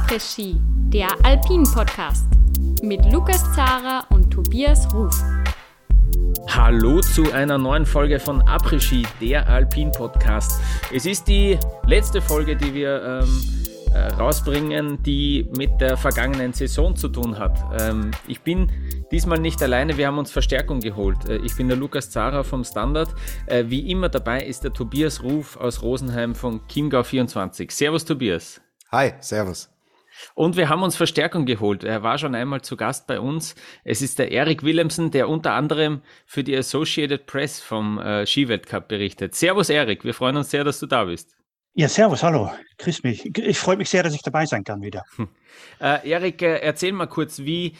Après-Ski, der Alpin-Podcast mit Lukas Zara und Tobias Ruf. Hallo zu einer neuen Folge von Après-Ski, der Alpin-Podcast. Es ist die letzte Folge, die wir rausbringen, die mit der vergangenen Saison zu tun hat. Ich bin diesmal nicht alleine, wir haben uns Verstärkung geholt. Ich bin der Lukas Zara vom Standard. Wie immer dabei ist der Tobias Ruf aus Rosenheim von Chiemgau24. Servus Tobias. Hi, servus. Und wir haben uns Verstärkung geholt. Er war schon einmal zu Gast bei uns. Es ist der Erik Willemsen, der unter anderem für die Associated Press vom Skiweltcup berichtet. Servus Erik, wir freuen uns sehr, dass du da bist. Ja, servus, hallo, grüß mich. Ich freue mich sehr, dass ich dabei sein kann wieder. Erik, erzähl mal kurz,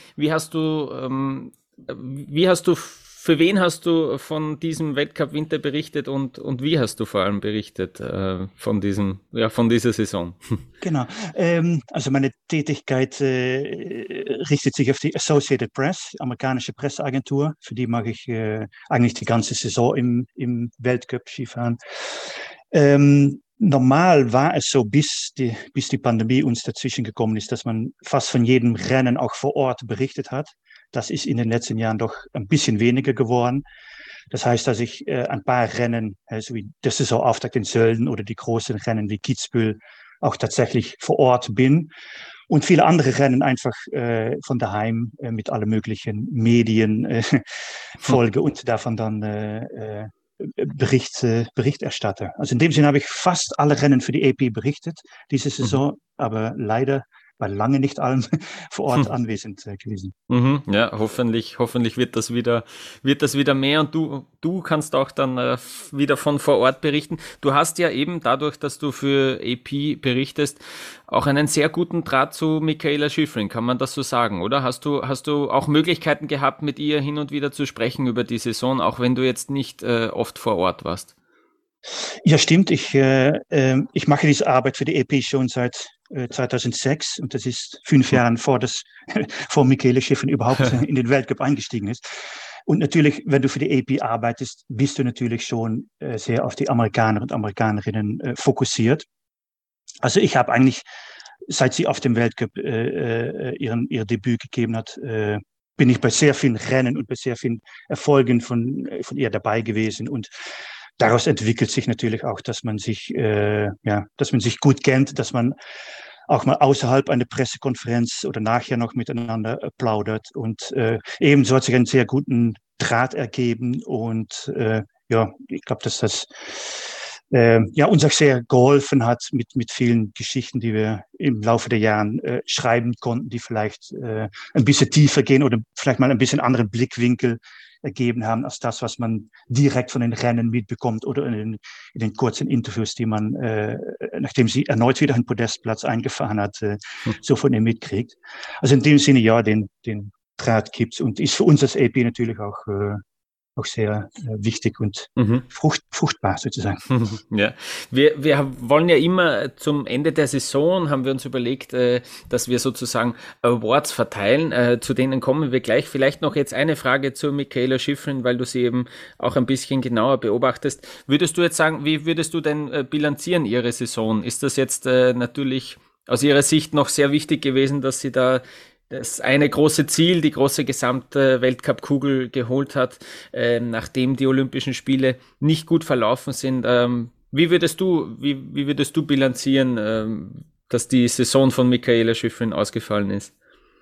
für wen hast du von diesem Weltcup Winter berichtet und wie hast du vor allem berichtet von dieser Saison? Genau, also meine Tätigkeit richtet sich auf die Associated Press, amerikanische Presseagentur. Für die mache ich eigentlich die ganze Saison im Weltcup Skifahren. Normal war es so, bis die Pandemie uns dazwischen gekommen ist, dass man fast von jedem Rennen auch vor Ort berichtet hat. Das ist in den letzten Jahren doch ein bisschen weniger geworden. Das heißt, dass ich ein paar Rennen, so wie der Saisonauftakt in Sölden oder die großen Rennen wie Kitzbühel, auch tatsächlich vor Ort bin. Und viele andere Rennen einfach von daheim mit allen möglichen Medien folge und davon dann Bericht erstatte. Also in dem Sinne habe ich fast alle Rennen für die AP berichtet diese Saison, aber leider bei lange nicht allem vor Ort anwesend gewesen. Ja, hoffentlich wird das wieder mehr und du kannst auch dann wieder von vor Ort berichten. Du hast ja eben dadurch, dass du für AP berichtest, auch einen sehr guten Draht zu Mikaela Shiffrin, kann man das so sagen, oder? Hast du auch Möglichkeiten gehabt, mit ihr hin und wieder zu sprechen über die Saison, auch wenn du jetzt nicht oft vor Ort warst? Ja, stimmt. Ich mache diese Arbeit für die EP schon seit 2006 und das ist 5 Jahre vor Mikaela Shiffrin überhaupt in den Weltcup eingestiegen ist. Und natürlich, wenn du für die EP arbeitest, bist du natürlich schon sehr auf die Amerikaner und Amerikanerinnen fokussiert. Also ich habe eigentlich, seit sie auf dem Weltcup ihr Debüt gegeben hat, bin ich bei sehr vielen Rennen und bei sehr vielen Erfolgen von ihr dabei gewesen und daraus entwickelt sich natürlich auch, dass man sich gut kennt, dass man auch mal außerhalb einer Pressekonferenz oder nachher noch miteinander plaudert. Und ebenso hat sich einen sehr guten Draht ergeben. Und ich glaube, dass das uns auch sehr geholfen hat mit vielen Geschichten, die wir im Laufe der Jahren schreiben konnten, die vielleicht ein bisschen tiefer gehen oder vielleicht mal ein bisschen anderen Blickwinkel ergeben haben als das, was man direkt von den Rennen mitbekommt oder in den kurzen Interviews, die man, nachdem sie erneut wieder einen Podestplatz eingefahren hat, so von ihr mitkriegt. Also in dem Sinne, ja, den Draht gibt's und ist für uns als AP natürlich auch sehr wichtig und fruchtbar sozusagen. Ja, wir wollen ja immer zum Ende der Saison, haben wir uns überlegt, dass wir sozusagen Awards verteilen. Zu denen kommen wir gleich. Vielleicht noch jetzt eine Frage zu Mikaela Shiffrin, weil du sie eben auch ein bisschen genauer beobachtest. Würdest du jetzt sagen, wie würdest du denn bilanzieren ihre Saison? Ist das jetzt natürlich aus ihrer Sicht noch sehr wichtig gewesen, dass sie da das eine große Ziel, die große gesamte Weltcup-Kugel geholt hat, nachdem die Olympischen Spiele nicht gut verlaufen sind? Wie würdest du bilanzieren, dass die Saison von Mikaela Shiffrin ausgefallen ist?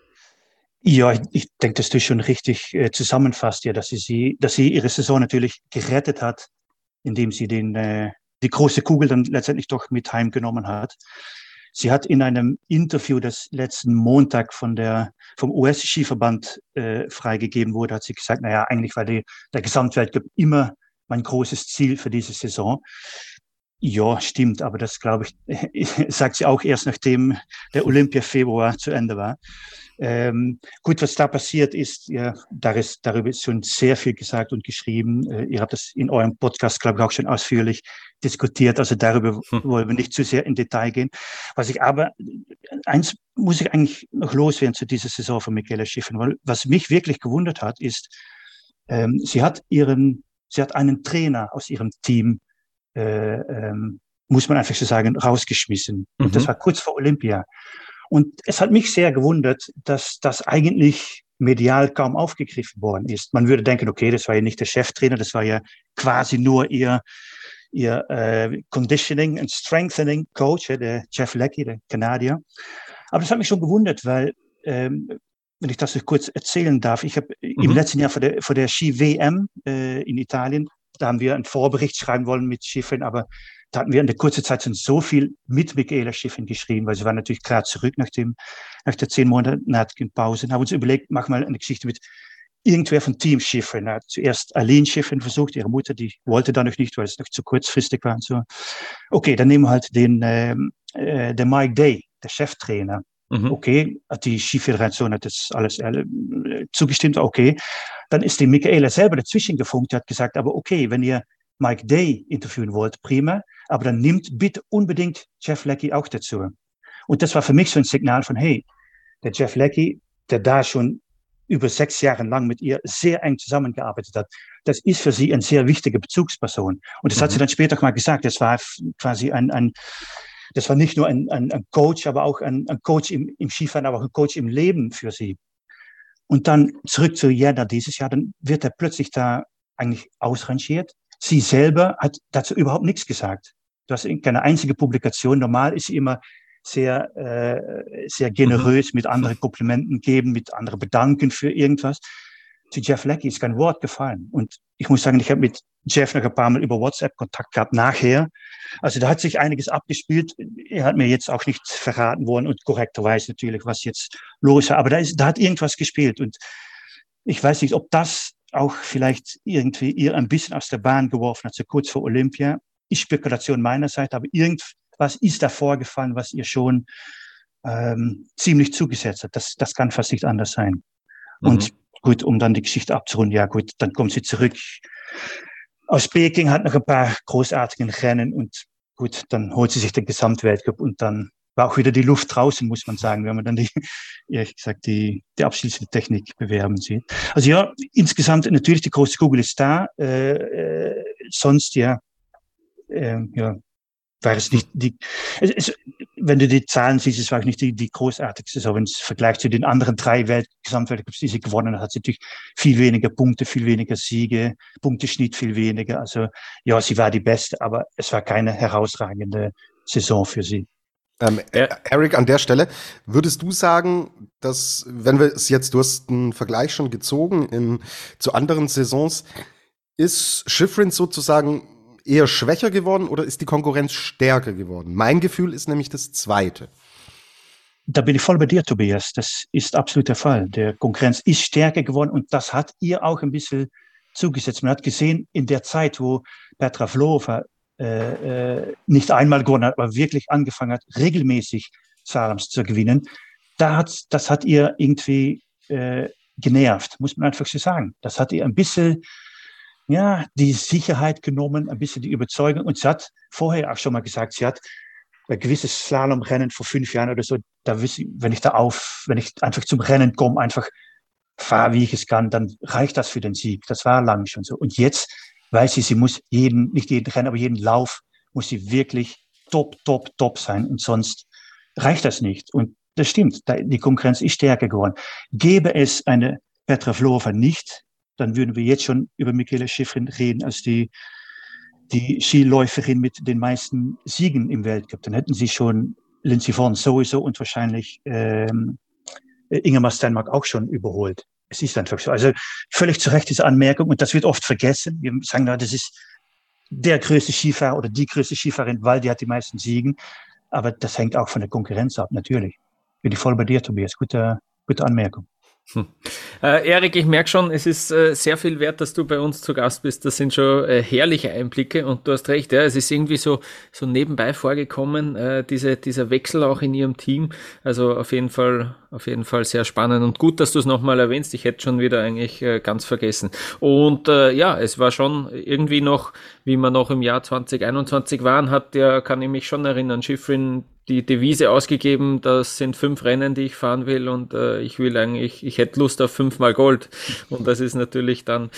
Ja, ich denke, dass du schon richtig zusammenfasst, ja, dass sie ihre Saison natürlich gerettet hat, indem sie die große Kugel dann letztendlich doch mit heimgenommen hat. Sie hat in einem Interview, das letzten Montag vom US-Skiverband freigegeben wurde, hat sie gesagt, eigentlich war der Gesamtweltcup immer mein großes Ziel für diese Saison. Ja, stimmt, aber das, glaube ich, sagt sie auch erst, nachdem der Olympia-Februar zu Ende war. Gut, was da passiert ist, ja, darüber ist schon sehr viel gesagt und geschrieben. Ihr habt das in eurem Podcast, glaube ich, auch schon ausführlich diskutiert. Also darüber wollen wir nicht zu sehr in Detail gehen. Eins muss ich eigentlich noch loswerden zu dieser Saison von Mikaela Shiffrin, weil was mich wirklich gewundert hat, ist, sie hat einen Trainer aus ihrem Team, muss man einfach so sagen, rausgeschmissen. Und das war kurz vor Olympia. Und es hat mich sehr gewundert, dass das eigentlich medial kaum aufgegriffen worden ist. Man würde denken, okay, das war ja nicht der Cheftrainer, das war ja quasi nur ihr Conditioning and Strengthening Coach, der Jeff Leckie, der Kanadier. Aber das hat mich schon gewundert, weil, wenn ich das so kurz erzählen darf, ich habe im letzten Jahr vor der Ski-WM in Italien, da haben wir einen Vorbericht schreiben wollen mit Schifrin, aber da hatten wir in der kurzen Zeit schon so viel mit Michaela Schifrin geschrieben, weil sie war natürlich klar zurück nach der 10-monatigen Pause und haben uns überlegt, mach mal eine Geschichte mit irgendwer von Team Schifrin. Hat zuerst Aline Schifrin versucht, ihre Mutter, die wollte da noch nicht, weil es noch zu kurzfristig war und so. Okay, dann nehmen wir halt der Mike Day, der Cheftrainer. Okay, die Skiföderation hat das alles zugestimmt, okay. Dann ist die Michaela selber dazwischen gefunkt, hat gesagt, aber okay, wenn ihr Mike Day interviewen wollt, prima, aber dann nimmt bitte unbedingt Jeff Leckie auch dazu. Und das war für mich so ein Signal von, hey, der Jeff Leckie, der da schon über 6 Jahre lang mit ihr sehr eng zusammengearbeitet hat, das ist für sie eine sehr wichtige Bezugsperson. Und das hat sie dann später auch mal gesagt, das war quasi das war nicht nur ein Coach, aber auch ein Coach im Skifahren, aber auch ein Coach im Leben für sie. Und dann zurück zu Jänner dieses Jahr, dann wird er plötzlich da eigentlich ausrangiert. Sie selber hat dazu überhaupt nichts gesagt. Du hast keine einzige Publikation. Normal ist sie immer sehr generös mit anderen Komplimenten geben, mit anderen bedanken für irgendwas. Zu Jeff Leckie ist kein Wort gefallen. Und ich muss sagen, ich habe mit Jeff noch ein paar Mal über WhatsApp Kontakt gehabt nachher. Also da hat sich einiges abgespielt. Er hat mir jetzt auch nicht verraten worden und korrekterweise natürlich, was jetzt los war. Aber da hat irgendwas gespielt. Und ich weiß nicht, ob das auch vielleicht irgendwie ihr ein bisschen aus der Bahn geworfen hat, so kurz vor Olympia. Ist Spekulation meinerseits, aber irgendwas ist da vorgefallen, was ihr schon ziemlich zugesetzt hat. Das kann fast nicht anders sein. Und gut, um dann die Geschichte abzurunden, ja gut, dann kommt sie zurück aus Peking, hat noch ein paar großartige Rennen und gut, dann holt sie sich den Gesamtweltcup und dann war auch wieder die Luft draußen, muss man sagen, wenn man dann die abschließende Technik bewerben sieht. Also ja, insgesamt natürlich die große Kugel ist da, sonst war es nicht wenn du die Zahlen siehst, es war auch nicht die großartigste. So, wenn es vergleicht zu den anderen 3 Gesamtweltcups, die sie gewonnen hat, hat sie natürlich viel weniger Punkte, viel weniger Siege, Punkteschnitt viel weniger. Also ja, sie war die Beste, aber es war keine herausragende Saison für sie. Eric, an der Stelle, würdest du sagen, dass, wenn wir es jetzt, du hast einen Vergleich schon gezogen zu anderen Saisons, ist Schifrin sozusagen eher schwächer geworden oder ist die Konkurrenz stärker geworden? Mein Gefühl ist nämlich das Zweite. Da bin ich voll bei dir, Tobias. Das ist absolut der Fall. Der Konkurrenz ist stärker geworden und das hat ihr auch ein bisschen zugesetzt. Man hat gesehen, in der Zeit, wo Petra Vlhova nicht einmal gewonnen hat, aber wirklich angefangen hat, regelmäßig Slaloms zu gewinnen, das hat ihr irgendwie genervt, muss man einfach so sagen. Das hat ihr ein bisschen die Sicherheit genommen, ein bisschen die Überzeugung. Und sie hat vorher auch schon mal gesagt, sie hat bei gewissen Slalomrennen vor 5 Jahren oder so, wenn ich einfach zum Rennen komme, einfach fahre, wie ich es kann, dann reicht das für den Sieg. Das war lange schon so. Und jetzt weiß sie muss nicht jeden Rennen, aber jeden Lauf muss sie wirklich top sein. Und sonst reicht das nicht. Und das stimmt, die Konkurrenz ist stärker geworden. Gäbe es eine Petra Vlhova nicht, dann würden wir jetzt schon über Michaela Schifrin reden als die Skiläuferin mit den meisten Siegen im Weltcup. Dann hätten sie schon Lindsey Vonn sowieso und wahrscheinlich Ingemar Stenmark auch schon überholt. Es ist einfach so. Also völlig zu Recht diese Anmerkung und das wird oft vergessen. Wir sagen, das ist der größte Skifahrer oder die größte Skifahrerin, weil die hat die meisten Siegen. Aber das hängt auch von der Konkurrenz ab, natürlich. Bin ich voll bei dir, Tobias. Gute Anmerkung. Erik, ich merke schon, es ist sehr viel wert, dass du bei uns zu Gast bist. Das sind schon herrliche Einblicke und du hast recht, ja, es ist irgendwie so nebenbei vorgekommen, dieser Wechsel auch in ihrem Team. Also auf jeden Fall sehr spannend und gut, dass du es nochmal erwähnst. Ich hätte schon wieder eigentlich ganz vergessen. Und es war schon irgendwie noch, wie wir noch im Jahr 2021 waren, kann ich mich schon erinnern, Schifrin die Devise ausgegeben, das sind 5 Rennen, die ich fahren will und ich hätte Lust auf 5-mal Gold und das ist natürlich dann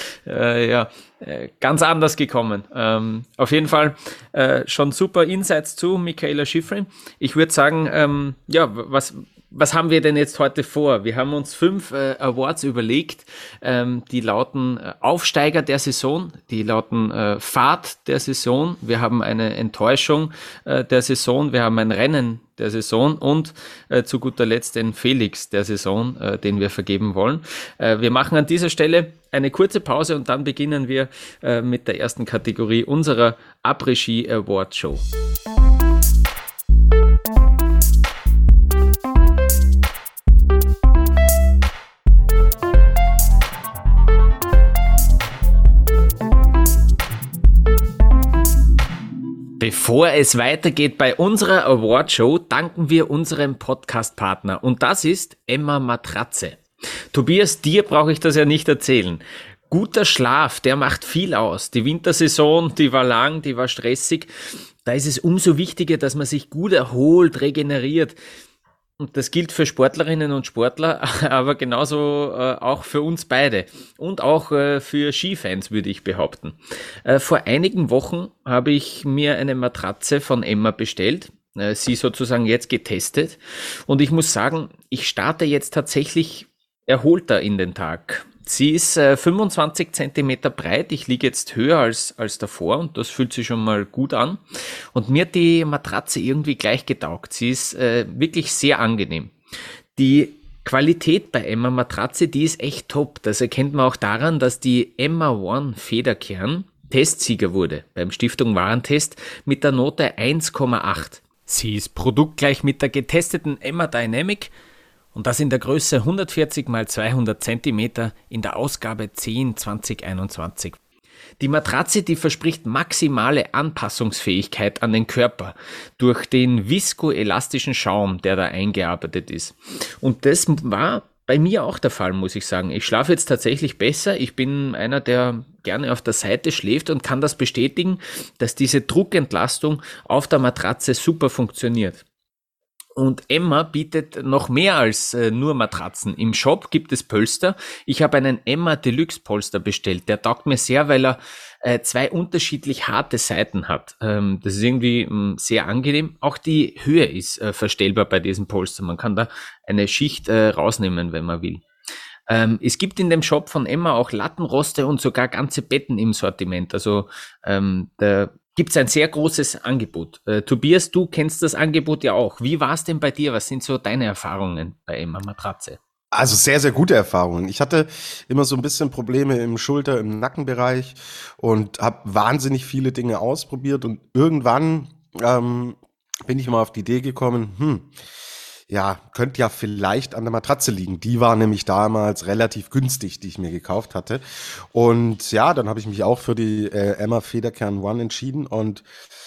ganz anders gekommen. Auf jeden Fall schon super Insights zu Michaela Schifrin. Ich würde sagen, was haben wir denn jetzt heute vor? Wir haben uns 5 Awards überlegt, die lauten Aufsteiger der Saison, die lauten Fahrt der Saison, wir haben eine Enttäuschung der Saison, wir haben ein Rennen der Saison und zu guter Letzt den Felix der Saison, den wir vergeben wollen. Wir machen an dieser Stelle eine kurze Pause und dann beginnen wir mit der ersten Kategorie unserer Après-Ski Award Show. Bevor es weitergeht bei unserer Awardshow, danken wir unserem Podcast-Partner und das ist Emma Matratze. Tobias, dir brauche ich das ja nicht erzählen. Guter Schlaf, der macht viel aus. Die Wintersaison, die war lang, die war stressig. Da ist es umso wichtiger, dass man sich gut erholt, regeneriert. Und das gilt für Sportlerinnen und Sportler, aber genauso auch für uns beide und auch für Skifans, würde ich behaupten. Vor einigen Wochen habe ich mir eine Matratze von Emma bestellt, sie sozusagen jetzt getestet und ich muss sagen, ich starte jetzt tatsächlich erholter in den Tag. Sie ist 25 Zentimeter breit, ich liege jetzt höher als davor und das fühlt sich schon mal gut an. Und mir hat die Matratze irgendwie gleich getaugt. Sie ist wirklich sehr angenehm. Die Qualität bei Emma Matratze, die ist echt top. Das erkennt man auch daran, dass die Emma One Federkern Testsieger wurde beim Stiftung Warentest mit der Note 1,8. Sie ist produktgleich mit der getesteten Emma Dynamic und das in der Größe 140 x 200 cm in der Ausgabe 10 2021. Die Matratze, die verspricht maximale Anpassungsfähigkeit an den Körper durch den viskoelastischen Schaum, der da eingearbeitet ist. Und das war bei mir auch der Fall, muss ich sagen. Ich schlafe jetzt tatsächlich besser. Ich bin einer, der gerne auf der Seite schläft und kann das bestätigen, dass diese Druckentlastung auf der Matratze super funktioniert. Und Emma bietet noch mehr als nur Matratzen. Im Shop gibt es Polster. Ich habe einen Emma Deluxe Polster bestellt. Der taugt mir sehr, weil er 2 unterschiedlich harte Seiten hat. Das ist irgendwie sehr angenehm. Auch die Höhe ist verstellbar bei diesem Polster. Man kann da eine Schicht rausnehmen, wenn man will. Es gibt in dem Shop von Emma auch Lattenroste und sogar ganze Betten im Sortiment. Also da gibt es ein sehr großes Angebot. Tobias, du kennst das Angebot ja auch. Wie war es denn bei dir? Was sind so deine Erfahrungen bei Emma Matratze? Also sehr, sehr gute Erfahrungen. Ich hatte immer so ein bisschen Probleme im Schulter-, im Nackenbereich und habe wahnsinnig viele Dinge ausprobiert und irgendwann bin ich mal auf die Idee gekommen, ja, könnte ja vielleicht an der Matratze liegen. Die war nämlich damals relativ günstig, die ich mir gekauft hatte. Und ja, dann habe ich mich auch für die Emma Federkern One entschieden und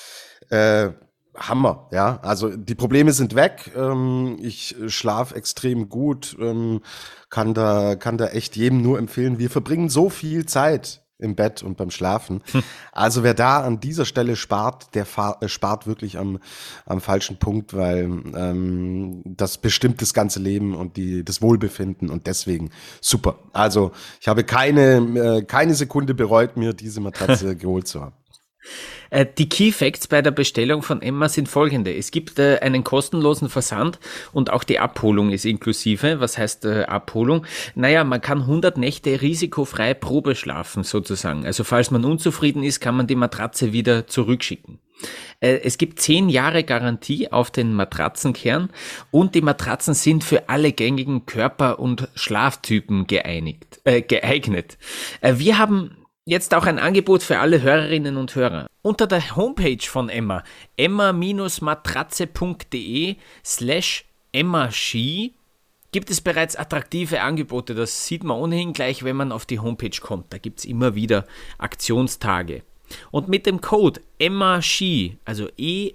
Hammer, ja. Also die Probleme sind weg. Ich schlafe extrem gut, kann da echt jedem nur empfehlen. Wir verbringen so viel Zeit im Bett und beim Schlafen. Also wer da an dieser Stelle spart, der spart wirklich am falschen Punkt, weil das bestimmt das ganze Leben und das Wohlbefinden und deswegen super. Also ich habe keine Sekunde bereut, mir diese Matratze geholt zu haben. Die Key Facts bei der Bestellung von Emma sind folgende. Es gibt einen kostenlosen Versand und auch die Abholung ist inklusive. Was heißt Abholung? Naja, man kann 100 Nächte risikofrei Probe schlafen sozusagen. Also falls man unzufrieden ist, kann man die Matratze wieder zurückschicken. Es gibt 10 Jahre Garantie auf den Matratzenkern und die Matratzen sind für alle gängigen Körper- und Schlaftypen geeignet. Wir haben jetzt auch ein Angebot für alle Hörerinnen und Hörer. Unter der Homepage von Emma, emma-matratze.de/emmaski, gibt es bereits attraktive Angebote. Das sieht man ohnehin gleich, wenn man auf die Homepage kommt. Da gibt es immer wieder Aktionstage. Und mit dem Code EMMASKI, also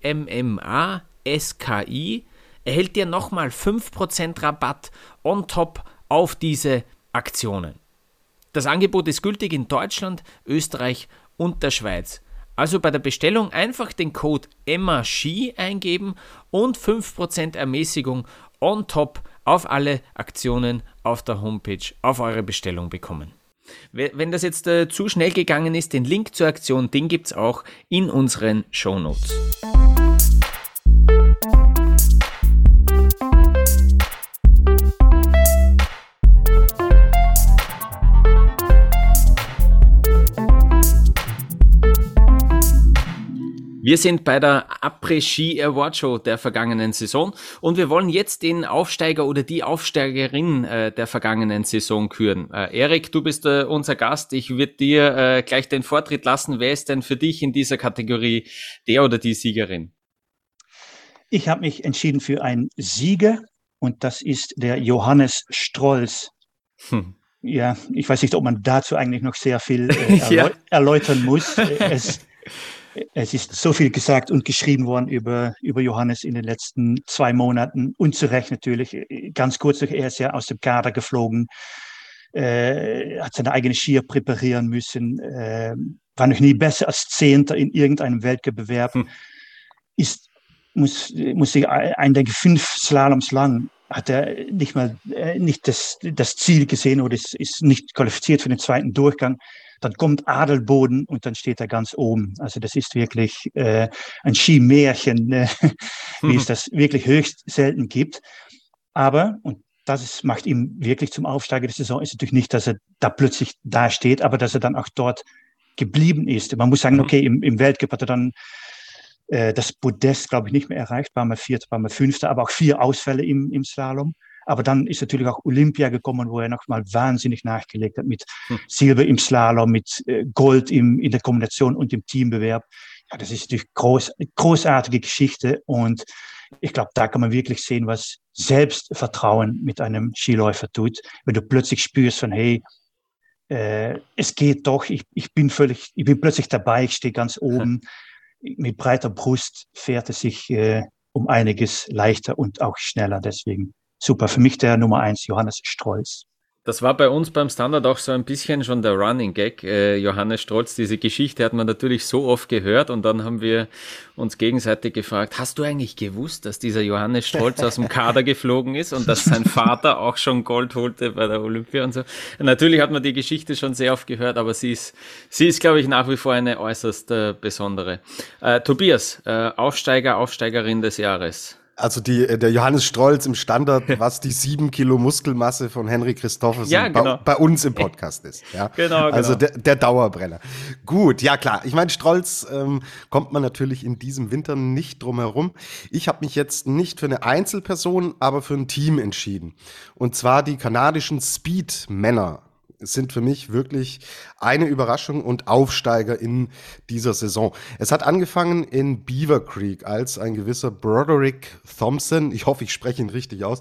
EMMASKI, erhält ihr nochmal 5% Rabatt on top auf diese Aktionen. Das Angebot ist gültig in Deutschland, Österreich und der Schweiz. Also bei der Bestellung einfach den Code EMMASKI eingeben und 5% Ermäßigung on top auf alle Aktionen auf der Homepage auf eure Bestellung bekommen. Wenn das jetzt zu schnell gegangen ist, den Link zur Aktion, den gibt es auch in unseren Shownotes. Wir sind bei der Après-Ski Award Show der vergangenen Saison und wir wollen jetzt den Aufsteiger oder die Aufsteigerin der vergangenen Saison küren. Erik, du bist unser Gast. Ich würde dir gleich den Vortritt lassen. Wer ist denn für dich in dieser Kategorie der oder die Siegerin? Ich habe mich entschieden für einen Sieger und das ist der Johannes Strolz. Ja, ich weiß nicht, ob man dazu eigentlich noch sehr viel erläutern muss. Es ist so viel gesagt und geschrieben worden über Johannes in den letzten 2 Monaten. Unzurecht natürlich. Ganz kurz, er ist ja aus dem Kader geflogen, hat seine eigene Skier präparieren müssen, war noch nie besser als 10. in irgendeinem Weltcup-Bewerb. Muss ich eindenken, 5 Slaloms lang hat er nicht das Ziel gesehen oder ist nicht qualifiziert für den zweiten Durchgang. Dann kommt Adelboden und dann steht er ganz oben. Also das ist wirklich ein Skimärchen, wie es das wirklich höchst selten gibt. Aber, und macht ihn wirklich zum Aufsteiger der Saison, ist natürlich nicht, dass er da plötzlich da steht, aber dass er dann auch dort geblieben ist. Man muss sagen, okay, im Weltcup hat er dann das Podest, glaube ich, nicht mehr erreicht, war mal 4., war mal 5., aber auch 4 Ausfälle im Slalom. Aber dann ist natürlich auch Olympia gekommen, wo er nochmal wahnsinnig nachgelegt hat mit Silber im Slalom, mit Gold in der Kombination und im Teambewerb. Ja, das ist natürlich großartige Geschichte und ich glaube, da kann man wirklich sehen, was Selbstvertrauen mit einem Skiläufer tut, wenn du plötzlich spürst von, hey, es geht doch, ich bin plötzlich dabei, ich stehe ganz oben. Mit breiter Brust fährt es sich um einiges leichter und auch schneller. Deswegen super. Für mich der Nummer 1, Johannes Strolz. Das war bei uns beim Standard auch so ein bisschen schon der Running Gag. Johannes Strolz, diese Geschichte hat man natürlich so oft gehört und dann haben wir uns gegenseitig gefragt, hast du eigentlich gewusst, dass dieser Johannes Strolz aus dem Kader geflogen ist und dass sein Vater auch schon Gold holte bei der Olympia und so? Natürlich hat man die Geschichte schon sehr oft gehört, aber sie ist, glaube ich, nach wie vor eine äußerst besondere. Tobias, Aufsteiger, Aufsteigerin des Jahres. Also der Johannes Strolz im Standard, was die 7 Kilo Muskelmasse von Henry Christophersen bei uns im Podcast ist. Ja? Genau. Also der Dauerbrenner. Gut, ja klar. Ich meine, Strolz kommt man natürlich in diesem Winter nicht drum herum. Ich habe mich jetzt nicht für eine Einzelperson, aber für ein Team entschieden. Und zwar die kanadischen Speed-Männer sind für mich wirklich eine Überraschung und Aufsteiger in dieser Saison. Es hat angefangen in Beaver Creek, als ein gewisser Broderick Thompson, ich hoffe, ich spreche ihn richtig aus,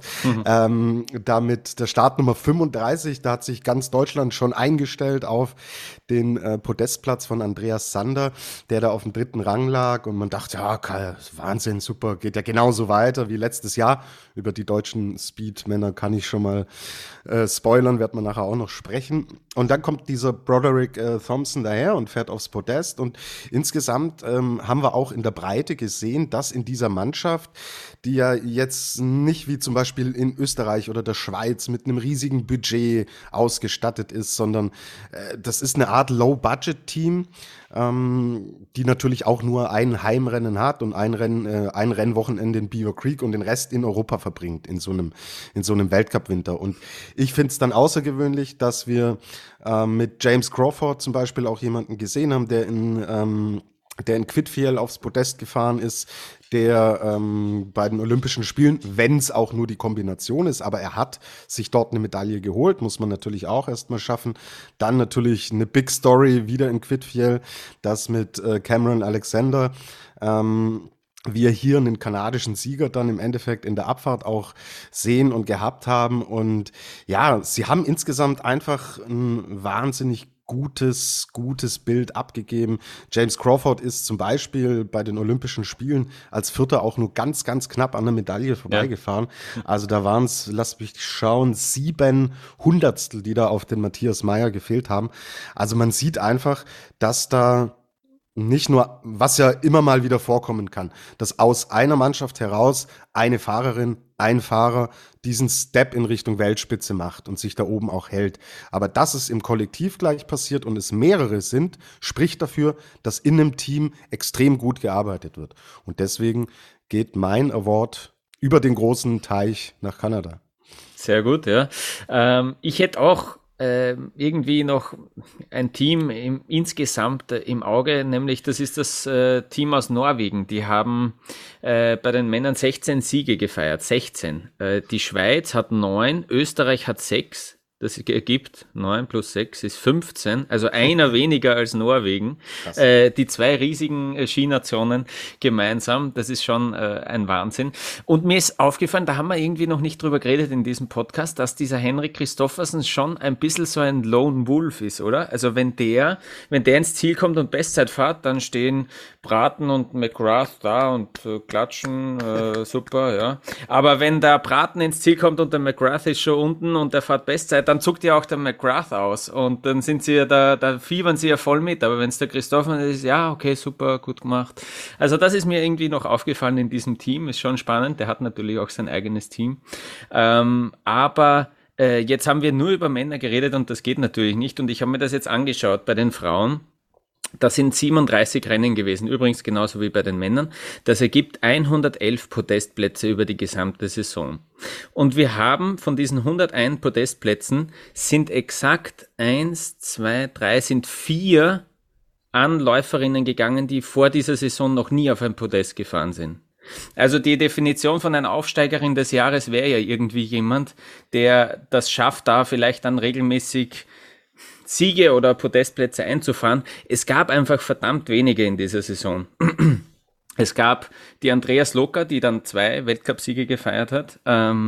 da mit der Startnummer 35, da hat sich ganz Deutschland schon eingestellt auf den Podestplatz von Andreas Sander, der da auf dem 3. Rang lag und man dachte, ja, Wahnsinn, super, geht ja genauso weiter wie letztes Jahr. Über die deutschen Speedmänner kann ich schon mal spoilern, wird man nachher auch noch sprechen. Und dann kommt dieser Broderick Thompson daher und fährt aufs Podest und insgesamt haben wir auch in der Breite gesehen, dass in dieser Mannschaft, die ja jetzt nicht wie zum Beispiel in Österreich oder der Schweiz mit einem riesigen Budget ausgestattet ist, sondern das ist eine Art Low-Budget-Team, die natürlich auch nur ein Heimrennen hat und ein Rennwochenende in Beaver Creek und den Rest in Europa verbringt in so einem Weltcup-Winter. Und ich finde es dann außergewöhnlich, dass wir mit James Crawford zum Beispiel auch jemanden gesehen haben, der in Quidfiel aufs Podest gefahren ist, der bei den Olympischen Spielen, wenn es auch nur die Kombination ist, aber er hat sich dort eine Medaille geholt, muss man natürlich auch erstmal schaffen. Dann natürlich eine Big Story wieder in Quidfiel, das mit Cameron Alexander, wir hier einen kanadischen Sieger dann im Endeffekt in der Abfahrt auch sehen und gehabt haben. Und ja, sie haben insgesamt einfach ein wahnsinnig gutes Bild abgegeben. James Crawford ist zum Beispiel bei den Olympischen Spielen als Vierter auch nur ganz, ganz knapp an der Medaille vorbeigefahren. Ja. Also da waren es, lass mich schauen, 7 Hundertstel, die da auf den Matthias Mayer gefehlt haben. Also man sieht einfach, dass da nicht nur, was ja immer mal wieder vorkommen kann, dass aus einer Mannschaft heraus eine Fahrerin, ein Fahrer diesen Step in Richtung Weltspitze macht und sich da oben auch hält. Aber dass es im Kollektiv gleich passiert und es mehrere sind, spricht dafür, dass in einem Team extrem gut gearbeitet wird. Und deswegen geht mein Award über den großen Teich nach Kanada. Sehr gut, ja. Ich hätte auch irgendwie noch ein Team insgesamt im Auge, nämlich das ist das Team aus Norwegen. Die haben bei den Männern 16 Siege gefeiert, 16. Die Schweiz hat 9, Österreich hat 6. Das ergibt 9 plus 6 ist 15, also einer weniger als Norwegen. Die zwei riesigen Skinationen gemeinsam, das ist schon ein Wahnsinn. Und mir ist aufgefallen, da haben wir irgendwie noch nicht drüber geredet in diesem Podcast, dass dieser Henrik Kristoffersen schon ein bisschen so ein Lone Wolf ist, oder? Also wenn der ins Ziel kommt und Bestzeit fährt, dann stehen Braten und McGrath da und klatschen, super, ja. Aber wenn der Braten ins Ziel kommt und der McGrath ist schon unten und der fährt Bestzeit, dann zuckt ja auch der McGrath aus und dann sind sie ja da fiebern sie ja voll mit, aber wenn es der Christopher ist, ja, okay, super, gut gemacht. Also das ist mir irgendwie noch aufgefallen in diesem Team, ist schon spannend, der hat natürlich auch sein eigenes Team, aber jetzt haben wir nur über Männer geredet und das geht natürlich nicht und ich habe mir das jetzt angeschaut bei den Frauen. Das sind 37 Rennen gewesen, übrigens genauso wie bei den Männern. Das ergibt 111 Podestplätze über die gesamte Saison. Und wir haben von diesen 101 Podestplätzen sind exakt 4 an Läuferinnen gegangen, die vor dieser Saison noch nie auf ein Podest gefahren sind. Also die Definition von einer Aufsteigerin des Jahres wäre ja irgendwie jemand, der das schafft, da vielleicht dann regelmäßig Siege oder Podestplätze einzufahren. Es gab einfach verdammt wenige in dieser Saison. Es gab die Andrea Slocka, die dann 2 Weltcupsiege gefeiert hat,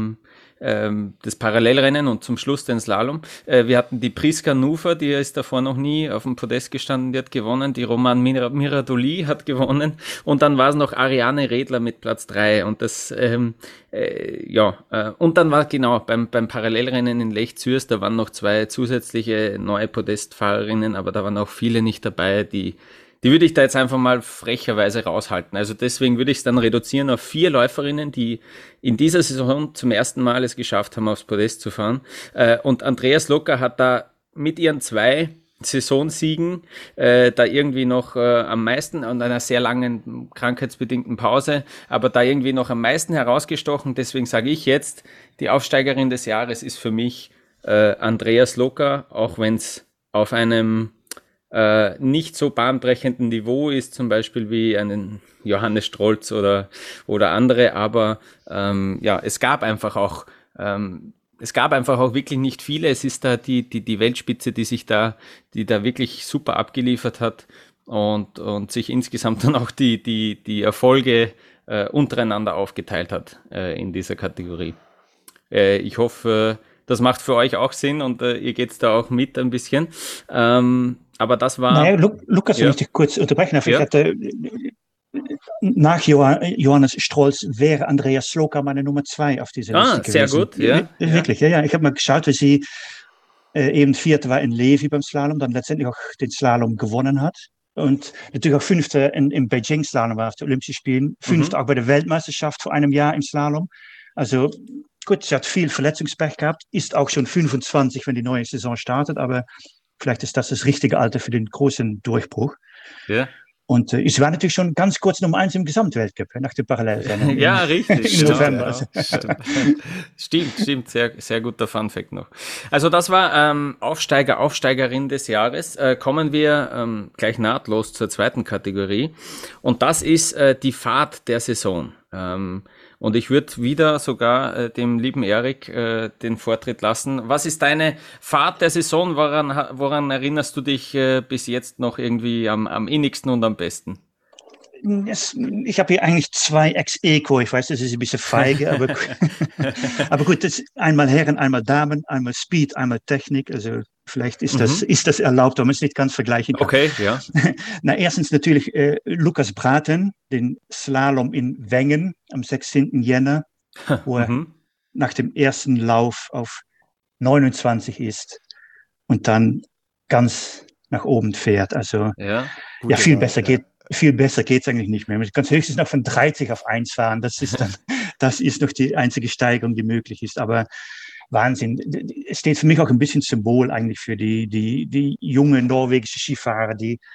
das Parallelrennen und zum Schluss den Slalom. Wir hatten die Priska Nufer, die ist davor noch nie auf dem Podest gestanden, die hat gewonnen. Die Roman Miradoli hat gewonnen. Und dann war es noch Ariane Redler mit Platz 3. Und das, und dann war genau beim Parallelrennen in Lech Zürs, da waren noch 2 zusätzliche neue Podestfahrerinnen, aber da waren auch viele nicht dabei, die würde ich da jetzt einfach mal frecherweise raushalten. Also deswegen würde ich es dann reduzieren auf 4 Läuferinnen, die in dieser Saison zum ersten Mal es geschafft haben, aufs Podest zu fahren. Und Andrea Slocka hat da mit ihren 2 Saisonsiegen da irgendwie noch am meisten und einer sehr langen krankheitsbedingten Pause, aber da irgendwie noch am meisten herausgestochen. Deswegen sage ich jetzt, die Aufsteigerin des Jahres ist für mich Andrea Slocka, auch wenn es auf einem nicht so bahnbrechenden Niveau ist, zum Beispiel wie einen Johannes Strolz oder andere, aber es gab einfach auch wirklich nicht viele. Es ist da die Weltspitze, die da wirklich super abgeliefert hat und sich insgesamt dann auch die Erfolge untereinander aufgeteilt hat in dieser Kategorie. Ich hoffe, das macht für euch auch Sinn und ihr geht's da auch mit ein bisschen. Aber das war... Naja, Lukas, wenn ich dich kurz unterbrechen darf, ich hatte, nach Johannes Strolz wäre Andrea Slocka meine Nummer 2 auf dieser Liste gewesen. Sehr gut, ja. Wirklich, ja. Ich habe mal geschaut, wie sie eben 4. war in Levi beim Slalom, dann letztendlich auch den Slalom gewonnen hat. Und natürlich auch 5. im Beijing-Slalom war auf den Olympischen Spielen, 5. auch bei der Weltmeisterschaft vor einem Jahr im Slalom. Also gut, sie hat viel Verletzungspech gehabt, ist auch schon 25, wenn die neue Saison startet, aber vielleicht ist das richtige Alter für den großen Durchbruch. Ja. Und es war natürlich schon ganz kurz Nummer 1 im Gesamtweltcup nach dem Parallelrennen. Ja, richtig. Im November. Stimmt. Sehr, sehr guter Funfact noch. Also das war Aufsteigerin des Jahres. Kommen wir gleich nahtlos zur zweiten Kategorie. Und das ist die Fahrt der Saison. Und ich würde wieder sogar dem lieben Erik den Vortritt lassen. Was ist deine Fahrt der Saison? Woran erinnerst du dich bis jetzt noch irgendwie am innigsten und am besten? Ich habe hier eigentlich 2 Ex-Eco. Ich weiß, das ist ein bisschen feige, aber, aber gut, das ist einmal Herren, einmal Damen, einmal Speed, einmal Technik. Also vielleicht ist das erlaubt, wenn man es nicht ganz vergleichen kann. Okay, ja. Na, erstens natürlich Lukas Braten, den Slalom in Wengen am 16. Jänner, wo er nach dem ersten Lauf auf 29 ist und dann ganz nach oben fährt. Also viel besser geht. Viel besser geht's eigentlich nicht mehr. Man kann höchstens noch von 30 auf 1 fahren. Das ist noch die einzige Steigerung, die möglich ist. Aber Wahnsinn. Es steht für mich auch ein bisschen Symbol eigentlich für die junge norwegische Skifahrer, die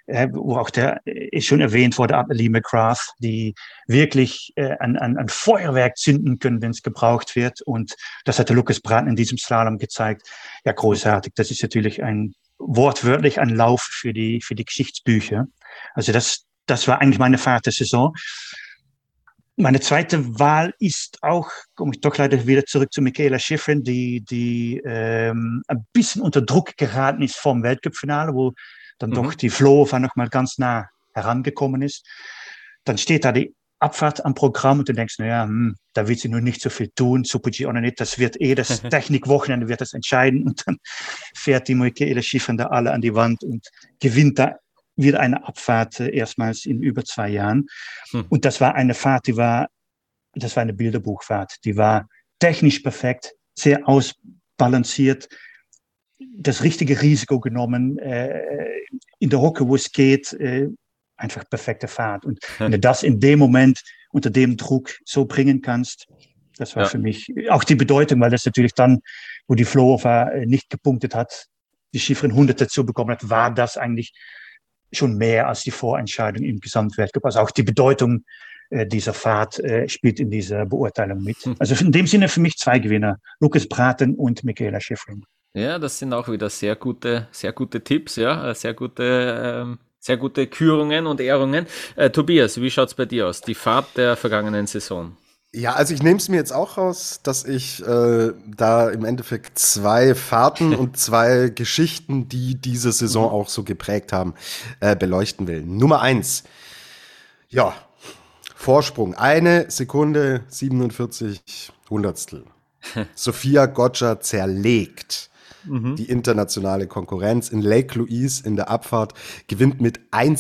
wo auch ist schon erwähnt wurde, Lee McGrath, die wirklich ein Feuerwerk zünden können, wenn es gebraucht wird. Und das hat der Lucas Braathen in diesem Slalom gezeigt. Ja, großartig. Das ist natürlich wortwörtlich ein Lauf für die Geschichtsbücher. Also das war eigentlich meine Fahrt der Saison. Meine zweite Wahl ist auch, komme ich doch leider wieder zurück zu Mikaela Shiffrin, die ein bisschen unter Druck geraten ist vom Weltcup-Finale, wo dann doch die Vlhova noch mal ganz nah herangekommen ist. Dann steht da die Abfahrt am Programm und du denkst, naja, da wird sie nur nicht so viel tun, Super-G oder nicht, das wird das Technikwochenende wird das entscheiden und dann fährt die Mikaela Shiffrin da alle an die Wand und gewinnt da wieder eine Abfahrt erstmals in über 2 Jahren. Und das war eine Fahrt, das war eine Bilderbuchfahrt. Die war technisch perfekt, sehr ausbalanciert, das richtige Risiko genommen, in der Hocke, wo es geht, einfach perfekte Fahrt. Und wenn du das in dem Moment unter dem Druck so bringen kannst, das war für mich auch die Bedeutung, weil das natürlich dann, wo die Vlhova nicht gepunktet hat, die Shiffrin 100 dazu bekommen hat, war das eigentlich schon mehr als die Vorentscheidung im Gesamtweltcup. Also auch die Bedeutung dieser Fahrt spielt in dieser Beurteilung mit. Also in dem Sinne für mich 2 Gewinner, Lucas Braathen und Mikaela Shiffrin. Ja, das sind auch wieder sehr gute Tipps, ja, sehr gute Kürungen und Ehrungen. Tobias, wie schaut's bei dir aus? Die Fahrt der vergangenen Saison? Ja, also ich nehme es mir jetzt auch raus, dass ich da im Endeffekt 2 Fahrten und 2 Geschichten, die diese Saison auch so geprägt haben, beleuchten will. Nummer 1. Ja, Vorsprung. 1 Sekunde 47 Hundertstel. Sophia Gotcha zerlegt die internationale Konkurrenz in Lake Louise in der Abfahrt, gewinnt mit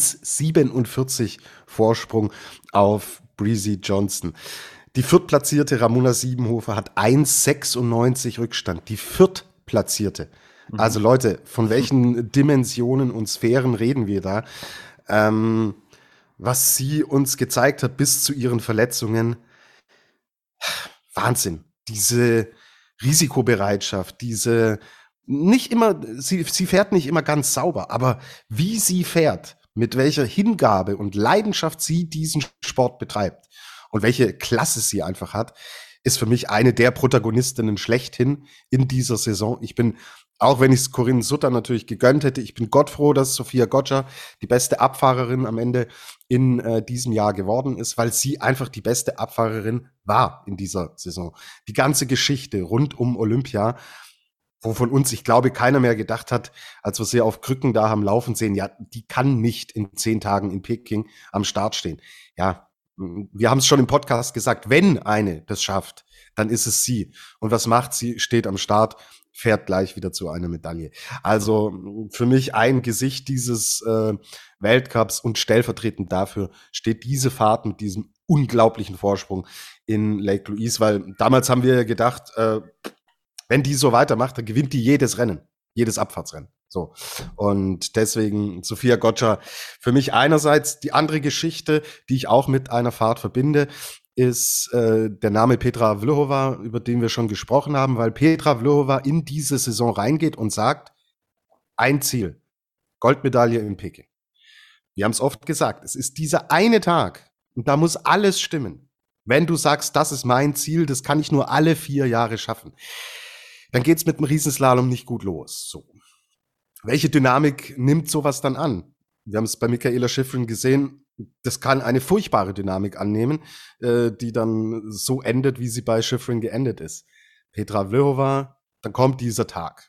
1,47 Vorsprung auf Breezy Johnson. Die viertplatzierte Ramona Siebenhofer hat 1,96 Rückstand. Die viertplatzierte. Also Leute, von welchen Dimensionen und Sphären reden wir da? Was sie uns gezeigt hat bis zu ihren Verletzungen. Wahnsinn. Diese Risikobereitschaft, sie fährt nicht immer ganz sauber, aber wie sie fährt, mit welcher Hingabe und Leidenschaft sie diesen Sport betreibt und welche Klasse sie einfach hat, ist für mich eine der Protagonistinnen schlechthin in dieser Saison. Ich bin, auch wenn ich es Corinne Sutter natürlich gegönnt hätte, ich bin gottfroh, dass Sophia Gotcha die beste Abfahrerin am Ende in diesem Jahr geworden ist, weil sie einfach die beste Abfahrerin war in dieser Saison. Die ganze Geschichte rund um Olympia, wovon uns, ich glaube, keiner mehr gedacht hat, als wir sie auf Krücken da haben laufen sehen, ja, die kann nicht in 10 Tagen in Peking am Start stehen. Ja, wir haben es schon im Podcast gesagt, wenn eine das schafft, dann ist es sie. Und was macht sie? Steht am Start, fährt gleich wieder zu einer Medaille. Also für mich ein Gesicht dieses Weltcups und stellvertretend dafür steht diese Fahrt mit diesem unglaublichen Vorsprung in Lake Louise, weil damals haben wir gedacht, wenn die so weitermacht, dann gewinnt die jedes Rennen, jedes Abfahrtsrennen. So. Und deswegen Sophia Gotcha für mich einerseits. Die andere Geschichte, die ich auch mit einer Fahrt verbinde, ist der Name Petra Vlhova, über den wir schon gesprochen haben, weil Petra Vlhova in diese Saison reingeht und sagt, ein Ziel, Goldmedaille in Peking. Wir haben es oft gesagt, es ist dieser eine Tag und da muss alles stimmen. Wenn du sagst, das ist mein Ziel, das kann ich nur alle 4 Jahre schaffen, dann geht's mit dem Riesenslalom nicht gut los. So. Welche Dynamik nimmt sowas dann an? Wir haben es bei Mikaela Shiffrin gesehen, das kann eine furchtbare Dynamik annehmen, die dann so endet, wie sie bei Shiffrin geendet ist. Petra Vlhova, dann kommt dieser Tag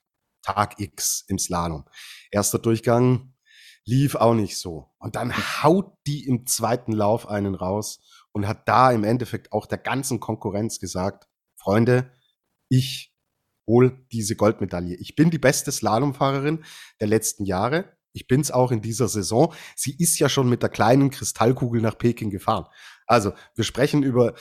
X im Slalom. Erster Durchgang lief auch nicht so. Und dann haut die im zweiten Lauf einen raus und hat da im Endeffekt auch der ganzen Konkurrenz gesagt, Freunde, ich hol diese Goldmedaille. Ich bin die beste Slalomfahrerin der letzten Jahre. Ich bin's auch in dieser Saison. Sie ist ja schon mit der kleinen Kristallkugel nach Peking gefahren. Also wir sprechen über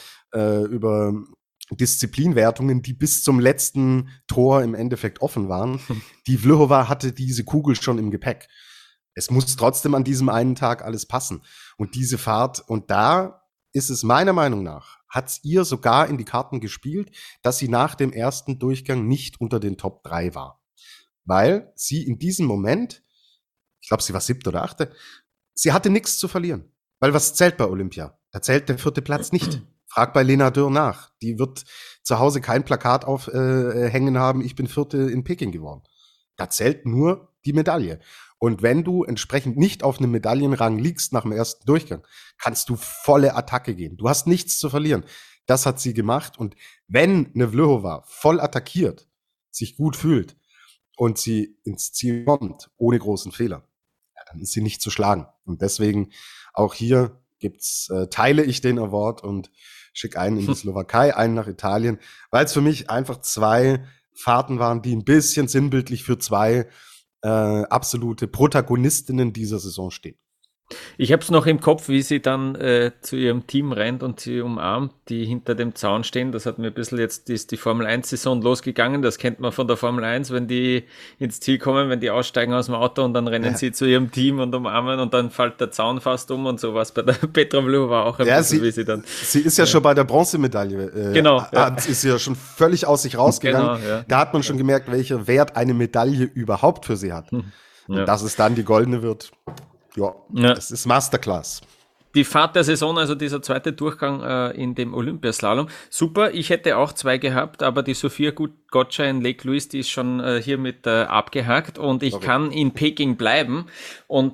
Disziplinwertungen, die bis zum letzten Tor im Endeffekt offen waren. Die Vlhova hatte diese Kugel schon im Gepäck. Es muss trotzdem an diesem einen Tag alles passen. Und diese Fahrt, und da ist es meiner Meinung nach, hat es ihr sogar in die Karten gespielt, dass sie nach dem ersten Durchgang nicht unter den Top 3 war. Weil sie in diesem Moment ich glaube, sie war 7. oder 8. Sie hatte nichts zu verlieren. Weil was zählt bei Olympia? Da zählt der 4. Platz nicht. Frag bei Lena Dürr nach. Die wird zu Hause kein Plakat aufhängen haben, ich bin 4. in Peking geworden. Da zählt nur die Medaille. Und wenn du entsprechend nicht auf einem Medaillenrang liegst nach dem ersten Durchgang, kannst du volle Attacke gehen. Du hast nichts zu verlieren. Das hat sie gemacht. Und wenn Nevlhova voll attackiert, sich gut fühlt und sie ins Ziel kommt, ohne großen Fehler, ja, dann ist sie nicht zu schlagen. Und deswegen auch hier teile ich den Award und schicke einen in die Slowakei, einen nach Italien, weil es für mich einfach 2 Fahrten waren, die ein bisschen sinnbildlich für 2 absolute Protagonistinnen dieser Saison stehen. Ich habe es noch im Kopf, wie sie dann zu ihrem Team rennt und sie umarmt, die hinter dem Zaun stehen. Das hat mir ein bisschen jetzt, ist die Formel-1-Saison losgegangen. Das kennt man von der Formel 1, wenn die ins Ziel kommen, wenn die aussteigen aus dem Auto und dann rennen sie zu ihrem Team und umarmen und dann fällt der Zaun fast um und sowas. Bei der Petra Vlhova auch ein bisschen, wie sie dann... Sie ist ja schon bei der Bronzemedaille. Genau. Ist ja schon völlig aus sich rausgegangen. Genau, ja. Da hat man schon gemerkt, welcher Wert eine Medaille überhaupt für sie hat. Und dass es dann die goldene wird... Ja, das ist Masterclass. Die Fahrt der Saison, also dieser 2. Durchgang in dem Olympiaslalom. Super, ich hätte auch 2 gehabt, aber die Sophia Gotcha in Lake Louise, die ist schon hiermit abgehakt und ich kann in Peking bleiben. Und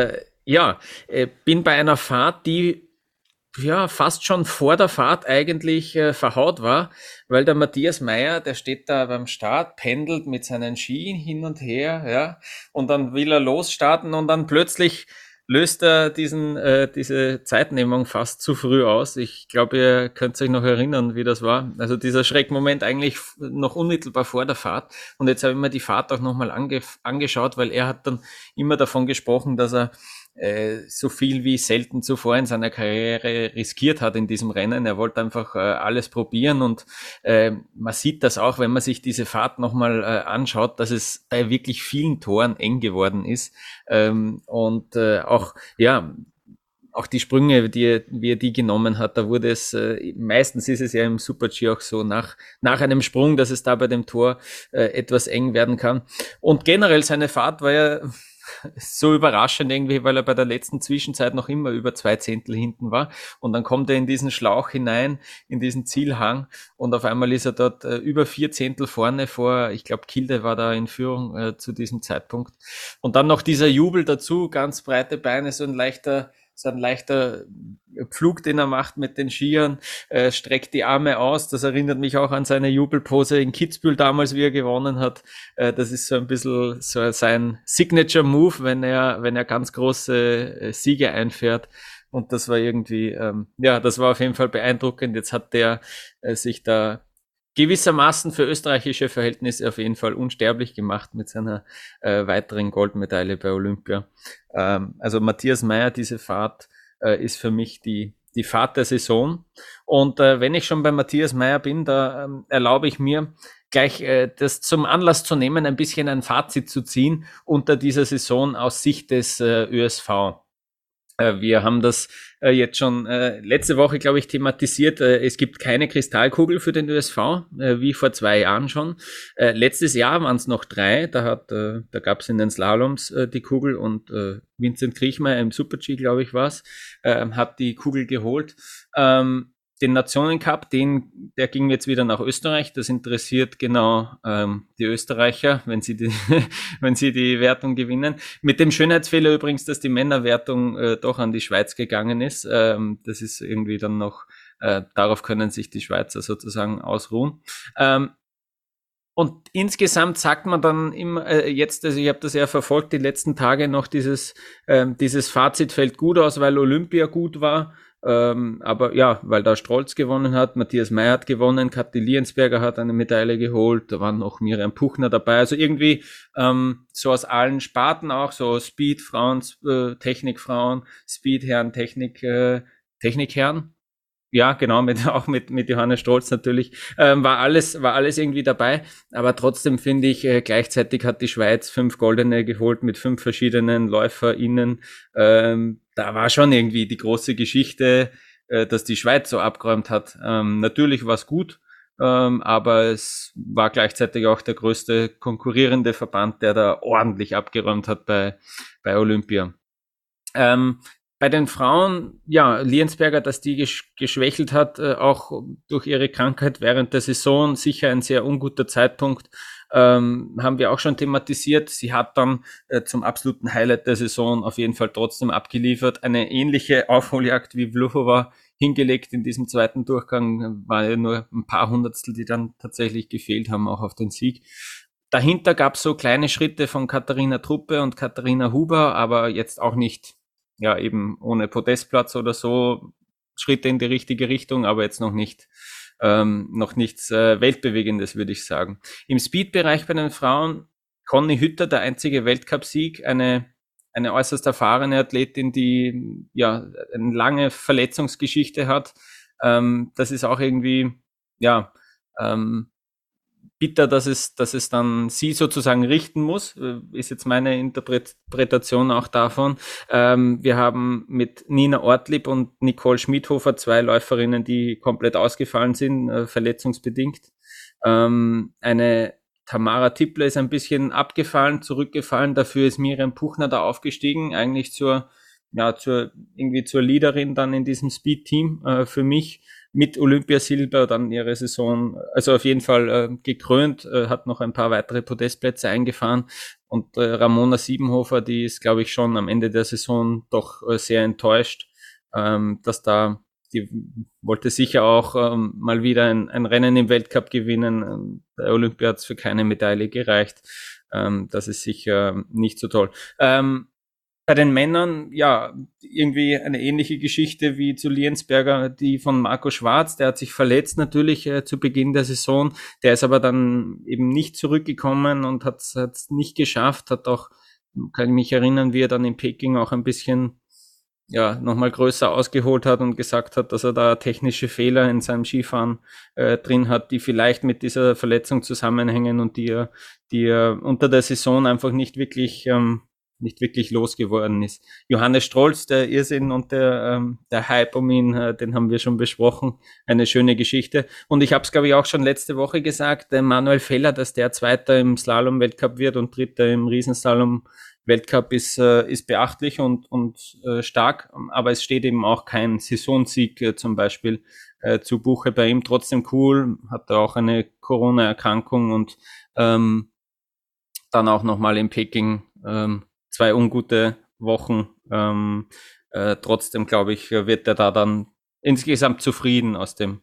bin bei einer Fahrt, die fast schon vor der Fahrt eigentlich verhaut war, weil der Matthias Mayr, der steht da beim Start, pendelt mit seinen Ski hin und her, ja, und dann will er losstarten und dann plötzlich löst er diese Zeitnehmung fast zu früh aus. Ich glaube, ihr könnt euch noch erinnern, wie das war. Also dieser Schreckmoment eigentlich noch unmittelbar vor der Fahrt. Und jetzt habe ich mir die Fahrt auch nochmal angeschaut, weil er hat dann immer davon gesprochen, dass er so viel wie selten zuvor in seiner Karriere riskiert hat in diesem Rennen. Er wollte einfach alles probieren und man sieht das auch, wenn man sich diese Fahrt nochmal anschaut, dass es bei wirklich vielen Toren eng geworden ist und auch die Sprünge, wie er die genommen hat, da wurde es, meistens ist es ja im Super-G auch so, nach einem Sprung, dass es da bei dem Tor etwas eng werden kann. Und generell seine Fahrt war ja so überraschend irgendwie, weil er bei der letzten Zwischenzeit noch immer über 2 Zehntel hinten war und dann kommt er in diesen Schlauch hinein, in diesen Zielhang und auf einmal ist er dort über 4 Zehntel vorne vor, ich glaube Kilde war da in Führung zu diesem Zeitpunkt und dann noch dieser Jubel dazu, ganz breite Beine, so ein leichter Pflug, den er macht mit den Skiern, streckt die Arme aus. Das erinnert mich auch an seine Jubelpose in Kitzbühel damals, wie er gewonnen hat. Das ist so ein bisschen so sein Signature-Move, wenn er ganz große Siege einfährt. Und das war irgendwie, das war auf jeden Fall beeindruckend. Jetzt hat der sich da gewissermaßen für österreichische Verhältnisse auf jeden Fall unsterblich gemacht mit seiner weiteren Goldmedaille bei Olympia. Also Matthias Mayr, diese Fahrt ist für mich die Fahrt der Saison. Und wenn ich schon bei Matthias Mayr bin, da erlaube ich mir gleich das zum Anlass zu nehmen, ein bisschen ein Fazit zu ziehen unter dieser Saison aus Sicht des ÖSV. Wir haben das jetzt schon letzte Woche, glaube ich, thematisiert. Es gibt keine Kristallkugel für den ÖSV, wie vor 2 Jahren schon. Letztes Jahr waren es noch 3. Da gab es in den Slaloms die Kugel und Vincent Kriechmeier im Super-G, glaube ich, war es, hat die Kugel geholt. Den Nationencup, der ging jetzt wieder nach Österreich. Das interessiert genau die Österreicher, wenn sie die Wertung gewinnen. Mit dem Schönheitsfehler übrigens, dass die Männerwertung doch an die Schweiz gegangen ist. Das ist irgendwie dann noch, darauf können sich die Schweizer sozusagen ausruhen. Und insgesamt sagt man dann immer jetzt, also ich habe das ja verfolgt die letzten Tage noch, dieses Fazit fällt gut aus, weil Olympia gut war. Aber ja, weil da Strolz gewonnen hat, Matthias Mayr hat gewonnen, Kathi Liensberger hat eine Medaille geholt, da waren noch Miriam Puchner dabei, also irgendwie so aus allen Sparten auch, so Speed-Frauen, Technik-Frauen, Speed-Herren, Technik-Herren. Ja, genau, auch mit Johannes Strolz natürlich, war alles irgendwie dabei, aber trotzdem finde ich, gleichzeitig hat die Schweiz 5 Goldene geholt mit 5 verschiedenen LäuferInnen, da war schon irgendwie die große Geschichte, dass die Schweiz so abgeräumt hat. Natürlich war es gut, aber es war gleichzeitig auch der größte konkurrierende Verband, der da ordentlich abgeräumt hat bei Olympia. Bei den Frauen, ja, Liensberger, dass die geschwächelt hat, auch durch ihre Krankheit während der Saison, sicher ein sehr unguter Zeitpunkt, haben wir auch schon thematisiert. Sie hat dann zum absoluten Highlight der Saison auf jeden Fall trotzdem abgeliefert. Eine ähnliche Aufholjagd wie Vlhova hingelegt in diesem zweiten Durchgang, war ja nur ein paar Hundertstel, die dann tatsächlich gefehlt haben, auch auf den Sieg. Dahinter gab es so kleine Schritte von Katharina Truppe und Katharina Huber, aber jetzt auch nicht, ja, eben ohne Podestplatz oder so, Schritte in die richtige Richtung, aber jetzt noch nichts Weltbewegendes, würde ich sagen. Im Speed-Bereich bei den Frauen, Conny Hütter, der einzige Weltcupsieg, eine äußerst erfahrene Athletin, die ja eine lange Verletzungsgeschichte hat. Das ist auch irgendwie, ja, bitter, dass es dann sie sozusagen richten muss, ist jetzt meine Interpretation auch davon. Wir haben mit Nina Ortlieb und Nicole Schmidhofer 2 Läuferinnen, die komplett ausgefallen sind, verletzungsbedingt. Eine Tamara Tippler ist ein bisschen abgefallen, zurückgefallen, dafür ist Miriam Puchner da aufgestiegen, eigentlich zur Leaderin dann in diesem Speed-Team für mich. Mit Olympiasilber dann ihre Saison, also auf jeden Fall gekrönt, hat noch ein paar weitere Podestplätze eingefahren und Ramona Siebenhofer, die ist, glaube ich, schon am Ende der Saison doch sehr enttäuscht, die wollte sicher auch mal wieder ein Rennen im Weltcup gewinnen. Der Olympia hat es für keine Medaille gereicht. Das ist sicher nicht so toll. Bei den Männern, ja, irgendwie eine ähnliche Geschichte wie zu Liensberger, die von Marco Schwarz, der hat sich verletzt natürlich zu Beginn der Saison, der ist aber dann eben nicht zurückgekommen und hat es nicht geschafft, hat auch, kann ich mich erinnern, wie er dann in Peking auch ein bisschen, ja, nochmal größer ausgeholt hat und gesagt hat, dass er da technische Fehler in seinem Skifahren drin hat, die vielleicht mit dieser Verletzung zusammenhängen und die er unter der Saison einfach nicht wirklich losgeworden ist. Johannes Strolz, der Irrsinn und der Hype um ihn, den haben wir schon besprochen. Eine schöne Geschichte. Und ich habe es, glaube ich, auch schon letzte Woche gesagt, Manuel Feller, dass der Zweiter im Slalom-Weltcup wird und Dritter im Riesenslalom-Weltcup ist beachtlich und stark. Aber es steht eben auch kein Saisonsieg zum Beispiel zu Buche bei ihm. Trotzdem cool, hat er auch eine Corona-Erkrankung und dann auch nochmal in Peking 2 ungute Wochen. Trotzdem, glaube ich, wird er da dann insgesamt zufrieden aus der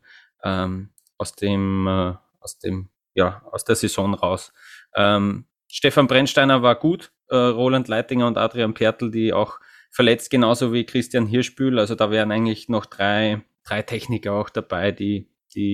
Saison raus. Stefan Brennsteiner war gut, Roland Leitinger und Adrian Pertl, die auch verletzt, genauso wie Christian Hirschbühl. Also da wären eigentlich noch drei Techniker auch dabei, die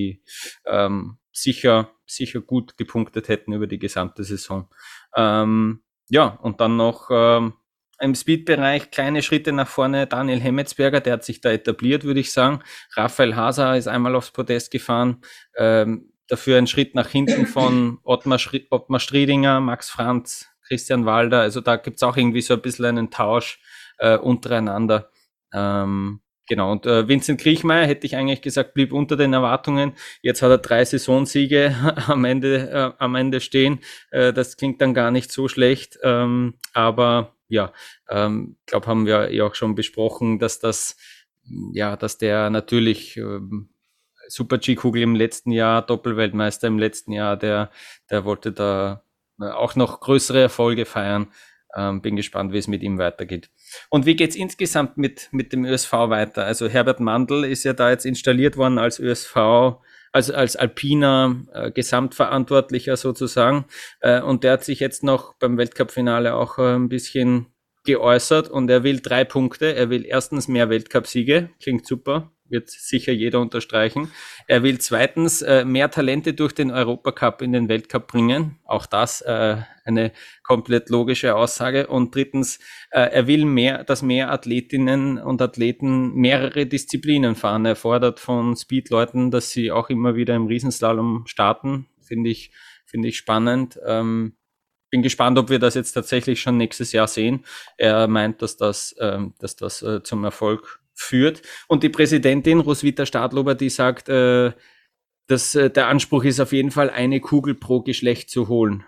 sicher gut gepunktet hätten über die gesamte Saison. Ja, und dann noch im Speed-Bereich kleine Schritte nach vorne. Daniel Hemmetsberger, der hat sich da etabliert, würde ich sagen. Raphael Haser ist einmal aufs Podest gefahren. Dafür ein Schritt nach hinten von Ottmar Striedinger, Max Franz, Christian Walder. Also da gibt's auch irgendwie so ein bisschen einen Tausch untereinander. Genau, und Vincent Kriechmeier, hätte ich eigentlich gesagt, blieb unter den Erwartungen. Jetzt hat er 3 Saisonsiege am Ende stehen. Das klingt dann gar nicht so schlecht. Aber ja, glaube, haben wir ja auch schon besprochen, dass der natürlich Super-G-Kugel im letzten Jahr, Doppelweltmeister im letzten Jahr, der wollte da auch noch größere Erfolge feiern. Bin gespannt, wie es mit ihm weitergeht. Und wie geht's insgesamt mit dem ÖSV weiter? Also Herbert Mandl ist ja da jetzt installiert worden als ÖSV, also als alpiner Gesamtverantwortlicher sozusagen. Und der hat sich jetzt noch beim Weltcup-Finale auch ein bisschen geäußert und er will 3 Punkte. Er will erstens mehr Weltcup-Siege, klingt super, wird sicher jeder unterstreichen. Er will zweitens mehr Talente durch den Europacup in den Weltcup bringen. Auch das eine komplett logische Aussage. Und drittens, er will dass mehr Athletinnen und Athleten mehrere Disziplinen fahren. Er fordert von Speedleuten, dass sie auch immer wieder im Riesenslalom starten. Finde ich spannend. Bin gespannt, ob wir das jetzt tatsächlich schon nächstes Jahr sehen. Er meint, dass das zum Erfolg führt. Und die Präsidentin Roswitha Stadlober, die sagt, der Anspruch ist auf jeden Fall, eine Kugel pro Geschlecht zu holen.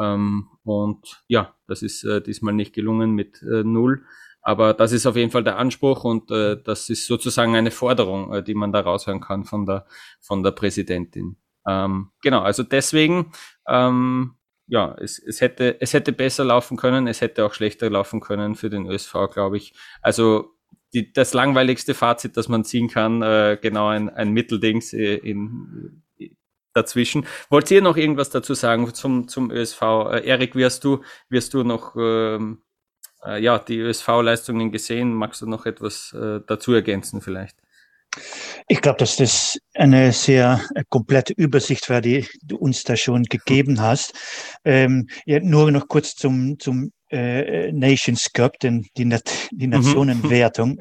Und ja, das ist diesmal nicht gelungen mit 0. Aber das ist auf jeden Fall der Anspruch und das ist sozusagen eine Forderung, die man da raushören kann von der Präsidentin. Genau, also deswegen, ja, es hätte besser laufen können, es hätte auch schlechter laufen können für den ÖSV, glaube ich. Also das langweiligste Fazit, das man ziehen kann, genau ein Mitteldings dazwischen. Wollt ihr noch irgendwas dazu sagen zum ÖSV? Erik, wirst du noch die ÖSV-Leistungen gesehen? Magst du noch etwas dazu ergänzen vielleicht? Ich glaube, dass das eine sehr komplette Übersicht war, die du uns da schon gegeben hast. Ja, nur noch kurz zum Nations Cup, denn die Nationenwertung,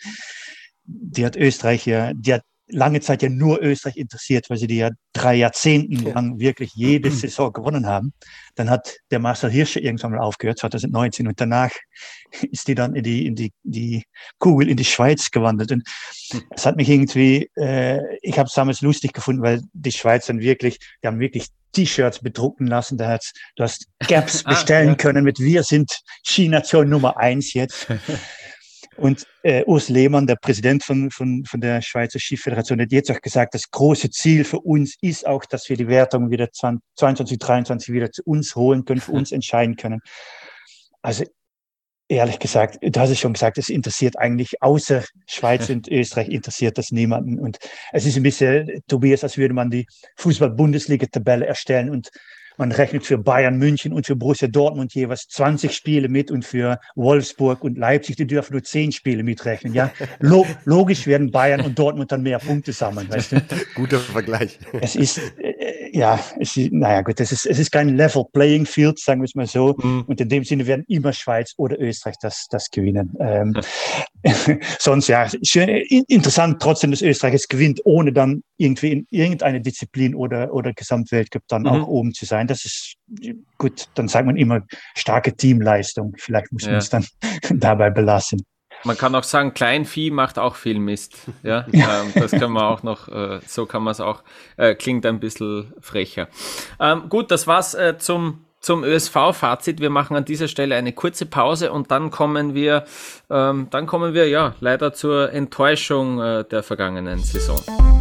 die hat Österreich die hat lange Zeit ja nur Österreich interessiert, weil sie die ja 3 Jahrzehnten lang wirklich jede Saison gewonnen haben. Dann hat der Marcel Hirscher irgendwann mal aufgehört, 2019, und danach ist die dann in die Kugel in die Schweiz gewandert. Und es hat mich irgendwie, ich habe es damals lustig gefunden, weil die Schweiz dann die haben wirklich T-Shirts bedrucken lassen. Du hast Caps bestellen können mit "Wir sind Ski-Nation Nummer 1 jetzt". Und Urs Lehmann, der Präsident von der Schweizer Skiföderation, hat jetzt auch gesagt, das große Ziel für uns ist auch, dass wir die Wertung wieder 22, 23 wieder zu uns holen können, für uns entscheiden können. Also ehrlich gesagt, du hast es schon gesagt, es interessiert eigentlich außer Schweiz und Österreich interessiert das niemanden. Und es ist ein bisschen, Tobias, als würde man die Fußball-Bundesliga-Tabelle erstellen und man rechnet für Bayern München und für Borussia Dortmund jeweils 20 Spiele mit und für Wolfsburg und Leipzig, die dürfen nur 10 Spiele mitrechnen. Ja? Logisch werden Bayern und Dortmund dann mehr Punkte sammeln, weißt du? Guter Vergleich. Es ist kein Level Playing Field, sagen wir es mal so. Und in dem Sinne werden immer Schweiz oder Österreich das gewinnen. Sonst, ja, interessant trotzdem, dass Österreich es gewinnt, ohne dann irgendwie in irgendeine Disziplin oder Gesamtweltcup dann auch oben zu sein. Das ist gut, dann sagt man immer starke Teamleistung. Vielleicht muss man es dann dabei belassen. Man kann auch sagen, Kleinvieh macht auch viel Mist. Ja, das kann man auch noch, so kann man es auch, klingt ein bisschen frecher. Gut, das war's zum ÖSV-Fazit. Wir machen an dieser Stelle eine kurze Pause und dann kommen wir ja leider zur Enttäuschung der vergangenen Saison.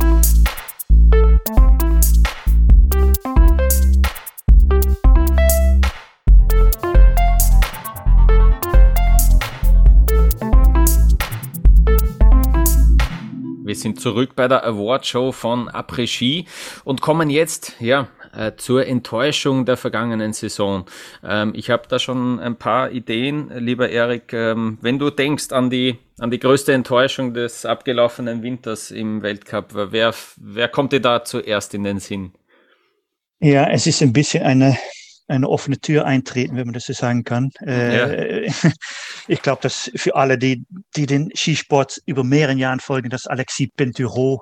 Wir sind zurück bei der Awardshow von Après Ski und kommen jetzt zur Enttäuschung der vergangenen Saison. Ich habe da schon ein paar Ideen, lieber Erik. Wenn du denkst an die größte Enttäuschung des abgelaufenen Winters im Weltcup, wer kommt dir da zuerst in den Sinn? Ja, es ist ein bisschen eine offene Tür eintreten, wenn man das so sagen kann. Ich glaube, dass für alle, die den Skisport über mehrere Jahre folgen, dass Alexis Pinturault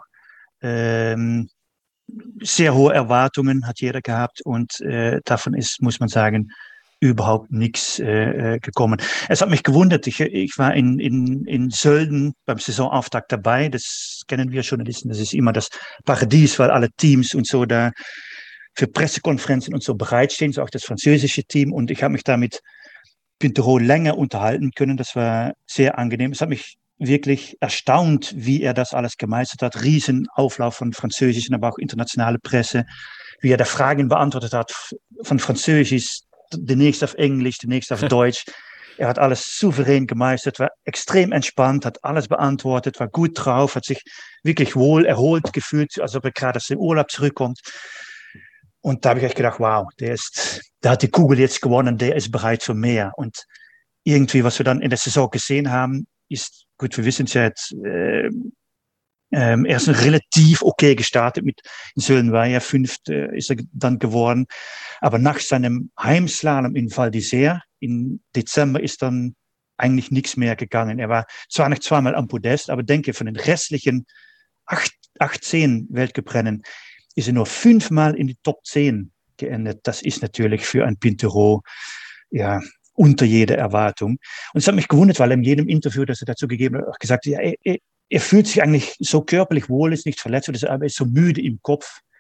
sehr hohe Erwartungen hat jeder gehabt und davon ist, muss man sagen, überhaupt nichts gekommen. Es hat mich gewundert, ich war in Sölden beim Saisonauftakt dabei, das kennen wir Journalisten, das ist immer das Paradies, weil alle Teams und so da für Pressekonferenzen und so bereitstehen, so auch das französische Team. Und ich habe mich da mit Pinturault länger unterhalten können. Das war sehr angenehm. Es hat mich wirklich erstaunt, wie er das alles gemeistert hat. Riesenauflauf von französischen, aber auch internationale Presse. Wie er da Fragen beantwortet hat, von Französisch, demnächst auf Englisch, demnächst auf Deutsch. Er hat alles souverän gemeistert, war extrem entspannt, hat alles beantwortet, war gut drauf, hat sich wirklich wohl erholt gefühlt, als ob er gerade aus dem Urlaub zurückkommt. Und da habe ich echt gedacht, wow, der hat die Kugel jetzt gewonnen, der ist bereit für mehr. Und irgendwie, was wir dann in der Saison gesehen haben, ist, gut, wir wissen es ja jetzt, er ist relativ okay gestartet in Sölden, war er 5. Ist er dann geworden. Aber nach seinem Heimslalom in Val d'Isère im Dezember ist dann eigentlich nichts mehr gegangen. Er war zwar noch zweimal am Podest, aber denke, von den restlichen 18 Weltcuprennen ist er nur 5-mal in die Top 10 geendet. Das ist natürlich für ein Pinturault ja unter jeder Erwartung. Und es hat mich gewundert, weil er in jedem Interview, das er dazu gegeben hat, auch gesagt hat, ja, er fühlt sich eigentlich so körperlich wohl, ist nicht verletzt, aber er ist so müde im Kopf.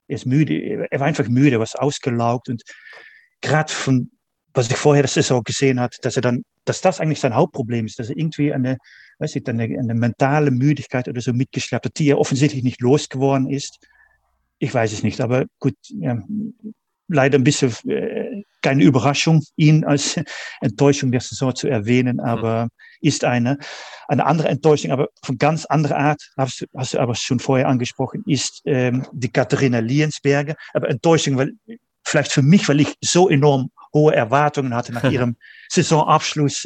Er ist müde, er war einfach müde, er war ausgelaugt und gerade von, was ich vorher der Saison gesehen hat, dass das eigentlich sein Hauptproblem ist, dass er irgendwie eine mentale Müdigkeit oder so mitgeschleppt hat, die er offensichtlich nicht losgeworden ist. Ich weiß es nicht, aber gut, ja, leider ein bisschen keine Überraschung, ihn als Enttäuschung der Saison zu erwähnen, aber ist eine andere Enttäuschung, aber von ganz anderer Art, hast du aber schon vorher angesprochen, ist die Katharina Liensberger. Aber Enttäuschung, weil vielleicht für mich, weil ich so enorm hohe Erwartungen hatte nach ihrem Saisonabschluss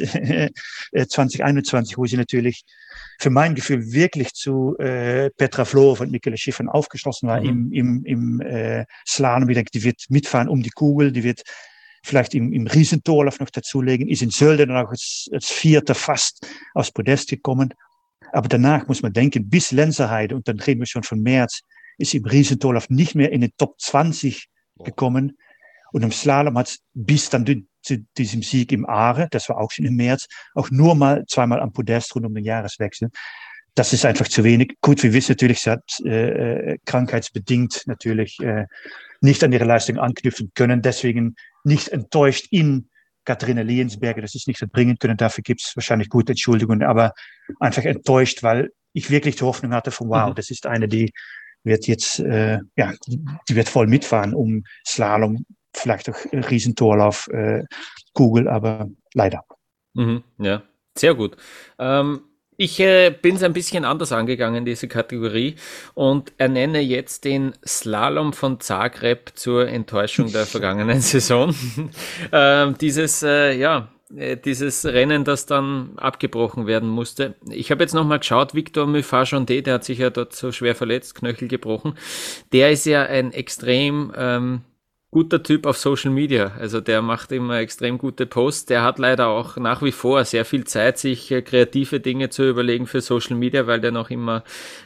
2021, wo sie natürlich für mein Gefühl wirklich zu Petra Vlhova und Mikaela Shiffrin aufgeschlossen war im Slalom. Ich denke, die wird mitfahren um die Kugel, die wird vielleicht im Riesentorlauf noch dazulegen, ist in Sölden dann auch als Vierter fast aufs Podest gekommen. Aber danach muss man denken, bis Lenzerheide, und dann reden wir schon von März, ist im Riesentorlauf nicht mehr in den Top 20 gekommen. Und im Slalom hat es bis dann zu diesem Sieg im Aare, das war auch schon im März, auch nur zweimal am Podest rund um den Jahreswechsel. Das ist einfach zu wenig. Gut, wir wissen natürlich, sie hat krankheitsbedingt natürlich nicht an ihre Leistung anknüpfen können. Deswegen nicht enttäuscht in Katharina Liensberger, dass sie es nicht hat bringen können. Dafür gibt es wahrscheinlich gute Entschuldigungen, aber einfach enttäuscht, weil ich wirklich die Hoffnung hatte von wow, das ist eine, die wird jetzt, die wird voll mitfahren um Slalom, vielleicht auch Riesentorlauf, Kugel, aber leider. Ja, sehr gut. Ich bin es ein bisschen anders angegangen, diese Kategorie, und ernenne jetzt den Slalom von Zagreb zur Enttäuschung der vergangenen Saison. Dieses Rennen, das dann abgebrochen werden musste. Ich habe jetzt nochmal geschaut, Victor Muffat-Condé, der hat sich ja dort so schwer verletzt, Knöchel gebrochen. Der ist ja ein extrem guter Typ auf Social Media, also der macht immer extrem gute Posts. Der hat leider auch nach wie vor sehr viel Zeit, sich kreative Dinge zu überlegen für Social Media, weil der noch immer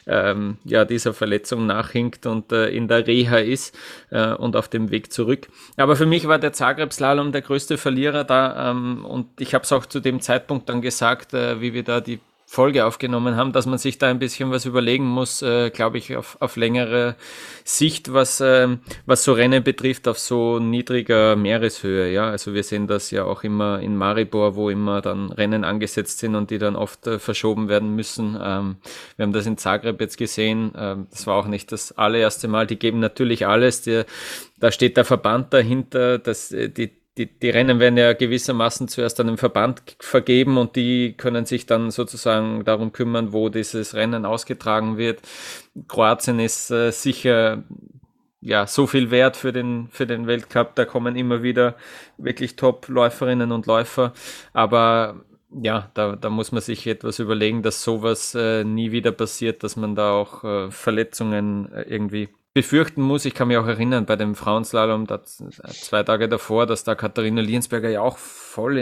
dieser Verletzung nachhinkt und in der Reha ist und auf dem Weg zurück. Aber für mich war der Zagreb-Slalom der größte Verlierer da, und ich habe es auch zu dem Zeitpunkt dann gesagt, wie wir da die Folge aufgenommen haben, dass man sich da ein bisschen was überlegen muss, glaube ich, auf längere Sicht, was so Rennen betrifft, auf so niedriger Meereshöhe. Ja, also wir sehen das ja auch immer in Maribor, wo immer dann Rennen angesetzt sind und die dann oft verschoben werden müssen. Wir haben das in Zagreb jetzt gesehen. Das war auch nicht das allererste Mal. Die geben natürlich alles. Da steht der Verband dahinter, dass die Rennen werden ja gewissermaßen zuerst an den Verband vergeben und die können sich dann sozusagen darum kümmern, wo dieses Rennen ausgetragen wird. Kroatien ist sicher so viel wert für den Weltcup. Da kommen immer wieder wirklich Top-Läuferinnen und Läufer. Aber ja, da muss man sich etwas überlegen, dass sowas nie wieder passiert, dass man da auch Verletzungen irgendwie befürchten muss. Ich kann mich auch erinnern, bei dem Frauenslalom, 2 Tage davor, dass da Katharina Liensberger ja auch voll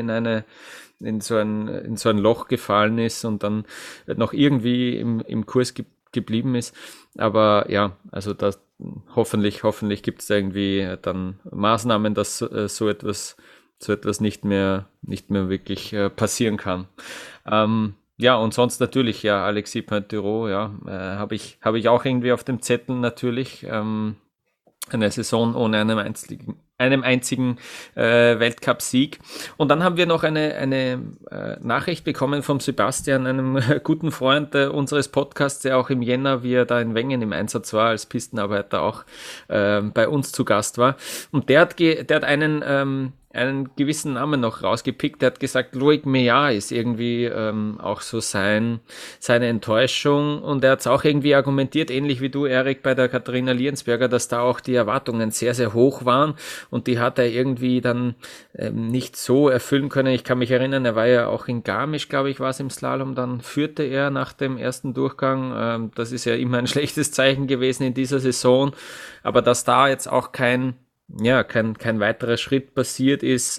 in so ein Loch gefallen ist und dann noch irgendwie im Kurs geblieben ist. Aber ja, also das hoffentlich gibt es da irgendwie dann Maßnahmen, dass so etwas nicht mehr wirklich passieren kann. Ja, und sonst natürlich, ja, Alexis Pinturault, ja, habe ich auch irgendwie auf dem Zettel natürlich, eine Saison ohne einem einzigen Weltcup-Sieg. Und dann haben wir noch eine Nachricht bekommen vom Sebastian, einem guten Freund unseres Podcasts, der auch im Jänner, wie er da in Wengen im Einsatz war, als Pistenarbeiter auch bei uns zu Gast war. Und der hat einen gewissen Namen noch rausgepickt. Der hat gesagt, Loic Meillard ist irgendwie auch so seine Enttäuschung, und er hat es auch irgendwie argumentiert, ähnlich wie du, Erik, bei der Katharina Liensberger, dass da auch die Erwartungen sehr, sehr hoch waren und die hat er irgendwie dann nicht so erfüllen können. Ich kann mich erinnern, er war ja auch in Garmisch, glaube ich, war es im Slalom, dann führte er nach dem ersten Durchgang. Das ist ja immer ein schlechtes Zeichen gewesen in dieser Saison, aber dass da jetzt auch kein weiterer Schritt passiert ist.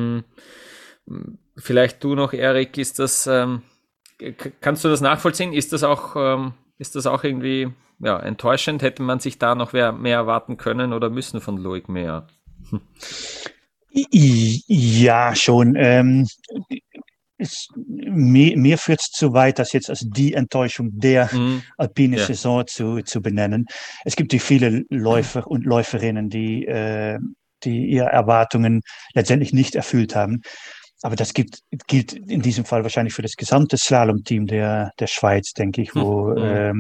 Vielleicht du noch, Erik, ist das, kannst du das nachvollziehen? Ist das auch irgendwie enttäuschend? Hätte man sich da noch mehr erwarten können oder müssen von Loic Meillard? Ja, schon. mir führt es zu weit, das jetzt als die Enttäuschung der alpine Saison zu benennen. Es gibt die viele Läufer und Läuferinnen, die ihre Erwartungen letztendlich nicht erfüllt haben. Aber das gilt in diesem Fall wahrscheinlich für das gesamte Slalom-Team der Schweiz, denke ich, wo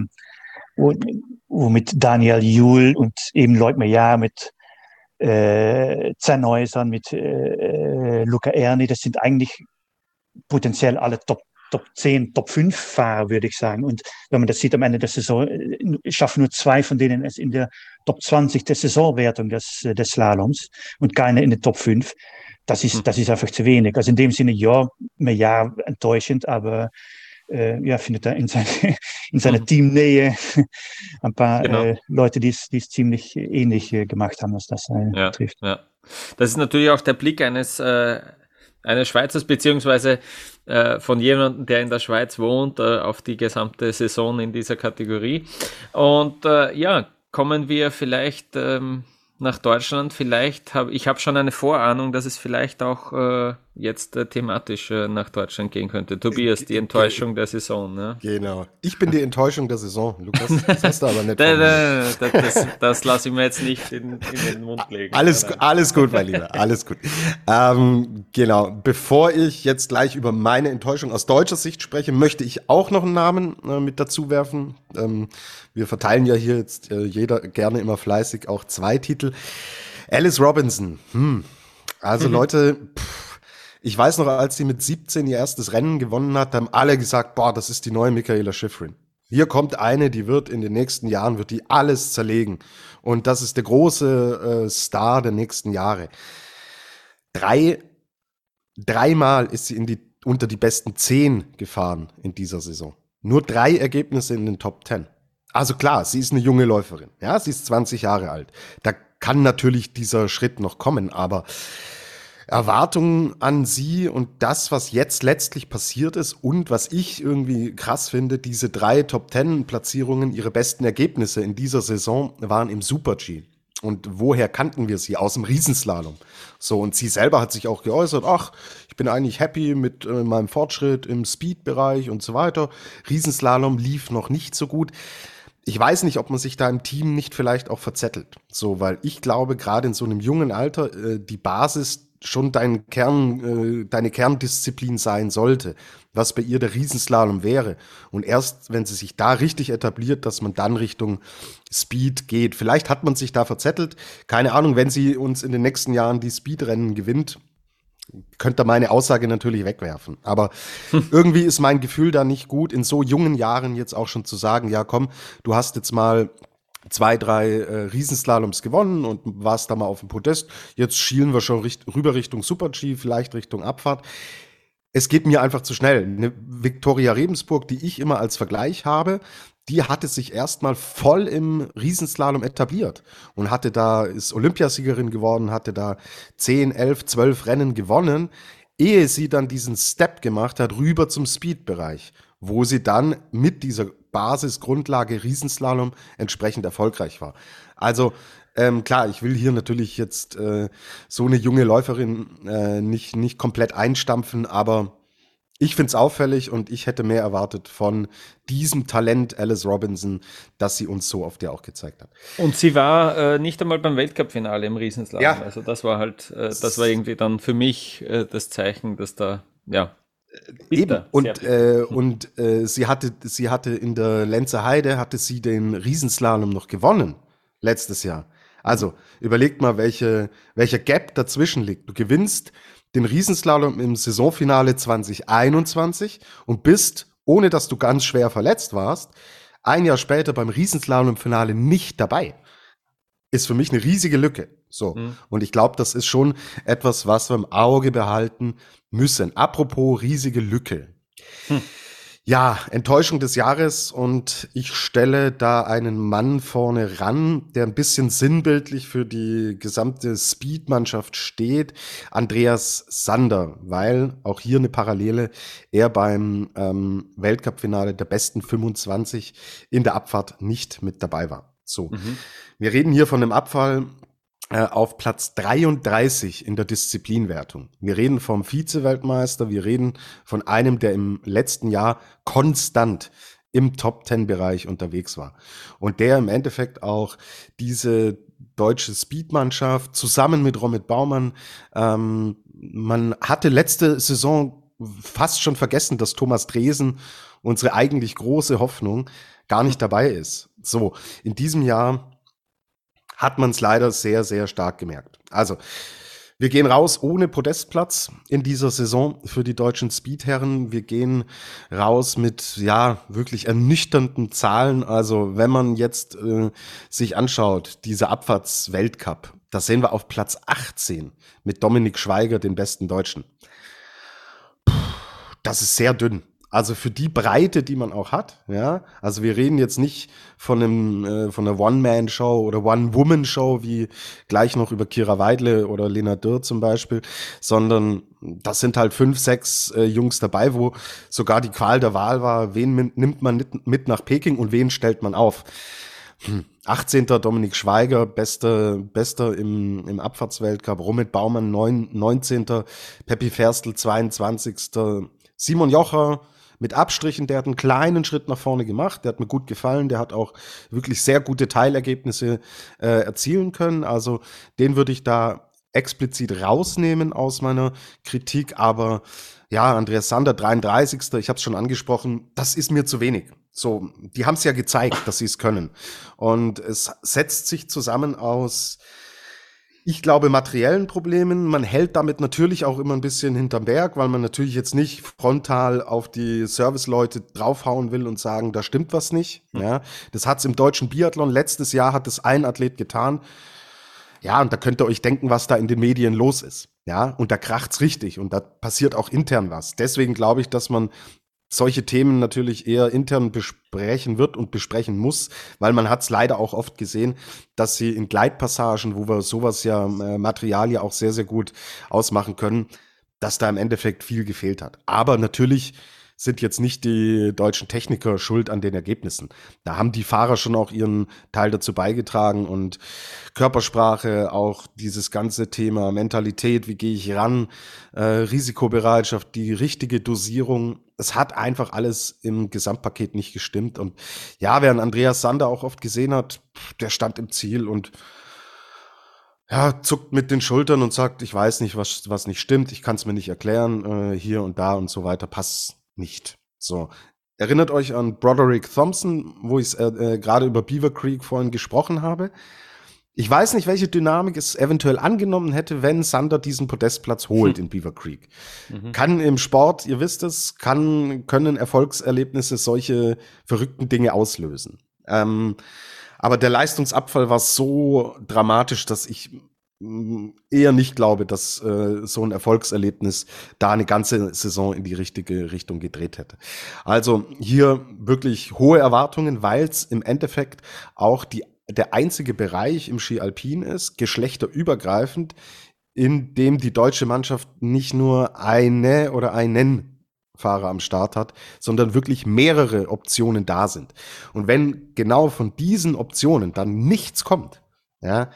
mit Daniel Juhl und eben Loic Meillard, mit Zerneusan, mit Luca Erni, das sind eigentlich potenziell alle Top 10, Top 5 Fahrer, würde ich sagen. Und wenn man das sieht am Ende der Saison, schaffen nur 2 von denen es in der Top 20 der Saisonwertung des Slaloms und keine in der Top 5. Das ist einfach zu wenig. Also in dem Sinne, ja, enttäuschend, aber findet er in seiner Teamnähe ein paar Leute, die es ziemlich ähnlich gemacht haben, was das trifft. Ja. Das ist natürlich auch der Blick eines Schweizers, beziehungsweise von jemandem, der in der Schweiz wohnt, auf die gesamte Saison in dieser Kategorie. Und kommen wir vielleicht nach Deutschland. Ich habe schon eine Vorahnung, dass es vielleicht auch jetzt thematisch nach Deutschland gehen könnte. Tobias, die Enttäuschung der Saison. Ne? Genau. Ich bin die Enttäuschung der Saison, Lukas. Das hast du aber nicht. Das lasse ich mir jetzt nicht in den Mund legen. Alles gut, mein Lieber. Alles gut. Genau. Bevor ich jetzt gleich über meine Enttäuschung aus deutscher Sicht spreche, möchte ich auch noch einen Namen mit dazu werfen. Wir verteilen ja hier jetzt jeder gerne immer fleißig auch 2 Titel. Alice Robinson. Also Leute, ich weiß noch, als sie mit 17 ihr erstes Rennen gewonnen hat, haben alle gesagt, boah, das ist die neue Michaela Shiffrin. Hier kommt eine, die wird in den nächsten Jahren, wird die alles zerlegen. Und das ist der große Star der nächsten Jahre. Dreimal ist sie unter die besten 10 gefahren in dieser Saison. Nur 3 Ergebnisse in den Top 10. Also klar, sie ist eine junge Läuferin. Ja, sie ist 20 Jahre alt. Da kann natürlich dieser Schritt noch kommen, aber Erwartungen an sie und das, was jetzt letztlich passiert ist und was ich irgendwie krass finde, diese 3 Top-10-Platzierungen, ihre besten Ergebnisse in dieser Saison waren im Super-G. Und woher kannten wir sie? Aus dem Riesenslalom. So, und sie selber hat sich auch geäußert, ach, ich bin eigentlich happy mit meinem Fortschritt im Speed-Bereich und so weiter. Riesenslalom lief noch nicht so gut. Ich weiß nicht, ob man sich da im Team nicht vielleicht auch verzettelt. So, weil ich glaube, gerade in so einem jungen Alter, die Basis schon deine Kerndisziplin sein sollte, was bei ihr der Riesenslalom wäre. Und erst, wenn sie sich da richtig etabliert, dass man dann Richtung Speed geht. Vielleicht hat man sich da verzettelt. Keine Ahnung, wenn sie uns in den nächsten Jahren die Speedrennen gewinnt, könnt ihr meine Aussage natürlich wegwerfen. Aber irgendwie ist mein Gefühl da nicht gut, in so jungen Jahren jetzt auch schon zu sagen, ja komm, du hast jetzt mal 2, 3 Riesenslaloms gewonnen und warst da mal auf dem Podest. Jetzt schielen wir schon rüber Richtung Super-G, vielleicht Richtung Abfahrt. Es geht mir einfach zu schnell. Eine Viktoria Rebensburg, die ich immer als Vergleich habe, die hatte sich erstmal voll im Riesenslalom etabliert und ist Olympiasiegerin geworden, hatte da 10, 11, 12 Rennen gewonnen, ehe sie dann diesen Step gemacht hat, rüber zum Speed-Bereich, wo sie dann mit dieser Basisgrundlage Riesenslalom entsprechend erfolgreich war. Also klar, ich will hier natürlich jetzt so eine junge Läuferin nicht komplett einstampfen, aber ich finde es auffällig und ich hätte mehr erwartet von diesem Talent Alice Robinson, das sie uns so oft ja auch gezeigt hat. Und sie war nicht einmal beim Weltcup-Finale im Riesenslalom. Ja. Also das war halt, das war irgendwie dann für mich das Zeichen, dass da, ja, eben. Und sie hatte in der Lenzer Heide, hatte sie den Riesenslalom noch gewonnen, letztes Jahr. Also, überlegt mal, welcher Gap dazwischen liegt. Du gewinnst den Riesenslalom im Saisonfinale 2021 und bist, ohne dass du ganz schwer verletzt warst, ein Jahr später beim Riesenslalom-Finale nicht dabei. Ist für mich eine riesige Lücke. So. Und ich glaube, das ist schon etwas, was wir im Auge behalten müssen. Apropos riesige Lücke. Ja, Enttäuschung des Jahres und ich stelle da einen Mann vorne ran, der ein bisschen sinnbildlich für die gesamte Speed-Mannschaft steht, Andreas Sander, weil auch hier eine Parallele, er beim Weltcup-Finale der besten 25 in der Abfahrt nicht mit dabei war. So, wir reden hier von einem Abfall auf Platz 33 in der Disziplinwertung. Wir reden vom Vize-Weltmeister, wir reden von einem, der im letzten Jahr konstant im Top-10-Bereich unterwegs war. Und der im Endeffekt auch diese deutsche Speedmannschaft zusammen mit Romit Baumann, man hatte letzte Saison fast schon vergessen, dass Thomas Dresen, unsere eigentlich große Hoffnung, gar nicht dabei ist. So, in diesem Jahr hat man es leider sehr, sehr stark gemerkt. Also, wir gehen raus ohne Podestplatz in dieser Saison für die deutschen Speedherren. Wir gehen raus mit, ja, wirklich ernüchternden Zahlen. Also, wenn man jetzt sich anschaut, dieser Abfahrtsweltcup, da sehen wir auf Platz 18 mit Dominik Schweiger, den besten Deutschen. Das ist sehr dünn. Also für die Breite, die man auch hat, ja. Also wir reden jetzt nicht von einer One-Man-Show oder One-Woman-Show, wie gleich noch über Kira Weidle oder Lena Dürr zum Beispiel, sondern das sind halt 5, 6 Jungs dabei, wo sogar die Qual der Wahl war, wen nimmt man mit nach Peking und wen stellt man auf. 18. Dominik Schweiger, bester im Abfahrtsweltcup, Romit Baumann 19. Peppi Ferstl 22. Simon Jocher mit Abstrichen, der hat einen kleinen Schritt nach vorne gemacht, der hat mir gut gefallen, der hat auch wirklich sehr gute Teilergebnisse erzielen können, also den würde ich da explizit rausnehmen aus meiner Kritik, aber ja, Andreas Sander, 33. Ich habe es schon angesprochen, das ist mir zu wenig. So, die haben es ja gezeigt, dass sie es können. Und es setzt sich zusammen aus, ich glaube, materiellen Problemen. Man hält damit natürlich auch immer ein bisschen hinterm Berg, weil man natürlich jetzt nicht frontal auf die Serviceleute draufhauen will und sagen, da stimmt was nicht. Ja, das hat's im deutschen Biathlon letztes Jahr hat es ein Athlet getan. Ja, und da könnt ihr euch denken, was da in den Medien los ist. Ja, und da kracht's richtig und da passiert auch intern was. Deswegen glaube ich, dass man solche Themen natürlich eher intern besprechen wird und besprechen muss, weil man hat es leider auch oft gesehen, dass sie in Gleitpassagen, wo wir sowas ja Material ja auch sehr, sehr gut ausmachen können, dass da im Endeffekt viel gefehlt hat. Aber natürlich sind jetzt nicht die deutschen Techniker schuld an den Ergebnissen. Da haben die Fahrer schon auch ihren Teil dazu beigetragen und Körpersprache, auch dieses ganze Thema Mentalität, wie gehe ich ran, Risikobereitschaft, die richtige Dosierung. Es hat einfach alles im Gesamtpaket nicht gestimmt. Und ja, wer einen Andreas Sander auch oft gesehen hat, der stand im Ziel und ja, zuckt mit den Schultern und sagt, ich weiß nicht, was nicht stimmt, ich kann es mir nicht erklären, hier und da und so weiter, passt nicht. So, erinnert euch an Broderick Thompson, wo ich gerade über Beaver Creek vorhin gesprochen habe. Ich weiß nicht, welche Dynamik es eventuell angenommen hätte, wenn Sander diesen Podestplatz holt in Beaver Creek. Kann im Sport, ihr wisst es, können Erfolgserlebnisse solche verrückten Dinge auslösen. Aber der Leistungsabfall war so dramatisch, dass ich eher nicht glaube, dass so ein Erfolgserlebnis da eine ganze Saison in die richtige Richtung gedreht hätte. Also hier wirklich hohe Erwartungen, weil es im Endeffekt auch der einzige Bereich im Ski Alpin ist, geschlechterübergreifend, in dem die deutsche Mannschaft nicht nur eine oder einen Fahrer am Start hat, sondern wirklich mehrere Optionen da sind. Und wenn genau von diesen Optionen dann nichts kommt, ja,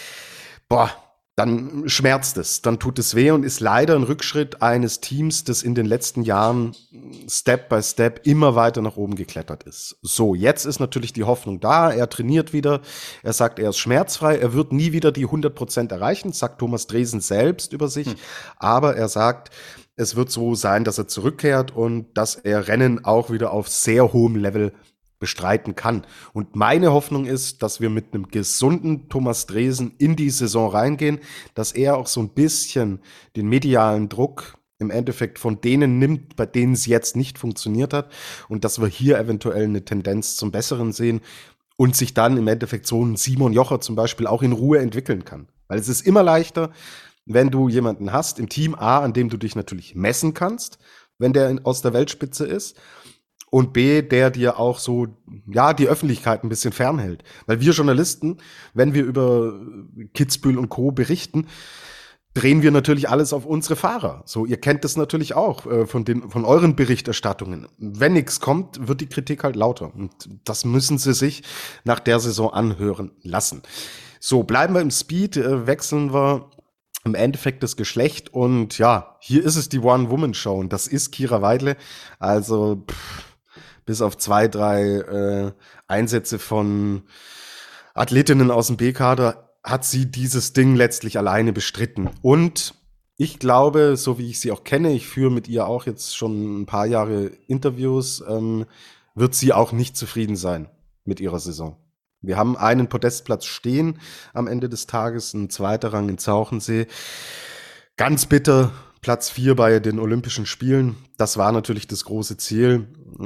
dann schmerzt es, dann tut es weh und ist leider ein Rückschritt eines Teams, das in den letzten Jahren Step by Step immer weiter nach oben geklettert ist. So, jetzt ist natürlich die Hoffnung da, er trainiert wieder, er sagt, er ist schmerzfrei, er wird nie wieder die 100% erreichen, sagt Thomas Dresen selbst über sich, aber er sagt, es wird so sein, dass er zurückkehrt und dass er Rennen auch wieder auf sehr hohem Level bestreiten kann. Und meine Hoffnung ist, dass wir mit einem gesunden Thomas Dresen in die Saison reingehen, dass er auch so ein bisschen den medialen Druck im Endeffekt von denen nimmt, bei denen es jetzt nicht funktioniert hat und dass wir hier eventuell eine Tendenz zum Besseren sehen und sich dann im Endeffekt so ein Simon Jocher zum Beispiel auch in Ruhe entwickeln kann. Weil es ist immer leichter, wenn du jemanden hast im Team A, an dem du dich natürlich messen kannst, wenn der aus der Weltspitze ist, und B, der dir auch so, ja, die Öffentlichkeit ein bisschen fernhält. Weil wir Journalisten, wenn wir über Kitzbühel und Co. berichten, drehen wir natürlich alles auf unsere Fahrer. So, ihr kennt das natürlich auch von euren Berichterstattungen. Wenn nichts kommt, wird die Kritik halt lauter. Und das müssen sie sich nach der Saison anhören lassen. So, bleiben wir im Speed, wechseln wir im Endeffekt das Geschlecht und ja, hier ist es die One-Woman-Show und das ist Kira Weidle. Also bis auf 2, 3 Einsätze von Athletinnen aus dem B-Kader hat sie dieses Ding letztlich alleine bestritten. Und ich glaube, so wie ich sie auch kenne, ich führe mit ihr auch jetzt schon ein paar Jahre Interviews, wird sie auch nicht zufrieden sein mit ihrer Saison. Wir haben einen Podestplatz stehen am Ende des Tages, ein zweiter Rang in Zauchensee. Ganz bitter, Platz 4 bei den Olympischen Spielen. Das war natürlich das große Ziel.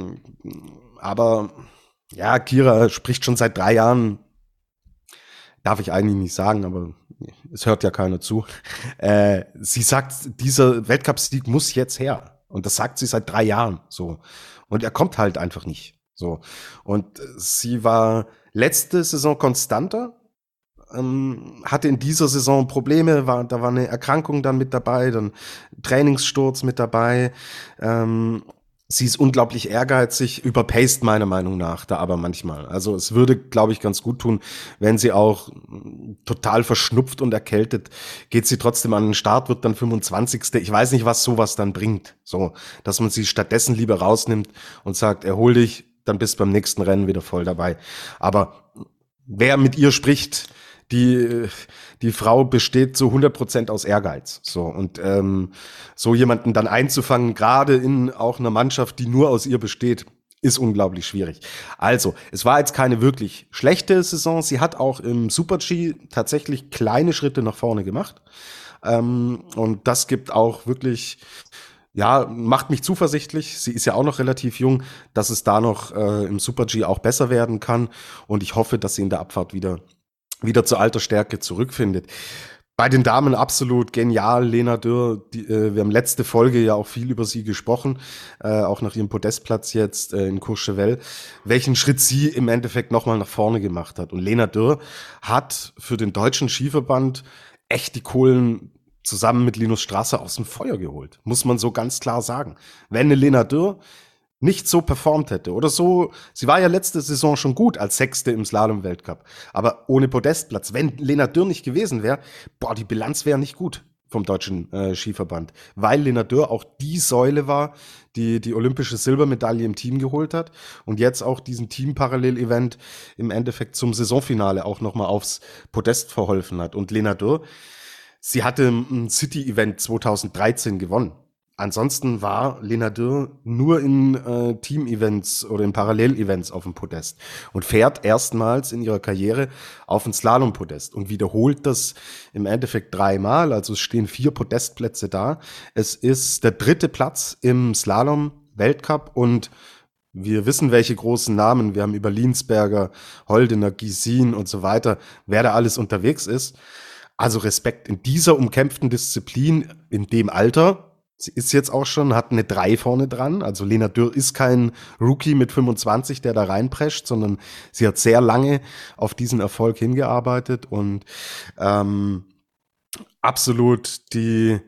Aber ja, Kira spricht schon seit 3 Jahren, darf ich eigentlich nicht sagen, aber es hört ja keiner zu. Sie sagt, dieser Weltcupsieg muss jetzt her. Und das sagt sie seit 3 Jahren so. Und er kommt halt einfach nicht. So. Und sie war letzte Saison konstanter, hatte in dieser Saison Probleme, da war eine Erkrankung dann mit dabei, dann Trainingssturz mit dabei. Sie ist unglaublich ehrgeizig, überpaced meiner Meinung nach da aber manchmal. Also es würde, glaube ich, ganz gut tun, wenn sie auch total verschnupft und erkältet, geht sie trotzdem an den Start, wird dann 25. Ich weiß nicht, was sowas dann bringt. So, dass man sie stattdessen lieber rausnimmt und sagt, erhol dich, dann bist du beim nächsten Rennen wieder voll dabei. Aber wer mit ihr spricht, die Frau besteht zu 100% aus Ehrgeiz. So, und so jemanden dann einzufangen, gerade in auch einer Mannschaft, die nur aus ihr besteht, ist unglaublich schwierig. Also, es war jetzt keine wirklich schlechte Saison. Sie hat auch im Super-G tatsächlich kleine Schritte nach vorne gemacht. Und das gibt auch wirklich, ja, macht mich zuversichtlich. Sie ist ja auch noch relativ jung, dass es da noch im Super-G auch besser werden kann. Und ich hoffe, dass sie in der Abfahrt wieder zur alter Stärke zurückfindet. Bei den Damen absolut genial. Lena Dürr, wir haben letzte Folge ja auch viel über sie gesprochen, auch nach ihrem Podestplatz jetzt in Courchevel, welchen Schritt sie im Endeffekt nochmal nach vorne gemacht hat. Und Lena Dürr hat für den deutschen Skiverband echt die Kohlen zusammen mit Linus Strasser aus dem Feuer geholt, muss man so ganz klar sagen. Wenn eine Lena Dürr nicht so performt hätte oder so, sie war ja letzte Saison schon gut als Sechste im Slalom-Weltcup, aber ohne Podestplatz, wenn Lena Dürr nicht gewesen wäre, die Bilanz wäre nicht gut vom deutschen Skiverband, weil Lena Dürr auch die Säule war, die olympische Silbermedaille im Team geholt hat und jetzt auch diesen Team-Parallel-Event im Endeffekt zum Saisonfinale auch nochmal aufs Podest verholfen hat. Und Lena Dürr, sie hatte ein City-Event 2013 gewonnen. Ansonsten war Lena Dürr nur in Team-Events oder in Parallel-Events auf dem Podest und fährt erstmals in ihrer Karriere auf ein Slalom-Podest und wiederholt das im Endeffekt 3-mal. Also es stehen 4 Podestplätze da. Es ist der 3. Platz im Slalom-Weltcup und wir wissen, welche großen Namen. Wir haben über Liensberger, Holdener, Gysin und so weiter, wer da alles unterwegs ist. Also Respekt in dieser umkämpften Disziplin, in dem Alter. Sie ist jetzt auch schon, hat eine 3 vorne dran. Also Lena Dürr ist kein Rookie mit 25, der da reinprescht, sondern sie hat sehr lange auf diesen Erfolg hingearbeitet und absolut die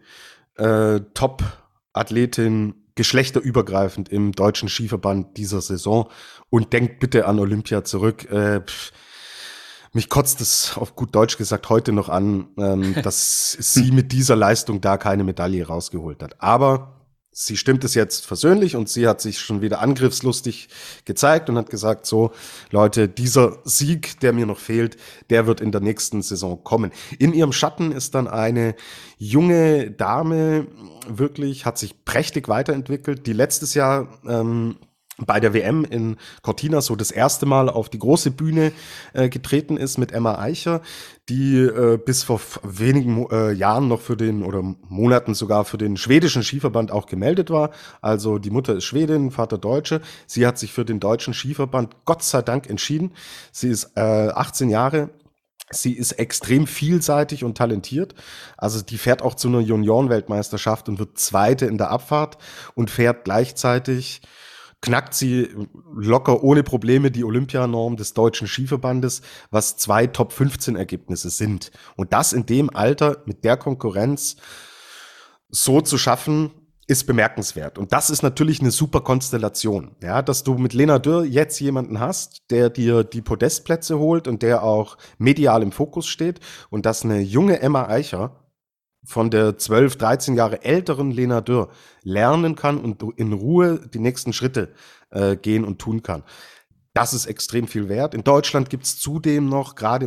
Top-Athletin geschlechterübergreifend im deutschen Skiverband dieser Saison. Und denkt bitte an Olympia zurück. Mich kotzt es auf gut Deutsch gesagt heute noch an, dass sie mit dieser Leistung da keine Medaille rausgeholt hat. Aber sie stimmt es jetzt versöhnlich und sie hat sich schon wieder angriffslustig gezeigt und hat gesagt, so Leute, dieser Sieg, der mir noch fehlt, der wird in der nächsten Saison kommen. In ihrem Schatten ist dann eine junge Dame, wirklich, hat sich prächtig weiterentwickelt, die letztes Jahr bei der WM in Cortina so das erste Mal auf die große Bühne getreten ist mit Emma Eicher, die bis vor wenigen Jahren noch oder Monaten sogar für den schwedischen Skiverband auch gemeldet war. Also die Mutter ist Schwedin, Vater Deutsche. Sie hat sich für den deutschen Skiverband Gott sei Dank entschieden. Sie ist 18 Jahre. Sie ist extrem vielseitig und talentiert. Also die fährt auch zu einer Juniorenweltmeisterschaft und wird Zweite in der Abfahrt und fährt gleichzeitig, knackt sie locker ohne Probleme die Olympianorm des deutschen Skiverbandes, was 2 Top-15-Ergebnisse sind. Und das in dem Alter mit der Konkurrenz so zu schaffen, ist bemerkenswert. Und das ist natürlich eine super Konstellation, ja, dass du mit Lena Dürr jetzt jemanden hast, der dir die Podestplätze holt und der auch medial im Fokus steht und dass eine junge Emma Eicher von der 12, 13 Jahre älteren Lena Dürr lernen kann und in Ruhe die nächsten Schritte gehen und tun kann. Das ist extrem viel wert. In Deutschland gibt's zudem noch, gerade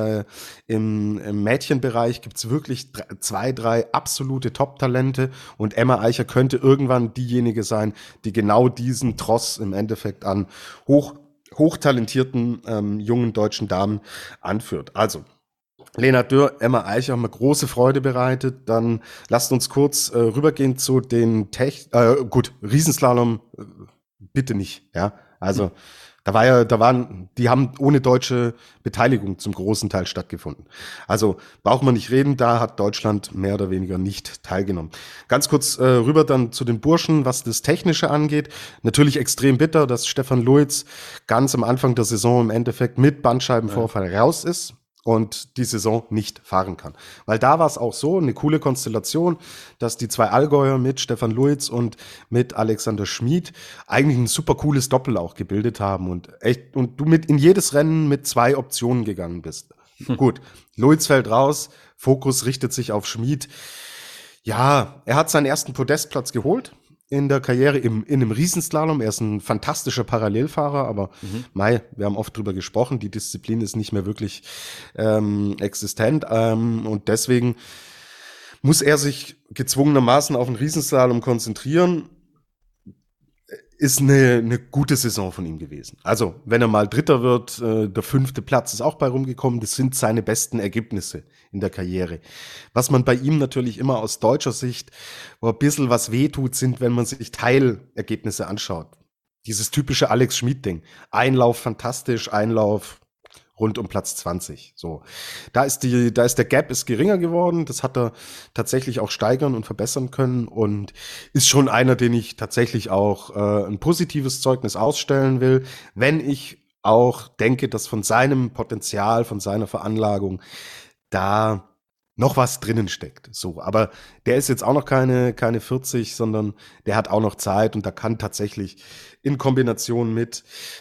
im Mädchenbereich, gibt's wirklich 2, 3 absolute Top-Talente. Und Emma Eicher könnte irgendwann diejenige sein, die genau diesen Tross im Endeffekt an hochtalentierten jungen deutschen Damen anführt. Also, Lena Dürr, Emma Eicher haben mir große Freude bereitet. Dann lasst uns kurz rübergehen zu den Riesenslalom bitte nicht, ja. Also, die haben ohne deutsche Beteiligung zum großen Teil stattgefunden. Also braucht man nicht reden, da hat Deutschland mehr oder weniger nicht teilgenommen. Ganz kurz rüber dann zu den Burschen, was das Technische angeht. Natürlich extrem bitter, dass Stefan Luiz ganz am Anfang der Saison im Endeffekt mit Bandscheibenvorfall raus ist und die Saison nicht fahren kann. Weil da war es auch so, eine coole Konstellation, dass die 2 Allgäuer mit Stefan Luiz und mit Alexander Schmid eigentlich ein super cooles Doppel auch gebildet haben und du mit in jedes Rennen mit 2 Optionen gegangen bist. Gut, Luiz fällt raus, Fokus richtet sich auf Schmid. Ja, er hat seinen ersten Podestplatz geholt in der Karriere in einem Riesenslalom. Er ist ein fantastischer Parallelfahrer, aber wir haben oft drüber gesprochen, die Disziplin ist nicht mehr wirklich existent und deswegen muss er sich gezwungenermaßen auf den Riesenslalom konzentrieren. Ist eine gute Saison von ihm gewesen. Also, wenn er mal Dritter wird, der 5. Platz ist auch bei rumgekommen. Das sind seine besten Ergebnisse in der Karriere. Was man bei ihm natürlich immer aus deutscher Sicht, wo ein bisschen was wehtut, sind, wenn man sich Teilergebnisse anschaut. Dieses typische Alex Schmid-Ding. Einlauf fantastisch, Einlauf rund um Platz 20. So. Da ist der Gap ist geringer geworden. Das hat er tatsächlich auch steigern und verbessern können und ist schon einer, den ich tatsächlich auch ein positives Zeugnis ausstellen will, wenn ich auch denke, dass von seinem Potenzial, von seiner Veranlagung da noch was drinnen steckt. So, aber der ist jetzt auch noch keine 40, sondern der hat auch noch Zeit und da kann tatsächlich in Kombination mit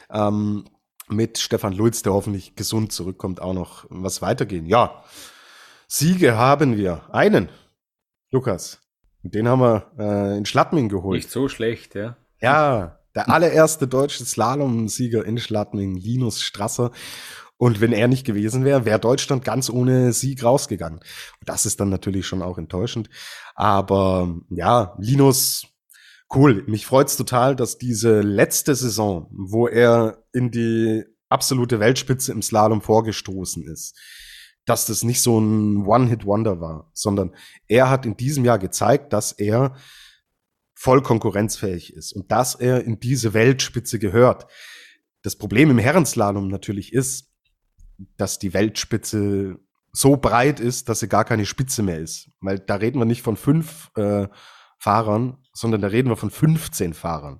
Stefan Luiz, der hoffentlich gesund zurückkommt, auch noch was weitergehen. Ja, Siege haben wir. Einen, Lukas. Den haben wir in Schladming geholt. Nicht so schlecht, ja. Ja, der allererste deutsche Slalom-Sieger in Schladming, Linus Strasser. Und wenn er nicht gewesen wäre, wäre Deutschland ganz ohne Sieg rausgegangen. Und das ist dann natürlich schon auch enttäuschend. Aber ja, Linus, cool. Mich freut's total, dass diese letzte Saison, wo er in die absolute Weltspitze im Slalom vorgestoßen ist, dass das nicht so ein One-Hit-Wonder war, sondern er hat in diesem Jahr gezeigt, dass er voll konkurrenzfähig ist und dass er in diese Weltspitze gehört. Das Problem im Herrenslalom natürlich ist, dass die Weltspitze so breit ist, dass sie gar keine Spitze mehr ist. Weil da reden wir nicht von 5 Fahrern, sondern da reden wir von 15 Fahrern.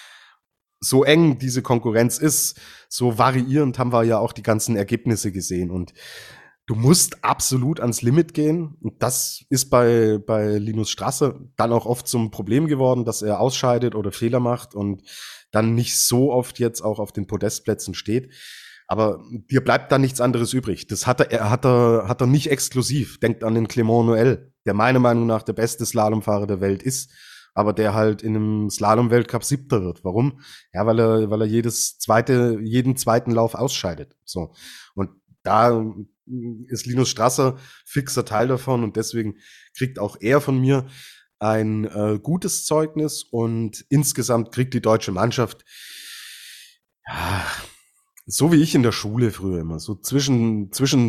So eng diese Konkurrenz ist, so variierend haben wir ja auch die ganzen Ergebnisse gesehen. Und du musst absolut ans Limit gehen. Und das ist bei Linus Strasser dann auch oft zum Problem geworden, dass er ausscheidet oder Fehler macht und dann nicht so oft jetzt auch auf den Podestplätzen steht. Aber dir bleibt da nichts anderes übrig. Das hat er nicht exklusiv. Denkt an den Clément Noël, der meiner Meinung nach der beste Slalomfahrer der Welt ist, aber der halt in einem Slalom-Weltcup 7. wird. Warum? Ja, weil er jeden zweiten Lauf ausscheidet. So. Und da ist Linus Strasser fixer Teil davon und deswegen kriegt auch er von mir ein gutes Zeugnis und insgesamt kriegt die deutsche Mannschaft so wie ich in der Schule früher immer, so zwischen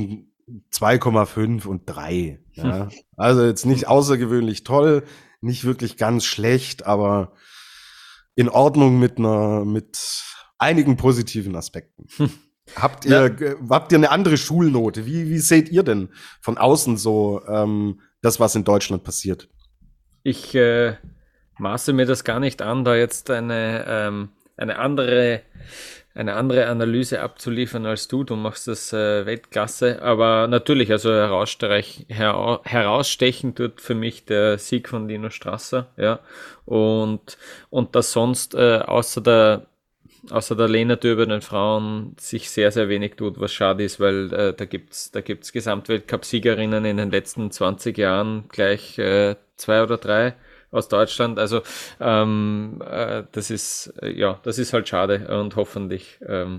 2,5 und 3. Ja. Also jetzt nicht außergewöhnlich toll, nicht wirklich ganz schlecht, aber in Ordnung mit einigen positiven Aspekten. Habt ihr eine andere Schulnote? Wie seht ihr denn von außen so das, was in Deutschland passiert? Ich maße mir das gar nicht an, da jetzt eine andere eine andere Analyse abzuliefern als du. Du machst das Weltklasse, aber natürlich, also herausstechen tut für mich der Sieg von Linus Strasser, ja, und dass sonst außer der Lehner-Tour bei den Frauen sich sehr, sehr wenig tut, was schade ist, weil da gibt's Gesamtweltcup-Siegerinnen in den letzten 20 Jahren gleich 2 oder 3 aus Deutschland. Also das ist halt schade und hoffentlich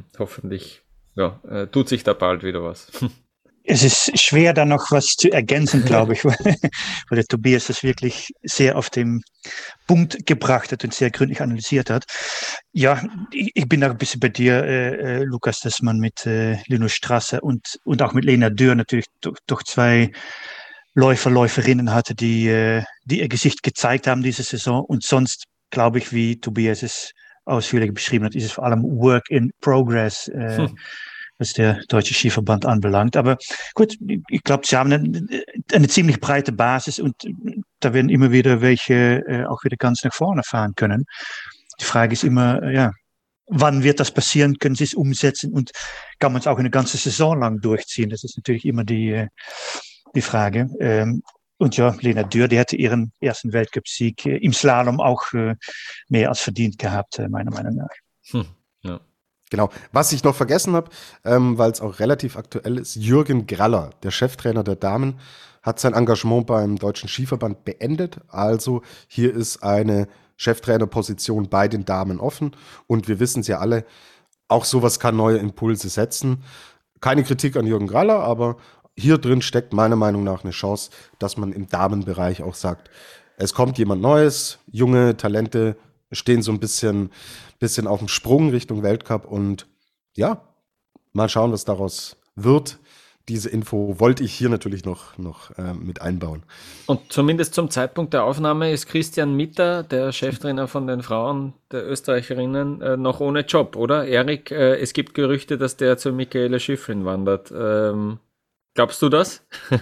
tut sich da bald wieder was. Es ist schwer, da noch was zu ergänzen, glaube ich, weil der Tobias das wirklich sehr auf den Punkt gebracht hat und sehr gründlich analysiert hat. Ja, ich bin da ein bisschen bei dir, Lukas, dass man mit Linus Strasser und auch mit Lena Dürr natürlich doch 2 Läuferinnen hatte, die ihr Gesicht gezeigt haben diese Saison. Und sonst, glaube ich, wie Tobias es ausführlich beschrieben hat, ist es vor allem Work in Progress, was der Deutsche Skiverband anbelangt. Aber gut, ich glaube, sie haben eine ziemlich breite Basis und da werden immer wieder welche auch wieder ganz nach vorne fahren können. Die Frage ist immer, wann wird das passieren? Können sie es umsetzen und kann man es auch eine ganze Saison lang durchziehen? Das ist natürlich immer die Frage. Und ja, Lena Dürr, die hätte ihren ersten Weltcup-Sieg im Slalom auch mehr als verdient gehabt, meiner Meinung nach. Ja. Genau. Was ich noch vergessen habe, weil es auch relativ aktuell ist, Jürgen Graller, der Cheftrainer der Damen, hat sein Engagement beim Deutschen Skiverband beendet. Also hier ist eine Cheftrainerposition bei den Damen offen. Und wir wissen es ja alle, auch sowas kann neue Impulse setzen. Keine Kritik an Jürgen Graller, aber hier drin steckt meiner Meinung nach eine Chance, dass man im Damenbereich auch sagt, es kommt jemand Neues, junge Talente stehen so ein bisschen auf dem Sprung Richtung Weltcup und ja, mal schauen, was daraus wird. Diese Info wollte ich hier natürlich noch mit einbauen. Und zumindest zum Zeitpunkt der Aufnahme ist Christian Mitter, der Cheftrainer von den Frauen der Österreicherinnen, noch ohne Job, oder? Erik, es gibt Gerüchte, dass der zu Michaela Schifrin wandert. Glaubst du das?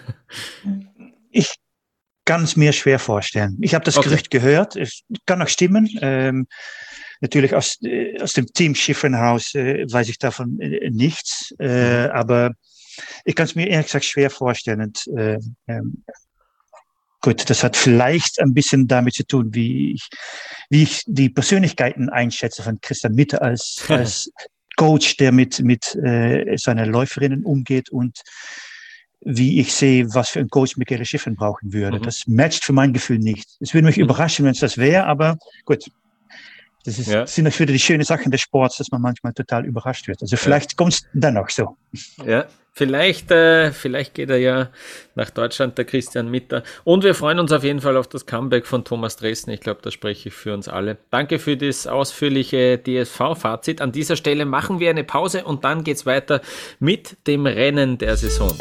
Ich kann es mir schwer vorstellen. Ich habe das Gerücht gehört. Es kann auch stimmen. Natürlich aus dem Team Schifrin heraus weiß ich davon nichts. Aber ich kann es mir ehrlich gesagt schwer vorstellen. Und, gut, das hat vielleicht ein bisschen damit zu tun, wie ich die Persönlichkeiten einschätze von Christian Mitter als Coach, der mit seinen Läuferinnen umgeht und wie ich sehe, was für ein Coach Michaela Schifrin brauchen würde. Das matcht für mein Gefühl nicht. Es würde mich überraschen, wenn es das wäre, aber gut. Das sind natürlich die schönen Sachen des Sports, dass man manchmal total überrascht wird. Also vielleicht kommt es dann auch so. Ja, vielleicht geht er ja nach Deutschland, der Christian Mitter. Und wir freuen uns auf jeden Fall auf das Comeback von Thomas Dresden. Ich glaube, da spreche ich für uns alle. Danke für das ausführliche DSV-Fazit. An dieser Stelle machen wir eine Pause und dann geht's weiter mit dem Rennen der Saison.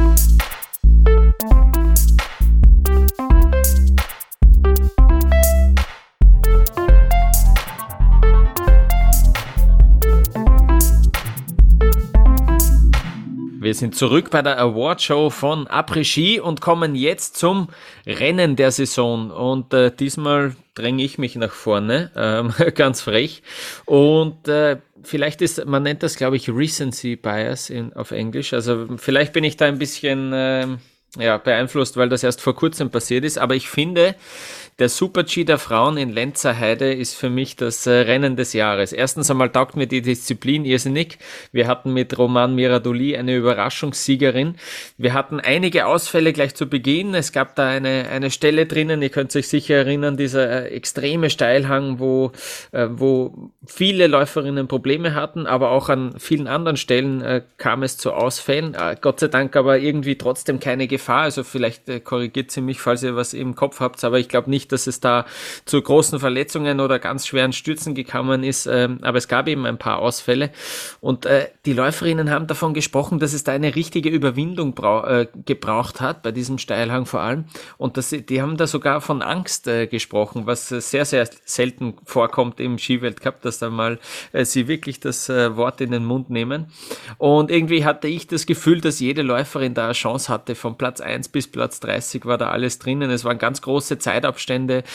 Wir sind zurück bei der Awardshow von Après-Ski und kommen jetzt zum Rennen der Saison. Und diesmal dränge ich mich nach vorne, ganz frech. Und vielleicht man nennt das, glaube ich, Recency Bias auf Englisch. Also vielleicht bin ich da ein bisschen beeinflusst, weil das erst vor kurzem passiert ist. Aber ich finde, der Super-G der Frauen in Lenzerheide ist für mich das Rennen des Jahres. Erstens einmal taugt mir die Disziplin irrsinnig. Wir hatten mit Roman Miradoli eine Überraschungssiegerin. Wir hatten einige Ausfälle gleich zu Beginn. Es gab da eine Stelle drinnen, ihr könnt euch sicher erinnern, dieser extreme Steilhang, wo viele Läuferinnen Probleme hatten, aber auch an vielen anderen Stellen kam es zu Ausfällen. Gott sei Dank aber irgendwie trotzdem keine Gefahr. Also vielleicht korrigiert sie mich, falls ihr was im Kopf habt, aber ich glaube nicht, dass es da zu großen Verletzungen oder ganz schweren Stürzen gekommen ist, aber es gab eben ein paar Ausfälle und die Läuferinnen haben davon gesprochen, dass es da eine richtige Überwindung gebraucht hat, bei diesem Steilhang vor allem, und die haben da sogar von Angst gesprochen, was sehr, sehr selten vorkommt im Skiweltcup, dass da mal sie wirklich das Wort in den Mund nehmen, und irgendwie hatte ich das Gefühl, dass jede Läuferin da eine Chance hatte, von Platz 1 bis Platz 30 war da alles drinnen, es waren ganz große Zeitabstände Abstände.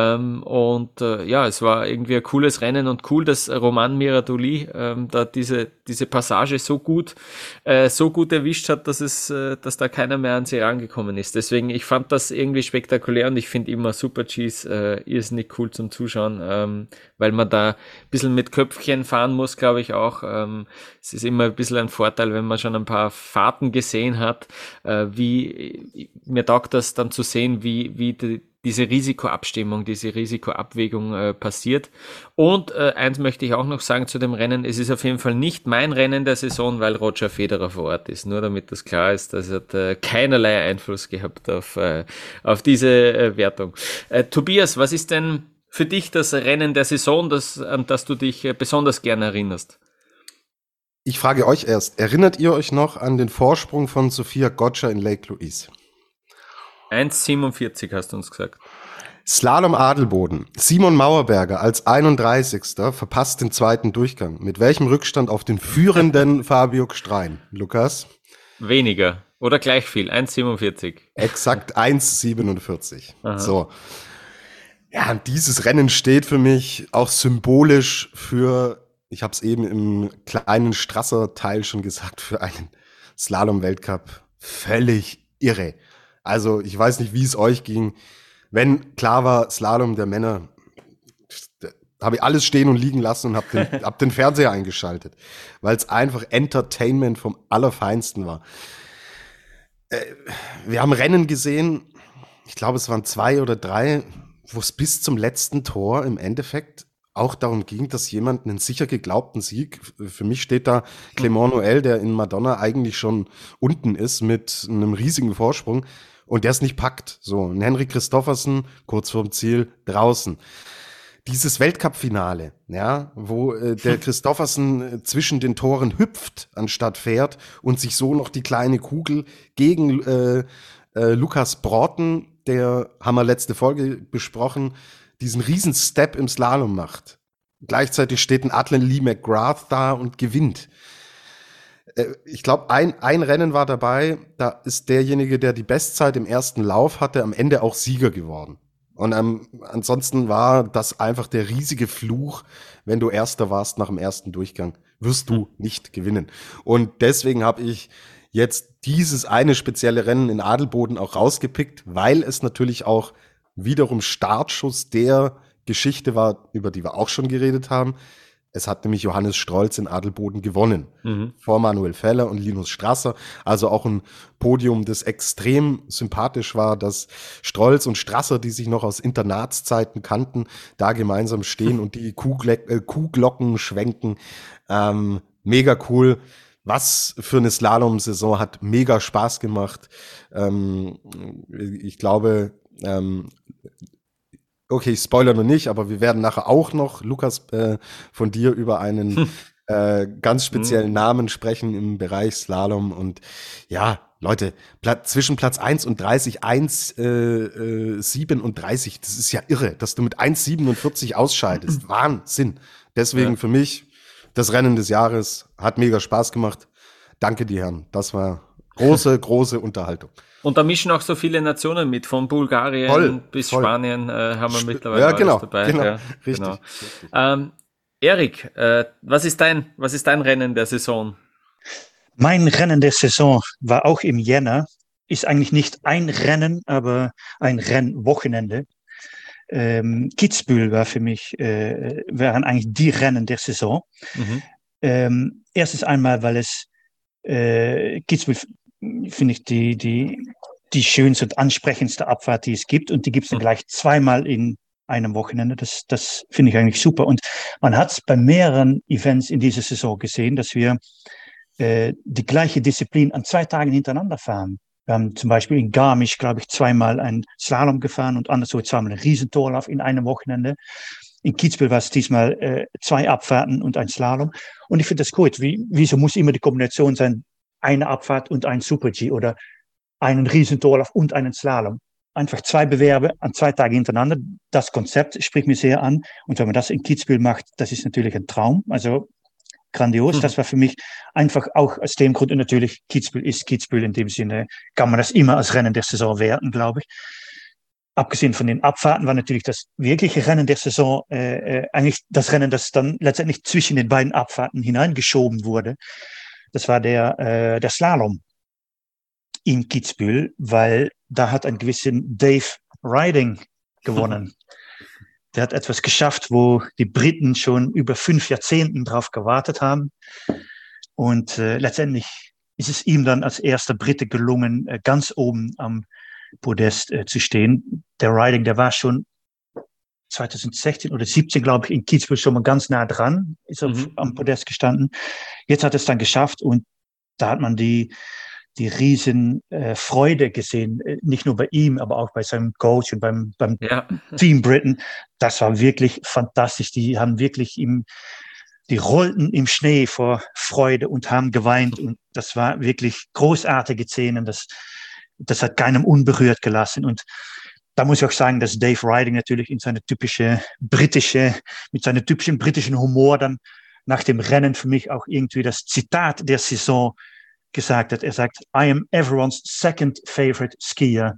Es war irgendwie ein cooles Rennen und cool, dass Roman Miradoli da diese Passage so gut erwischt hat, dass da keiner mehr an sie rangekommen ist. Deswegen, ich fand das irgendwie spektakulär und ich finde immer Super-Gs irrsinnig cool zum Zuschauen, weil man da ein bisschen mit Köpfchen fahren muss, glaube ich auch. Es ist immer ein bisschen ein Vorteil, wenn man schon ein paar Fahrten gesehen hat, mir taugt das dann zu sehen, wie diese Risikoabstimmung, diese Risikoabwägung passiert. Und eins möchte ich auch noch sagen zu dem Rennen, es ist auf jeden Fall nicht mein Rennen der Saison, weil Roger Federer vor Ort ist. Nur damit das klar ist, das hat keinerlei Einfluss gehabt auf diese Wertung. Tobias, was ist denn für dich das Rennen der Saison, an das du dich besonders gerne erinnerst? Ich frage euch erst, erinnert ihr euch noch an den Vorsprung von Sophia Gotcha in Lake Louise? 1,47 hast du uns gesagt. Slalom Adelboden. Simon Mauerberger als 31. verpasst den zweiten Durchgang. Mit welchem Rückstand auf den führenden Fabio Gstrein? Lukas? Weniger oder gleich viel, 1,47. Exakt 1,47. So. Ja, und dieses Rennen steht für mich auch symbolisch für, ich habe es eben im kleinen Strasser-Teil schon gesagt, für einen Slalom-Weltcup. Völlig irre. Also ich weiß nicht, wie es euch ging. Wenn klar war, Slalom der Männer, habe ich alles stehen und liegen lassen und hab den Fernseher eingeschaltet, weil es einfach Entertainment vom Allerfeinsten war. Wir haben Rennen gesehen, ich glaube es waren 2 oder 3, wo es bis zum letzten Tor im Endeffekt auch darum ging, dass jemand einen sicher geglaubten Sieg, für mich steht da Clément Noël, der in Madonna eigentlich schon unten ist mit einem riesigen Vorsprung und der es nicht packt. So, ein Henrik Christoffersen kurz vorm Ziel draußen. Dieses Weltcup-Finale, ja, wo der Christoffersen zwischen den Toren hüpft, anstatt fährt und sich so noch die kleine Kugel gegen Lukas Broughton, der, haben wir letzte Folge besprochen, diesen riesen Step im Slalom macht. Gleichzeitig steht ein Adlan Lee McGrath da und gewinnt. Ich glaube, ein Rennen war dabei, da ist derjenige, der die Bestzeit im ersten Lauf hatte, am Ende auch Sieger geworden. Und ansonsten war das einfach der riesige Fluch, wenn du Erster warst nach dem ersten Durchgang, wirst du nicht gewinnen. Und deswegen habe ich jetzt dieses eine spezielle Rennen in Adelboden auch rausgepickt, weil es natürlich auch wiederum Startschuss der Geschichte war, über die wir auch schon geredet haben. Es hat nämlich Johannes Strolz in Adelboden gewonnen. Vor Manuel Feller und Linus Strasser. Also auch ein Podium, das extrem sympathisch war, dass Strolz und Strasser, die sich noch aus Internatszeiten kannten, da gemeinsam stehen und die Kuhglocken schwenken. Mega cool. Was für eine Slalom-Saison, hat mega Spaß gemacht. Ich glaube, okay, ich spoilere noch nicht, aber wir werden nachher auch noch, Lukas, von dir über einen ganz speziellen Namen sprechen im Bereich Slalom. Und ja, Leute, zwischen Platz 1 und 30, 1,37, das ist ja irre, dass du mit 1,47 ausscheidest. Wahnsinn. Deswegen für mich das Rennen des Jahres, hat mega Spaß gemacht. Danke, die Herren. Das war große Unterhaltung. Und da mischen auch so viele Nationen mit, von Bulgarien bis Spanien haben wir mittlerweile alles dabei. Genau, ja, richtig. Erik, was ist dein Rennen der Saison? Mein Rennen der Saison war auch im Jänner. Ist eigentlich nicht ein Rennen, aber ein Rennwochenende. Kitzbühel war für mich, waren eigentlich die Rennen der Saison. Erstens einmal, weil es Kitzbühel, finde ich, die schönste und ansprechendste Abfahrt, die es gibt. Und die gibt es dann gleich zweimal in einem Wochenende. Das finde ich eigentlich super. Und man hat es bei mehreren Events in dieser Saison gesehen, dass wir die gleiche Disziplin an 2 Tagen hintereinander fahren. Wir haben zum Beispiel in Garmisch, glaube ich, zweimal ein Slalom gefahren und anderswo zweimal einen Riesentorlauf in einem Wochenende. In Kitzbühel war es diesmal 2 Abfahrten und ein Slalom. Und ich finde das gut. Wieso muss immer die Kombination sein, eine Abfahrt und ein Super-G oder einen Riesentorlauf und einen Slalom? Einfach 2 Bewerbe an 2 Tage hintereinander. Das Konzept spricht mir sehr an. Und wenn man das in Kitzbühel macht, das ist natürlich ein Traum. Also grandios. Das war für mich einfach auch aus dem Grund. Und natürlich, Kitzbühel ist Kitzbühel. In dem Sinne kann man das immer als Rennen der Saison werten, glaube ich. abgesehen von den Abfahrten war natürlich das wirkliche Rennen der Saison eigentlich das Rennen, das dann letztendlich zwischen den beiden Abfahrten hineingeschoben wurde. Das war der Slalom in Kitzbühel, weil da hat ein gewissen Dave Riding gewonnen. Der hat etwas geschafft, wo die Briten schon über 5 Jahrzehnten drauf gewartet haben. Und letztendlich ist es ihm dann als erster Brite gelungen, ganz oben am Podest zu stehen. Der Riding, der war schon 2016 oder 2017, glaube ich, in Kitzbühel schon mal ganz nah dran, ist am Podest gestanden. Jetzt hat es dann geschafft und da hat man die riesen Freude gesehen, nicht nur bei ihm, aber auch bei seinem Coach und beim Team Britain. Das war wirklich fantastisch. Die haben wirklich die rollten im Schnee vor Freude und haben geweint. Und das war wirklich großartige Szenen. Das hat keinem unberührt gelassen. Und da muss ich auch sagen, dass Dave Riding natürlich mit seinem typischen britischen Humor dann nach dem Rennen für mich auch irgendwie das Zitat der Saison gesagt hat. Er sagt, I am everyone's second favorite skier.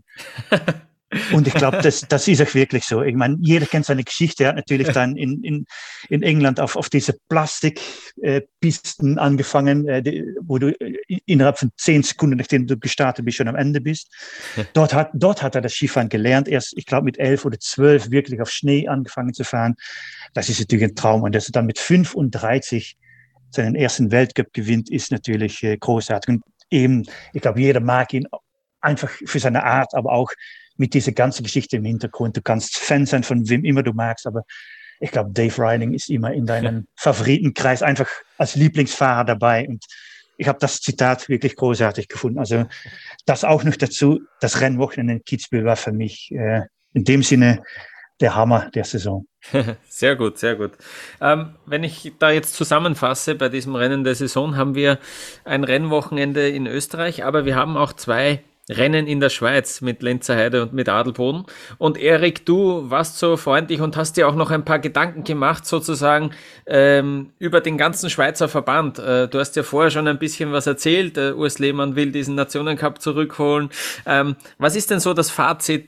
Und ich glaube, das ist auch wirklich so. Ich meine, jeder kennt seine Geschichte. Er hat natürlich dann in England auf diese Plastikpisten angefangen, wo du innerhalb von 10 Sekunden, nachdem du gestartet bist, schon am Ende bist. Dort hat er das Skifahren gelernt. Erst, ich glaube, mit 11 oder 12 wirklich auf Schnee angefangen zu fahren. Das ist natürlich ein Traum. Und dass er dann mit 35 seinen ersten Weltcup gewinnt, ist natürlich großartig. Und eben, ich glaube, jeder mag ihn einfach für seine Art, aber auch mit dieser ganzen Geschichte im Hintergrund. Du kannst Fan sein von wem immer du magst, aber ich glaube, Dave Riding ist immer in deinem Favoritenkreis einfach als Lieblingsfahrer dabei. Und ich habe das Zitat wirklich großartig gefunden. Also das auch noch dazu, das Rennwochenende in Kitzbühel war für mich in dem Sinne der Hammer der Saison. Sehr gut, sehr gut. Wenn ich da jetzt zusammenfasse, bei diesem Rennen der Saison haben wir ein Rennwochenende in Österreich, aber wir haben auch 2 Rennen in der Schweiz mit Lenzerheide und mit Adelboden. Und Erik, du warst so freundlich und hast dir auch noch ein paar Gedanken gemacht, sozusagen über den ganzen Schweizer Verband. Du hast ja vorher schon ein bisschen was erzählt. Urs Lehmann will diesen Nationencup zurückholen. Was ist denn so das Fazit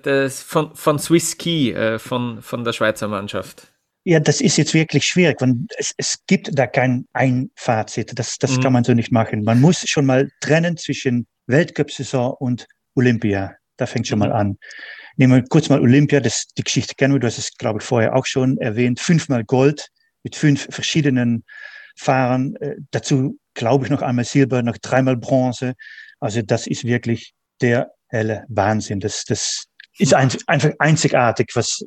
von Swiss Ski, von der Schweizer Mannschaft? Ja, das ist jetzt wirklich schwierig. Es gibt da kein ein Fazit. Das kann man so nicht machen. Man muss schon mal trennen zwischen Weltcup-Saison und Olympia. Da fängt schon mal an. Nehmen wir kurz mal Olympia. Die Geschichte kennen wir. Du hast es, glaube ich, vorher auch schon erwähnt. 5-mal Gold mit 5 verschiedenen Fahrern. Dazu, glaube ich, noch einmal Silber, noch 3-mal Bronze. Also das ist wirklich der helle Wahnsinn. Das ist einfach einzigartig, was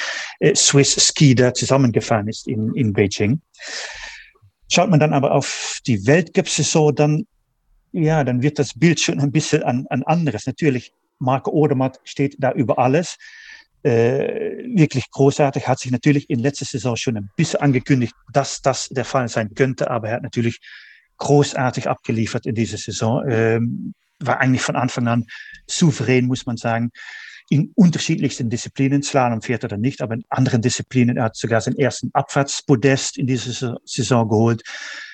Swiss Ski da zusammengefahren ist in Beijing. Schaut man dann aber auf die Weltcup-Saison, dann wird das Bild schon ein bisschen an anderes. Natürlich, Marco Odermatt steht da über alles. Wirklich großartig, hat sich natürlich in letzter Saison schon ein bisschen angekündigt, dass das der Fall sein könnte, aber er hat natürlich großartig abgeliefert in dieser Saison. War eigentlich von Anfang an souverän, muss man sagen. In unterschiedlichsten Disziplinen, Slalom fährt er dann nicht, aber in anderen Disziplinen, er hat sogar seinen ersten Abfahrtspodest in dieser Saison geholt.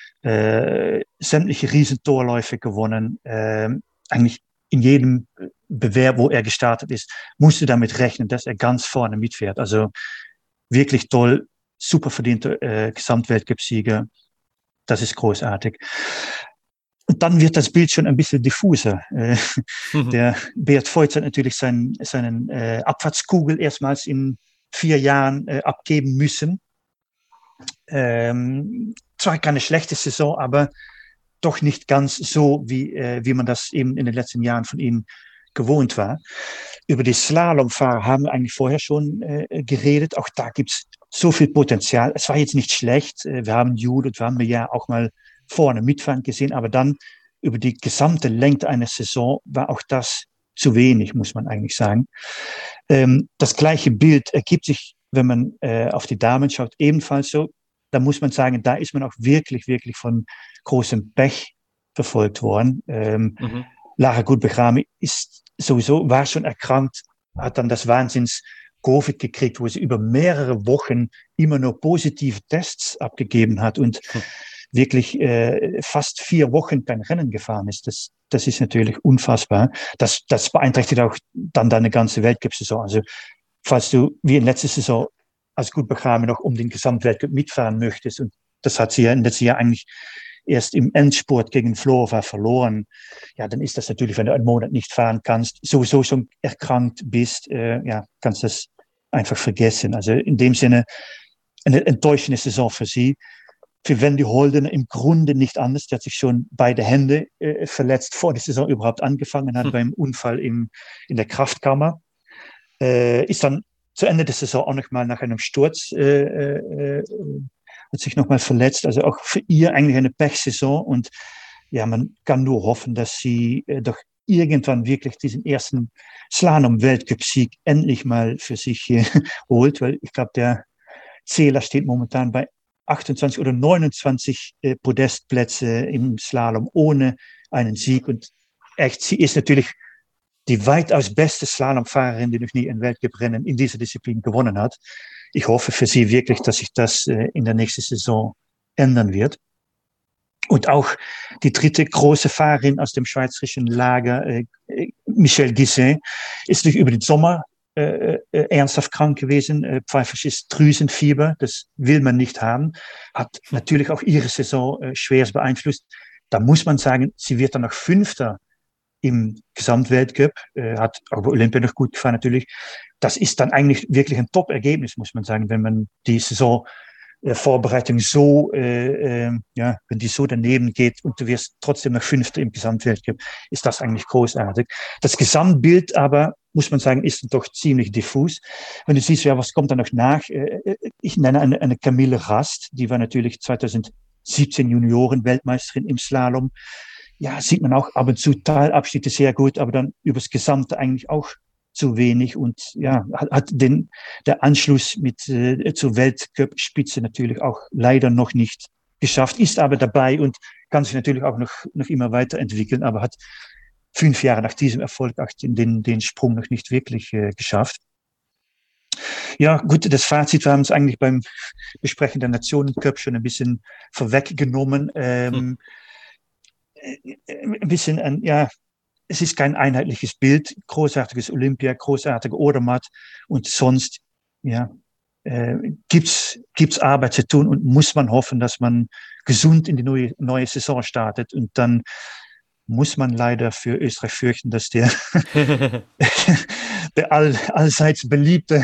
Sämtliche Riesentorläufe gewonnen. Eigentlich in jedem Bewerb, wo er gestartet ist, musste damit rechnen, dass er ganz vorne mitfährt. Also wirklich toll, super verdienter Gesamtweltcup-Sieger. Das ist großartig. Und dann wird das Bild schon ein bisschen diffuser. Der Beat Feuz hat natürlich seinen Abfahrtskugel erstmals in 4 Jahren abgeben müssen. Zwar keine schlechte Saison, aber doch nicht ganz so, wie man das eben in den letzten Jahren von ihm gewohnt war. Über die Slalomfahrer haben wir eigentlich vorher schon geredet. Auch da gibt es so viel Potenzial. Es war jetzt nicht schlecht. Wir haben Jude und wir haben ja auch mal vorne mitfahren gesehen, aber dann über die gesamte Länge einer Saison war auch das zu wenig, muss man eigentlich sagen. Das gleiche Bild ergibt sich, wenn man auf die Damen schaut, ebenfalls so. Da muss man sagen, da ist man auch wirklich, wirklich von großem Pech verfolgt worden. Lara Gutbegrami war schon erkrankt, hat dann das Wahnsinns-Covid gekriegt, wo sie über mehrere Wochen immer nur positive Tests abgegeben hat. Und wirklich fast 4 Wochen kein Rennen gefahren ist. Das ist natürlich unfassbar. Das beeinträchtigt auch dann deine ganze Weltcup-Saison. Also falls du wie in letzter Saison als Gutbekrame noch um den Gesamtweltcup mitfahren möchtest, und das hat sie ja in letztem Jahr eigentlich erst im Endspurt gegen Vlhova verloren, ja, dann ist das natürlich, wenn du einen Monat nicht fahren kannst, sowieso schon erkrankt bist, kannst das einfach vergessen. Also in dem Sinne eine enttäuschende Saison für sie. Für Wendy Holden im Grunde nicht anders. Die hat sich schon beide Hände verletzt, vor der Saison überhaupt angefangen hat, beim Unfall in der Kraftkammer. Ist dann zu Ende der Saison auch noch mal nach einem Sturz hat sich noch mal verletzt. Also auch für ihr eigentlich eine Pechsaison. Und ja, man kann nur hoffen, dass sie doch irgendwann wirklich diesen ersten Slalom-Weltcup-Sieg endlich mal für sich holt, weil ich glaube, der Zähler steht momentan bei 28 oder 29 Podestplätze im Slalom ohne einen Sieg. Und echt, sie ist natürlich die weitaus beste Slalomfahrerin, die noch nie ein Weltcuprennen in dieser Disziplin gewonnen hat. Ich hoffe für sie wirklich, dass sich das in der nächsten Saison ändern wird. Und auch die dritte große Fahrerin aus dem schweizerischen Lager, Michelle Guisset, ist durch über den Sommer ernsthaft krank gewesen, pfeifersches Drüsenfieber, das will man nicht haben, hat natürlich auch ihre Saison schwerst beeinflusst. Da muss man sagen, sie wird dann noch Fünfter im Gesamtweltcup, hat aber Olympia noch gut gefahren natürlich. Das ist dann eigentlich wirklich ein Top-Ergebnis, muss man sagen, wenn man die Saisonvorbereitung so, wenn die so daneben geht und du wirst trotzdem noch Fünfter im Gesamtweltcup, ist das eigentlich großartig. Das Gesamtbild aber, muss man sagen, ist doch ziemlich diffus. Wenn du siehst, ja, was kommt da noch nach? Ich nenne eine Camille Rast, die war natürlich 2017 Junioren-Weltmeisterin im Slalom. Ja, sieht man auch ab und zu Teilabschnitte sehr gut, aber dann übers Gesamte eigentlich auch zu wenig und ja, hat der Anschluss zur Weltcup-Spitze natürlich auch leider noch nicht geschafft, ist aber dabei und kann sich natürlich auch noch immer weiterentwickeln, aber hat 5 Jahre nach diesem Erfolg auch den Sprung noch nicht wirklich geschafft. Ja, gut, das Fazit, wir haben es eigentlich beim Besprechen der Nationencup schon ein bisschen vorweggenommen. Ein bisschen es ist kein einheitliches Bild, großartiges Olympia, großartige Odermatt und sonst, gibt's Arbeit zu tun und muss man hoffen, dass man gesund in die neue Saison startet und dann muss man leider für Österreich fürchten, dass der allseits beliebte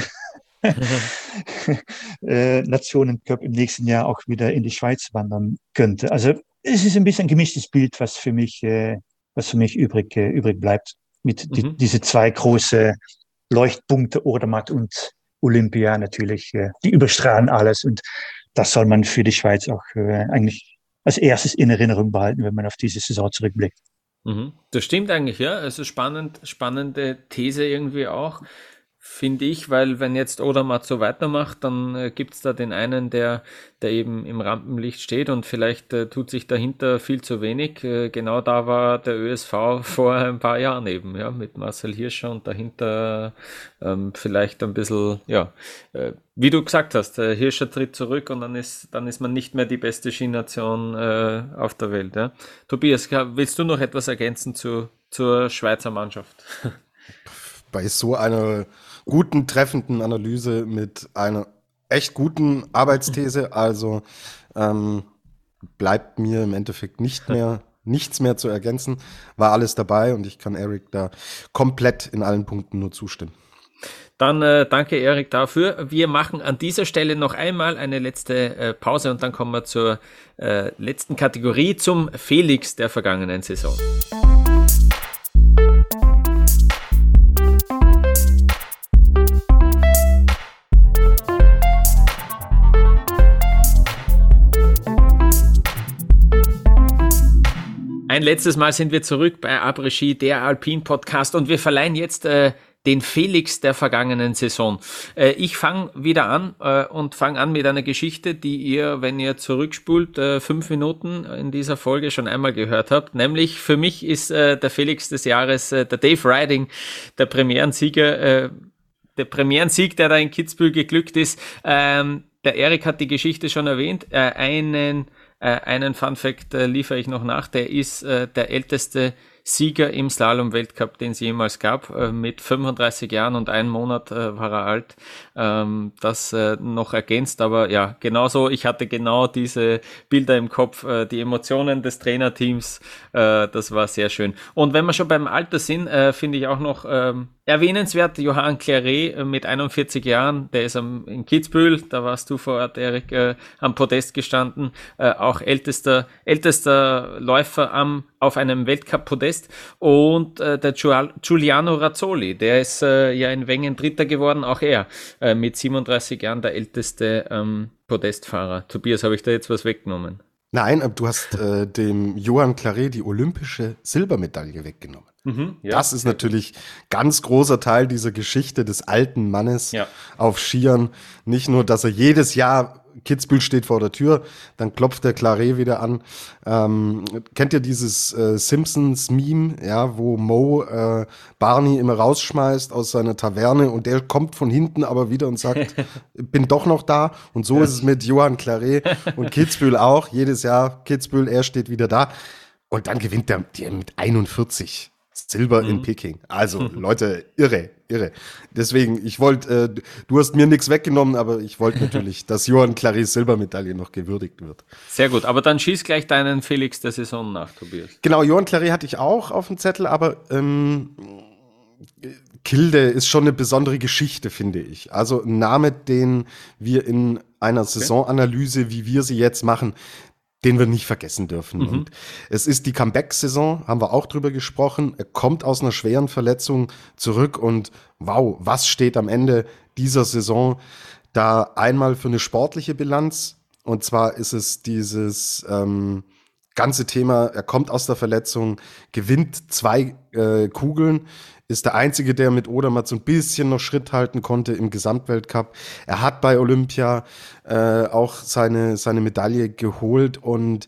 Nationencup im nächsten Jahr auch wieder in die Schweiz wandern könnte. Also es ist ein bisschen ein gemischtes Bild, was für mich übrig bleibt mit diese 2 große Leuchtpunkte, Odermatt und Olympia natürlich. Die überstrahlen alles und das soll man für die Schweiz auch eigentlich als erstes in Erinnerung behalten, wenn man auf diese Saison zurückblickt. Das stimmt eigentlich, ja. Also spannende These irgendwie auch, finde ich, weil wenn jetzt Odermatt so weitermacht, dann gibt's da den einen, der eben im Rampenlicht steht und vielleicht tut sich dahinter viel zu wenig. Genau da war der ÖSV vor ein paar Jahren eben, ja, mit Marcel Hirscher und dahinter vielleicht ein bisschen, wie du gesagt hast, Hirscher tritt zurück und dann ist man nicht mehr die beste Skination auf der Welt. Ja. Tobias, willst du noch etwas ergänzen zur Schweizer Mannschaft? Bei so einer guten, treffenden Analyse mit einer echt guten Arbeitsthese, also bleibt mir im Endeffekt nichts mehr zu ergänzen, war alles dabei und ich kann Eric da komplett in allen Punkten nur zustimmen. Dann danke Eric dafür. Wir machen an dieser Stelle noch einmal eine letzte Pause und dann kommen wir zur letzten Kategorie, zum Felix der vergangenen Saison. Ein letztes Mal sind wir zurück bei Après-Ski, der Alpin-Podcast, und wir verleihen jetzt den Felix der vergangenen Saison. Ich fange wieder an und fange an mit einer Geschichte, die ihr, wenn ihr zurückspult, 5 Minuten in dieser Folge schon einmal gehört habt. Nämlich für mich ist der Felix des Jahres der Dave Riding, der Premierensieg, der da in Kitzbühel geglückt ist. Der Erik hat die Geschichte schon erwähnt, einen einen Funfact liefere ich noch nach. Der ist der älteste Sieger im Slalom-Weltcup, den es jemals gab. Mit 35 Jahren und 1 Monat war er alt. Das noch ergänzt, aber ja, genauso. Ich hatte genau diese Bilder im Kopf, die Emotionen des Trainerteams. Das war sehr schön. Und wenn wir schon beim Alter sind, finde ich auch noch erwähnenswert, Johan Claret mit 41 Jahren, der ist in Kitzbühel, da warst du vor Ort, Erik, am Podest gestanden, auch ältester Läufer auf einem Weltcup-Podest, und der Giuliano Razzoli, der ist ja in Wengen Dritter geworden, auch er mit 37 Jahren der älteste Podestfahrer. Tobias, habe ich da jetzt was weggenommen? Nein, du hast dem Johan Claret die olympische Silbermedaille weggenommen. Ja, das ist natürlich ganz großer Teil dieser Geschichte des alten Mannes auf Skiern. Nicht nur, dass er jedes Jahr, Kitzbühel steht vor der Tür, dann klopft der Claret wieder an. Kennt ihr dieses Simpsons-Meme, ja, wo Moe Barney immer rausschmeißt aus seiner Taverne und der kommt von hinten aber wieder und sagt, bin doch noch da. Und so ist es mit Johan Claret und Kitzbühel auch. Jedes Jahr Kitzbühel, er steht wieder da. Und dann gewinnt er mit 41. Silber in Peking. Also, Leute, irre. Deswegen, du hast mir nichts weggenommen, aber ich wollte natürlich, dass Johan Claret Silbermedaille noch gewürdigt wird. Sehr gut, aber dann schieß gleich deinen Felix der Saison nach, Tobias. Genau, Johan Claret hatte ich auch auf dem Zettel, aber Kilde ist schon eine besondere Geschichte, finde ich. Also ein Name, den wir in einer Saisonanalyse, wie wir sie jetzt machen, den wir nicht vergessen dürfen. Und es ist die Comeback-Saison, haben wir auch drüber gesprochen. Er kommt aus einer schweren Verletzung zurück und wow, was steht am Ende dieser Saison da einmal für eine sportliche Bilanz? Und zwar ist es dieses ganze Thema, er kommt aus der Verletzung, gewinnt 2 Kugeln, ist der Einzige, der mit Odermatt so ein bisschen noch Schritt halten konnte im Gesamtweltcup. Er hat bei Olympia auch seine Medaille geholt und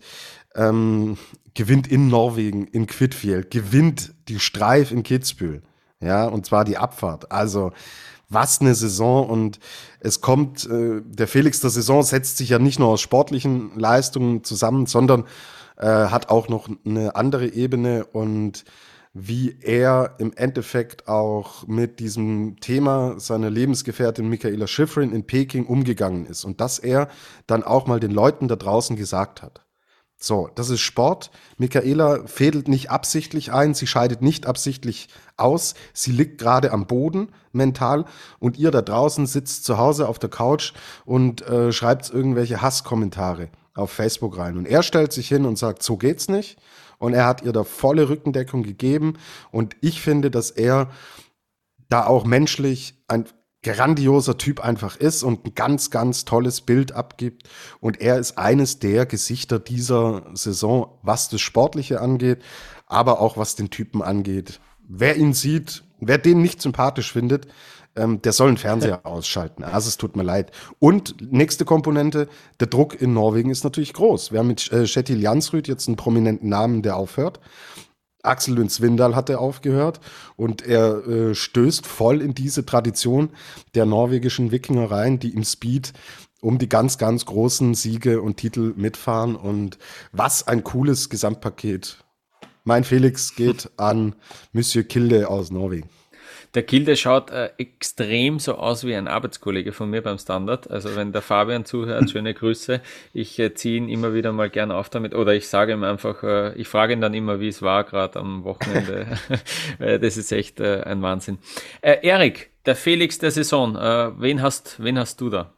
gewinnt in Norwegen, in Kvitfjell, gewinnt die Streif in Kitzbühel, ja, und zwar die Abfahrt. Also was eine Saison, und es kommt, der Felix der Saison setzt sich ja nicht nur aus sportlichen Leistungen zusammen, sondern hat auch noch eine andere Ebene, und wie er im Endeffekt auch mit diesem Thema seiner Lebensgefährtin Mikaela Shiffrin in Peking umgegangen ist und dass er dann auch mal den Leuten da draußen gesagt hat: So, das ist Sport. Mikaela fädelt nicht absichtlich ein, sie scheidet nicht absichtlich aus, sie liegt gerade am Boden mental, und ihr da draußen sitzt zu Hause auf der Couch und schreibt irgendwelche Hasskommentare auf Facebook rein. Und er stellt sich hin und sagt, so geht's nicht. Und er hat ihr da volle Rückendeckung gegeben. Und ich finde, dass er da auch menschlich ein grandioser Typ einfach ist und ein ganz, ganz tolles Bild abgibt. Und er ist eines der Gesichter dieser Saison, was das Sportliche angeht, aber auch was den Typen angeht. Wer ihn sieht, wer den nicht sympathisch findet, der soll den Fernseher ausschalten. Also es tut mir leid. Und nächste Komponente, der Druck in Norwegen ist natürlich groß. Wir haben mit Kjetil Jansrud jetzt einen prominenten Namen, der aufhört. Axel Lund Svindal hat er aufgehört, und er stößt voll in diese Tradition der norwegischen Wikinger rein, die im Speed um die ganz, ganz großen Siege und Titel mitfahren. Und was ein cooles Gesamtpaket. Mein Felix geht an Monsieur Kilde aus Norwegen. Der Kilde schaut extrem so aus wie ein Arbeitskollege von mir beim Standard. Also wenn der Fabian zuhört, schöne Grüße. Ich ziehe ihn immer wieder mal gern auf damit. Oder ich sage ihm einfach, ich frage ihn dann immer, wie es war, gerade am Wochenende. Das ist echt ein Wahnsinn. Erik, der Felix der Saison, wen hast du da?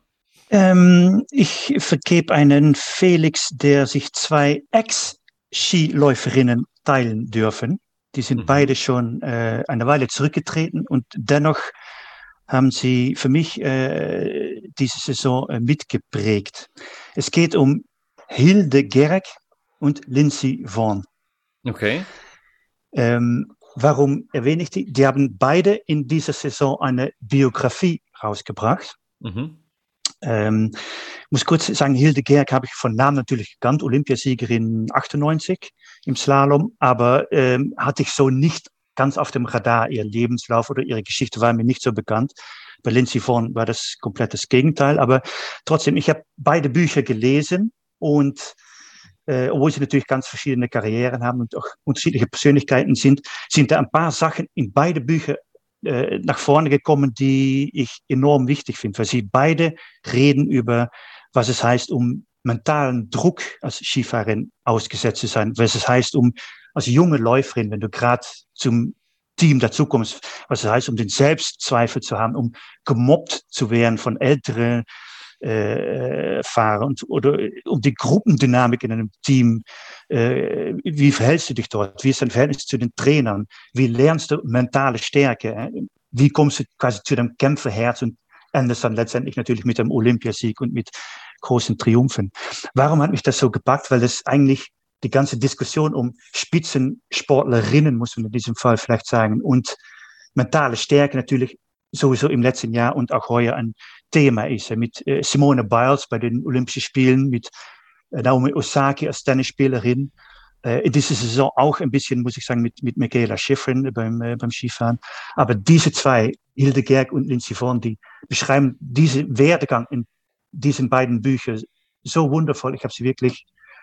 Ich vergebe einen Felix, der sich 2 Ex-Skiläuferinnen teilen dürfen. Die sind beide schon eine Weile zurückgetreten, und dennoch haben sie für mich diese Saison mitgeprägt. Es geht um Hilde Gerg und Lindsey Vonn. Okay. Warum erwähne ich die? Die haben beide in dieser Saison eine Biografie rausgebracht. Ich muss kurz sagen, Hilde Gerg habe ich von Namen natürlich gekannt, Olympiasiegerin 98 im Slalom, aber hatte ich so nicht ganz auf dem Radar. Ihr Lebenslauf oder ihre Geschichte war mir nicht so bekannt. Bei Lindsey Vonn war das komplett das Gegenteil, aber trotzdem, ich habe beide Bücher gelesen, und obwohl sie natürlich ganz verschiedene Karrieren haben und auch unterschiedliche Persönlichkeiten sind da ein paar Sachen in beide Bücher nach vorne gekommen, die ich enorm wichtig finde, weil sie beide reden über, was es heißt, um mentalen Druck als Skifahrerin ausgesetzt zu sein, was es heißt, um als junge Läuferin, wenn du gerade zum Team dazukommst, was es heißt, um den Selbstzweifel zu haben, um gemobbt zu werden von älteren Fahrer oder um die Gruppendynamik in einem Team. Wie verhältst du dich dort? Wie ist dein Verhältnis zu den Trainern? Wie lernst du mentale Stärke? Wie kommst du quasi zu deinem Kämpferherz und endest dann letztendlich natürlich mit einem Olympiasieg und mit großen Triumphen? Warum hat mich das so gepackt? Weil das eigentlich die ganze Diskussion um Spitzensportlerinnen, muss man in diesem Fall vielleicht sagen, und mentale Stärke natürlich sowieso im letzten Jahr und auch heuer ein Thema ist. Mit Simone Biles bei den Olympischen Spielen, mit Naomi Osaka als Tennisspielerin. In dieser Saison auch ein bisschen, muss ich sagen, mit Mikaela Shiffrin beim Skifahren. Aber diese zwei, Hildegard und Lindsey Vonn, die beschreiben diesen Werdegang in diesen beiden Büchern so wundervoll. Ich habe sie wirklich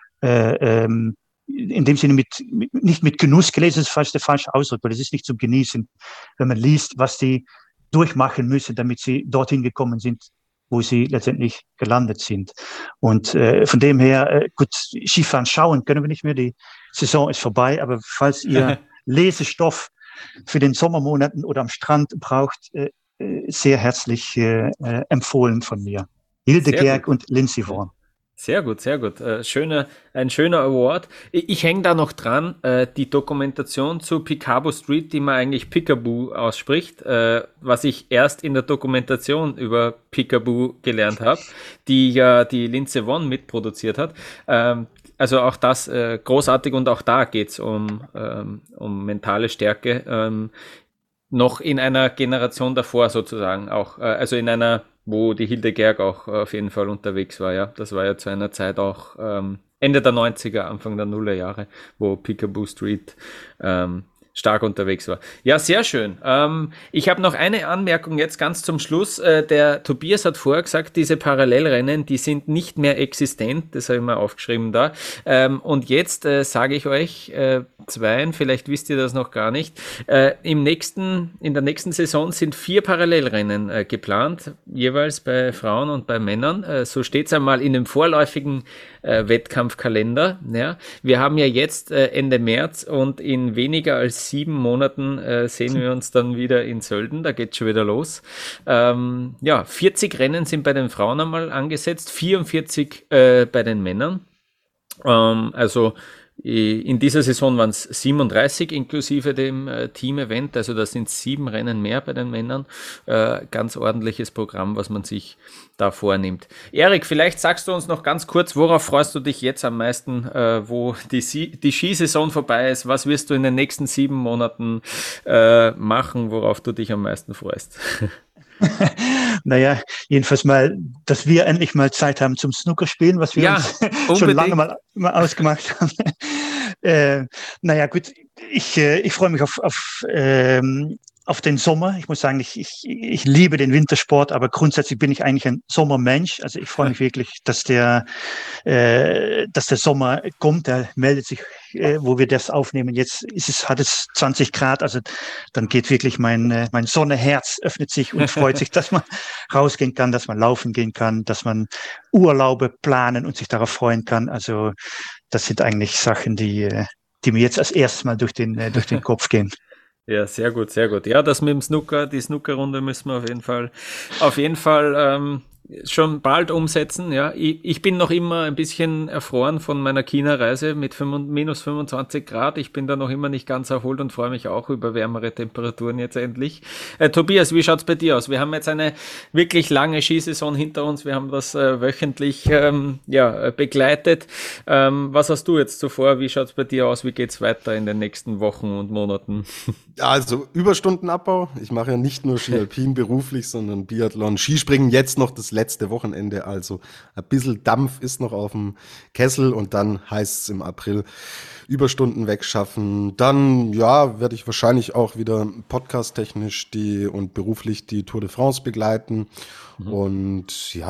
in dem Sinne nicht mit Genuss gelesen, das ist fast der falsche Ausdruck, weil es ist nicht zum Genießen, wenn man liest, was die durchmachen müssen, damit sie dorthin gekommen sind, wo sie letztendlich gelandet sind. Und von dem her, gut, Skifahren schauen können wir nicht mehr, die Saison ist vorbei, aber falls ihr Lesestoff für den Sommermonaten oder am Strand braucht, sehr herzlich empfohlen von mir. Hildegard und Lindsey Vonn. Sehr gut, sehr gut. Ein schöner Award. Ich hänge da noch dran, die Dokumentation zu Picabo Street, die man eigentlich Picabo ausspricht, was ich erst in der Dokumentation über Picabo gelernt habe, die ja die Lindsey Vonn mitproduziert hat. Also auch das großartig, und auch da geht's um mentale Stärke, noch in einer Generation davor sozusagen auch, also in einer, wo die Hildegard auch auf jeden Fall unterwegs war, ja. Das war ja zu einer Zeit auch Ende der 90er, Anfang der Nullerjahre, wo Picabo Street stark unterwegs war. Ja, sehr schön. Ich habe noch eine Anmerkung jetzt ganz zum Schluss. Der Tobias hat vorher gesagt, diese Parallelrennen, die sind nicht mehr existent. Das habe ich mal aufgeschrieben da. Und jetzt sage ich euch zweien, vielleicht wisst ihr das noch gar nicht, in der nächsten Saison sind 4 Parallelrennen geplant, jeweils bei Frauen und bei Männern. So steht es einmal in dem vorläufigen Wettkampfkalender. Ja. Wir haben ja jetzt Ende März und in weniger als 7 Monaten sehen wir uns dann wieder in Sölden, da geht's schon wieder los. 40 Rennen sind bei den Frauen einmal angesetzt, 44 bei den Männern. Also in dieser Saison waren es 37 inklusive dem Team-Event, also da sind 7 Rennen mehr bei den Männern. Ganz ordentliches Programm, was man sich da vornimmt. Erik, vielleicht sagst du uns noch ganz kurz, worauf freust du dich jetzt am meisten, wo die Skisaison vorbei ist? Was wirst du in den nächsten 7 Monaten machen, worauf du dich am meisten freust? Naja, jedenfalls mal, dass wir endlich mal Zeit haben zum Snookerspielen, was wir uns schon lange mal ausgemacht haben. Naja, gut, ich freue mich auf den Sommer. Ich muss sagen, ich liebe den Wintersport, aber grundsätzlich bin ich eigentlich ein Sommermensch. Also ich freue mich wirklich, dass der Sommer kommt. Der meldet sich, wo wir das aufnehmen. Jetzt hat es 20 Grad, also dann geht wirklich mein Sonneherz öffnet sich und freut sich, dass man rausgehen kann, dass man laufen gehen kann, dass man Urlaube planen und sich darauf freuen kann. Also das sind eigentlich Sachen, die mir jetzt als erstes mal durch den Kopf gehen. Ja, sehr gut, sehr gut. Ja, das mit dem Snooker, die Snookerrunde müssen wir auf jeden Fall schon bald umsetzen. Ja, ich bin noch immer ein bisschen erfroren von meiner China-Reise mit minus 25 Grad. Ich bin da noch immer nicht ganz erholt und freue mich auch über wärmere Temperaturen jetzt endlich. Tobias, wie schaut's bei dir aus? Wir haben jetzt eine wirklich lange Skisaison hinter uns. Wir haben das wöchentlich begleitet. Was hast du jetzt zuvor? Wie schaut's bei dir aus? Wie geht's weiter in den nächsten Wochen und Monaten? Also Überstundenabbau. Ich mache ja nicht nur Ski Alpin beruflich, sondern Biathlon, Skispringen jetzt noch das letzte Wochenende. Also ein bisschen Dampf ist noch auf dem Kessel und dann heißt es im April Überstunden wegschaffen. Dann, werde ich wahrscheinlich auch wieder podcasttechnisch und beruflich die Tour de France begleiten. Und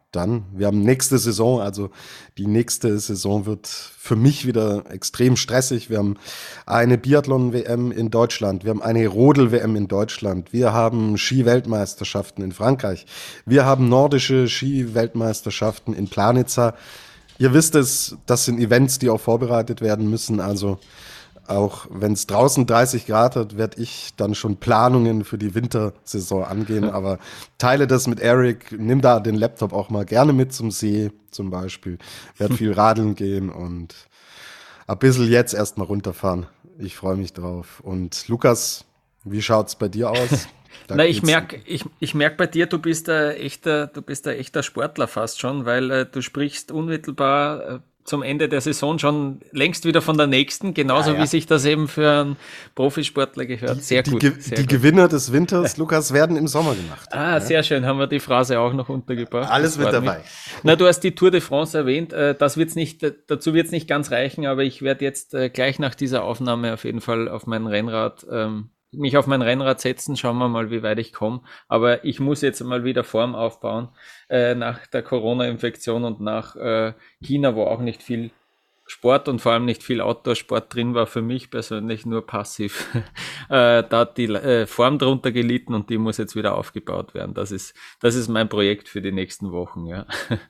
dann, wir haben nächste Saison, also die nächste Saison wird für mich wieder extrem stressig. Wir haben eine Biathlon-WM in Deutschland, wir haben eine Rodel-WM in Deutschland, wir haben Ski-Weltmeisterschaften in Frankreich, wir haben nordische Ski-Weltmeisterschaften in Planica. Ihr wisst es, das sind Events, die auch vorbereitet werden müssen, also auch wenn es draußen 30 Grad hat, werde ich dann schon Planungen für die Wintersaison angehen. Aber teile das mit Eric, nimm da den Laptop auch mal gerne mit zum See zum Beispiel. Werde viel radeln gehen und ein bisschen jetzt erstmal runterfahren. Ich freue mich drauf. Und Lukas, wie schaut's bei dir aus? Na, ich merk bei dir, du bist ein echter Sportler fast schon, weil du sprichst unmittelbar zum Ende der Saison schon längst wieder von der nächsten, genauso wie sich das eben für einen Profisportler gehört. Sehr gut. Die Gewinner des Winters, Lukas, werden im Sommer gemacht. Sehr schön, haben wir die Phrase auch noch untergebracht. Alles mit dabei. Na, du hast die Tour de France erwähnt, dazu wird's nicht ganz reichen, aber ich werde jetzt gleich nach dieser Aufnahme auf jeden Fall auf mein Rennrad mich auf mein Rennrad setzen, schauen wir mal, wie weit ich komme. Aber ich muss jetzt mal wieder Form aufbauen nach der Corona-Infektion und nach China, wo auch nicht viel Sport und vor allem nicht viel Outdoor-Sport drin war, für mich persönlich nur passiv. Da hat die Form drunter gelitten und die muss jetzt wieder aufgebaut werden. Das ist mein Projekt für die nächsten Wochen, ja.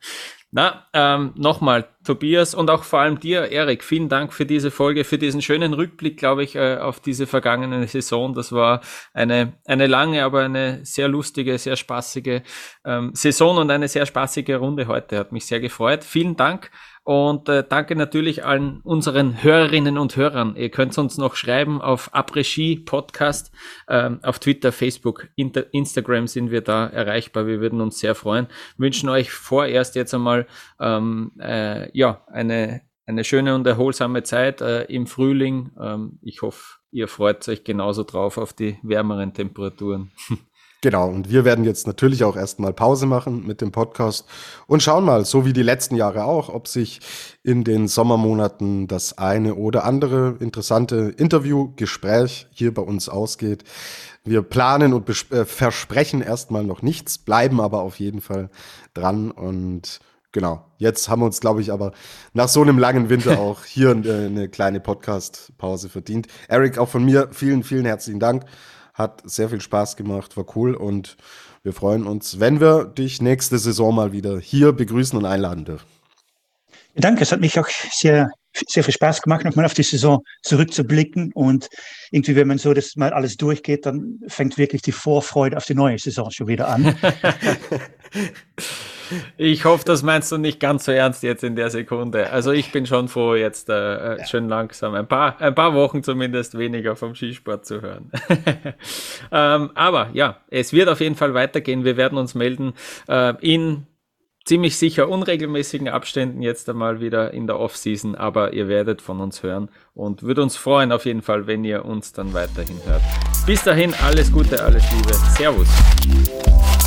Na, nochmal, Tobias und auch vor allem dir, Erik, vielen Dank für diese Folge, für diesen schönen Rückblick, glaube ich, auf diese vergangene Saison. Das war eine lange, aber eine sehr lustige, sehr spaßige Saison und eine sehr spaßige Runde heute. Hat mich sehr gefreut. Vielen Dank. Und danke natürlich allen unseren Hörerinnen und Hörern. Ihr könnt uns noch schreiben auf Après-Ski Podcast, auf Twitter, Facebook, Instagram sind wir da erreichbar. Wir würden uns sehr freuen. Wünschen euch vorerst jetzt einmal eine schöne und erholsame Zeit im Frühling. Ich hoffe, ihr freut euch genauso drauf auf die wärmeren Temperaturen. Genau, und wir werden jetzt natürlich auch erstmal Pause machen mit dem Podcast und schauen mal, so wie die letzten Jahre auch, ob sich in den Sommermonaten das eine oder andere interessante Interviewgespräch hier bei uns ausgeht. Wir planen und versprechen erstmal noch nichts, bleiben aber auf jeden Fall dran und genau, jetzt haben wir uns, glaube ich, aber nach so einem langen Winter auch hier eine kleine Podcast-Pause verdient. Eric, auch von mir vielen, vielen herzlichen Dank. Hat sehr viel Spaß gemacht, war cool und wir freuen uns, wenn wir dich nächste Saison mal wieder hier begrüßen und einladen dürfen. Danke, es hat mich auch sehr, sehr viel Spaß gemacht, nochmal auf die Saison zurückzublicken und irgendwie, wenn man so das mal alles durchgeht, dann fängt wirklich die Vorfreude auf die neue Saison schon wieder an. Ich hoffe, das meinst du nicht ganz so ernst jetzt in der Sekunde. Also ich bin schon froh, jetzt schön langsam ein paar Wochen zumindest weniger vom Skisport zu hören. Aber ja, es wird auf jeden Fall weitergehen. Wir werden uns melden in ziemlich sicher unregelmäßigen Abständen jetzt einmal wieder in der Off-Season, aber ihr werdet von uns hören und würde uns freuen auf jeden Fall, wenn ihr uns dann weiterhin hört. Bis dahin, alles Gute, alles Liebe. Servus.